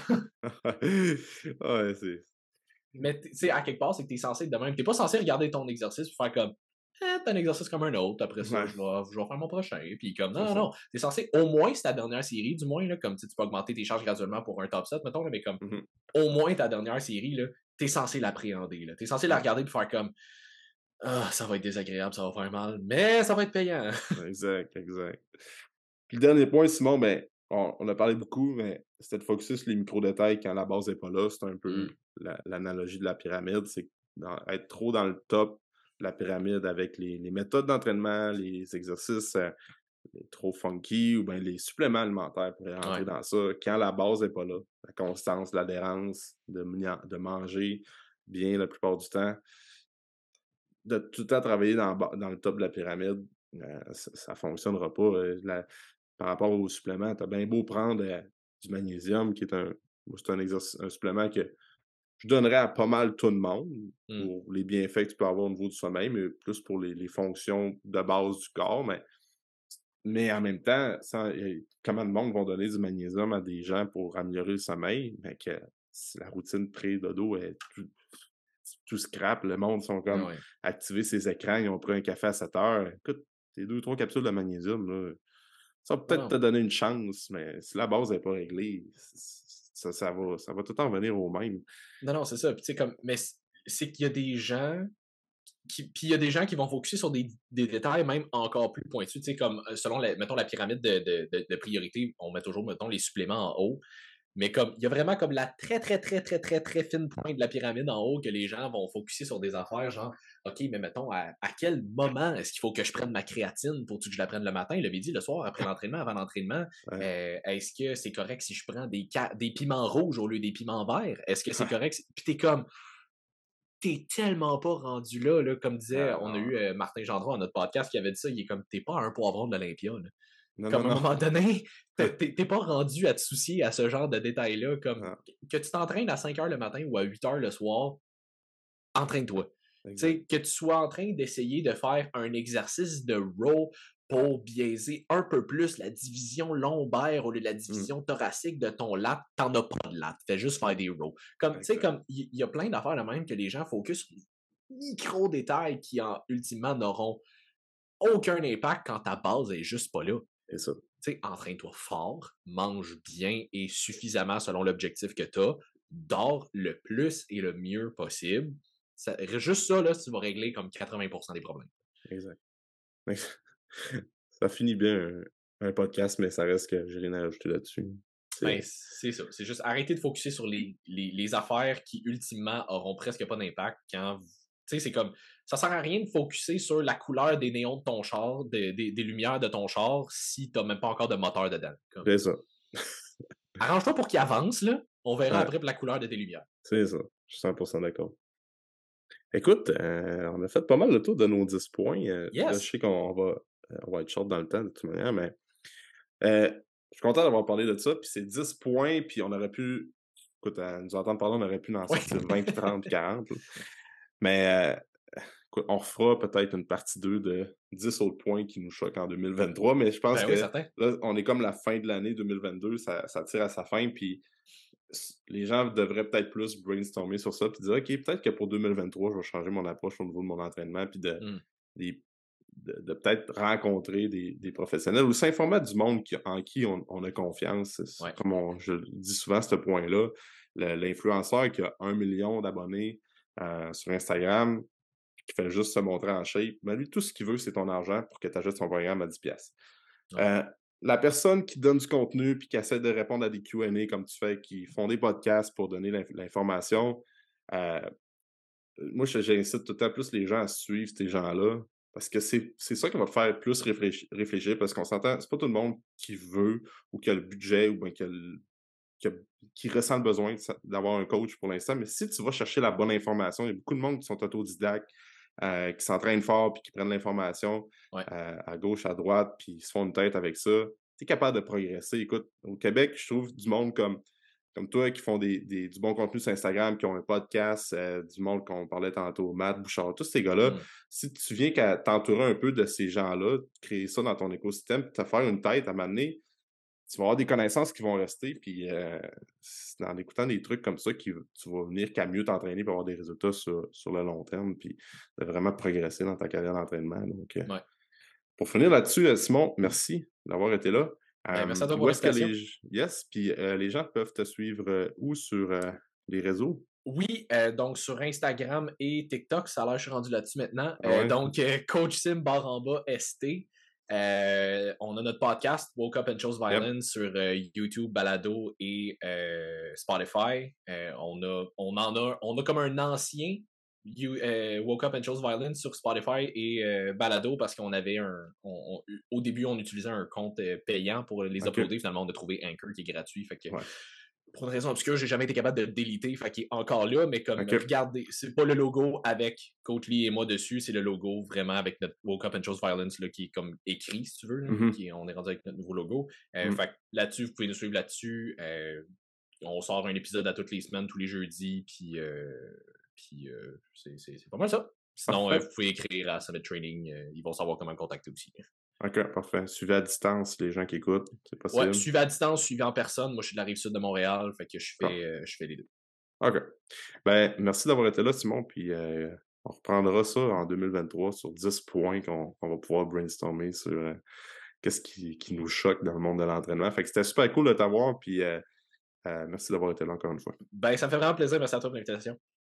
Ouais, c'est. Mais tu sais, à quelque part, c'est que t'es censé être de même. T'es pas censé regarder ton exercice et faire comme, c'est un exercice comme un autre. Après ça, Ouais, je vais faire mon prochain. Puis comme, c'est non, non, ça. non. T'es censé, au moins, c'est ta dernière série, du moins, là, comme tu peux augmenter tes charges graduellement pour un top set, mettons, là, mais comme, Mhm. au moins ta dernière série, là, t'es censé l'appréhender. Là. T'es censé la Ouais, regarder et faire comme, ah, ça va être désagréable, ça va faire mal, mais ça va être payant. exact, exact. Puis le dernier point, Simon, ben, on a parlé beaucoup, mais c'était de focuser sur les micro-détails quand la base n'est pas là. C'est un Mm, peu l'analogie de la pyramide. C'est être trop dans le top de la pyramide avec les méthodes d'entraînement, les exercices trop funky ou bien les suppléments alimentaires pour rentrer ouais, dans ça. Quand la base n'est pas là, la constance, l'adhérence, de manger bien la plupart du temps, de tout le temps travailler dans le top de la pyramide, ça ne fonctionnera pas. Par rapport aux suppléments, tu as bien beau prendre du magnésium, qui est c'est un exercice, un supplément que je donnerais à pas mal tout le monde mm, pour les bienfaits que tu peux avoir au niveau du sommeil, mais plus pour les fonctions de base du corps. Mais en même temps, comment de monde vont donner du magnésium à des gens pour améliorer le sommeil, mais que si la routine pré-dodo est tout scrap, le monde sont ah comme ouais. activés ses écrans, ils ont pris un café à 7 heures. Écoute, tes 2 3 capsules de magnésium, là, ça va Non, peut-être te non. donner une chance, mais si la base n'est pas réglée, ça va tout le temps venir au même. Non, non, c'est ça. Puis, tu sais, comme, mais c'est qu'il y a des gens puis il y a des gens qui vont focuser sur des détails même encore plus pointus, tu sais, comme selon, mettons, la pyramide de priorité, on met toujours, mettons, les suppléments en haut. Mais comme, il y a vraiment comme la très, très, très, très, très, très fine pointe de la pyramide en haut que les gens vont focuser sur des affaires genre, OK, mais mettons, à quel moment est-ce qu'il faut que je prenne ma créatine? Faut-tu que je la prenne le matin, le midi, le soir, après l'entraînement, avant l'entraînement? Ouais. Est-ce que c'est correct si je prends des piments rouges au lieu des piments verts? Est-ce que c'est correct? Puis t'es comme, t'es tellement pas rendu là, là. Comme disait, Ah on a non. eu Martin Gendron à notre podcast qui avait dit ça, il est comme, t'es pas un poivron de l'Olympia, là. Non, non, Comme à un non. moment donné, t'es pas rendu à te soucier à ce genre de détails-là. Comme Ah, que tu t'entraînes à 5 heures le matin ou à 8 heures le soir, entraîne-toi. Tu exact. sais, que tu sois en train d'essayer de faire un exercice de row pour biaiser un peu plus la division lombaire au lieu de la Mmh, division thoracique de ton lat, t'en as pas de lat. Fais juste faire des rows. Comme, tu sais, exact. comme, il y a plein d'affaires de même que les gens focus sur des micro-détails qui, ultimement, n'auront aucun impact quand ta base est juste pas là. C'est ça. Tu sais, entraîne-toi fort, mange bien et suffisamment selon l'objectif que tu as, dors le plus et le mieux possible. Juste ça, là, tu vas régler comme 80% des problèmes. Exact. Ça finit bien un podcast, mais ça reste que j'ai rien à ajouter là-dessus. Ben, C'est c'est ça. C'est juste arrêter de focuser sur les affaires qui, ultimement, auront presque pas d'impact quand. Tu sais, c'est comme. Ça sert à rien de focuser sur la couleur des néons de ton char, des lumières de ton char, si t'as même pas encore de moteur dedans. Comme. c'est ça. Arrange-toi pour qu'il avance, là. On verra Ouais, après pour la couleur de tes lumières. c'est ça. Je suis 100% d'accord. Écoute, on a fait pas mal le tour de nos 10 points. Là, je Yes! sais qu'on va être short dans le temps de toute manière, mais je suis content d'avoir parlé de ça. Puis c'est 10 points, puis on aurait pu, écoute, à nous entendre parler, on aurait pu en Ouais. sortir 20, puis 30, puis 40. Là. Mais écoute, on refera peut-être une partie 2 de 10 autres points qui nous choquent en 2023, mais je pense Ben oui, que certain. là, on est comme la fin de l'année 2022, ça tire à sa fin, puis les gens devraient peut-être plus brainstormer sur ça, puis dire: «OK, peut-être que pour 2023, je vais changer mon approche au niveau de mon entraînement», puis Mmh. des de peut-être rencontrer des professionnels ou s'informer du monde en qui on a confiance. Ouais. Comme je le dis souvent, ce point-là, l'influenceur qui a 1 million d'abonnés sur Instagram, qui fait juste se montrer en shape, ben lui, tout ce qu'il veut, c'est ton argent pour que tu achètes son programme à 10$. Ouais. Euh, la personne qui donne du contenu puis qui essaie de répondre à des Q&A comme tu fais, qui font des podcasts pour donner l'information, euh, moi, j'incite tout le temps plus les gens à suivre ces gens-là parce que c'est ça qui va te faire plus réfléchir parce qu'on s'entend, c'est pas tout le monde qui veut ou qui a le budget ou bien qui, a- qui ressent le besoin d'avoir un coach pour l'instant. Mais si tu vas chercher la bonne information, il y a beaucoup de monde qui sont autodidactes, qui s'entraînent fort puis qui prennent l'information Ouais. à gauche, à droite, puis ils se font une tête avec ça. Tu es capable de progresser. Écoute, au Québec, je trouve du monde comme toi qui font du bon contenu sur Instagram, qui ont un podcast, du monde qu'on parlait tantôt, Matt Bouchard, tous ces gars-là, Mmh. si tu viens qu'à t'entourer un peu de ces gens-là, créer ça dans ton écosystème, te faire une tête à m'amener, tu vas avoir des connaissances qui vont rester, puis c'est en écoutant des trucs comme ça, tu vas venir qu'à mieux t'entraîner pour avoir des résultats sur le long terme, puis de vraiment progresser dans ta carrière d'entraînement. Donc, Ouais. pour finir là-dessus, Simon, merci d'avoir été là. Ben, merci à toi pour Où est-ce que l'invitation. Yes, puis les gens peuvent te suivre où sur les réseaux? Oui, donc sur Instagram et TikTok, ça a l'air que je suis rendu là-dessus maintenant. Ah ouais? Donc, Coach Sim barre en bas ST. On a notre podcast, Woke Up and Chose Yep. Violence, sur YouTube, Balado et Spotify. On a comme un ancien Woke Up and Chose Violence sur Spotify et Balado parce qu'on avait au début, on utilisait un compte payant pour les OK. uploader. Finalement, on a trouvé Anchor qui est gratuit. Fait que Ouais. pour une raison obscure, j'ai jamais été capable de le déliter, fait qu'il est encore là, mais comme OK. regardez, c'est pas le logo avec Coach Lee et moi dessus, c'est le logo vraiment avec notre Woke Up and Chose Violence là, qui est comme écrit, si tu veux, là, Mhm. on est rendu avec notre nouveau logo. Mm. Fait que là-dessus, vous pouvez nous suivre là-dessus. On sort un épisode à toutes les semaines, tous les jeudis, puis c'est pas mal ça. Sinon, Parfait. vous pouvez écrire à Summit Training, ils vont savoir comment me contacter aussi. OK, parfait. Suivez à distance les gens qui écoutent, c'est Ouais, possible. suivez à distance, suivez en personne. Moi, je suis de la rive sud de Montréal, fait que Ah, je fais les deux. OK. Ben, merci d'avoir été là, Simon, puis on reprendra ça en 2023 sur 10 points qu'on va pouvoir brainstormer sur qu'est-ce qui nous choque dans le monde de l'entraînement. Fait que c'était super cool de t'avoir, puis merci d'avoir été là encore une fois. Ben, ça me fait vraiment plaisir. Merci à toi pour l'invitation.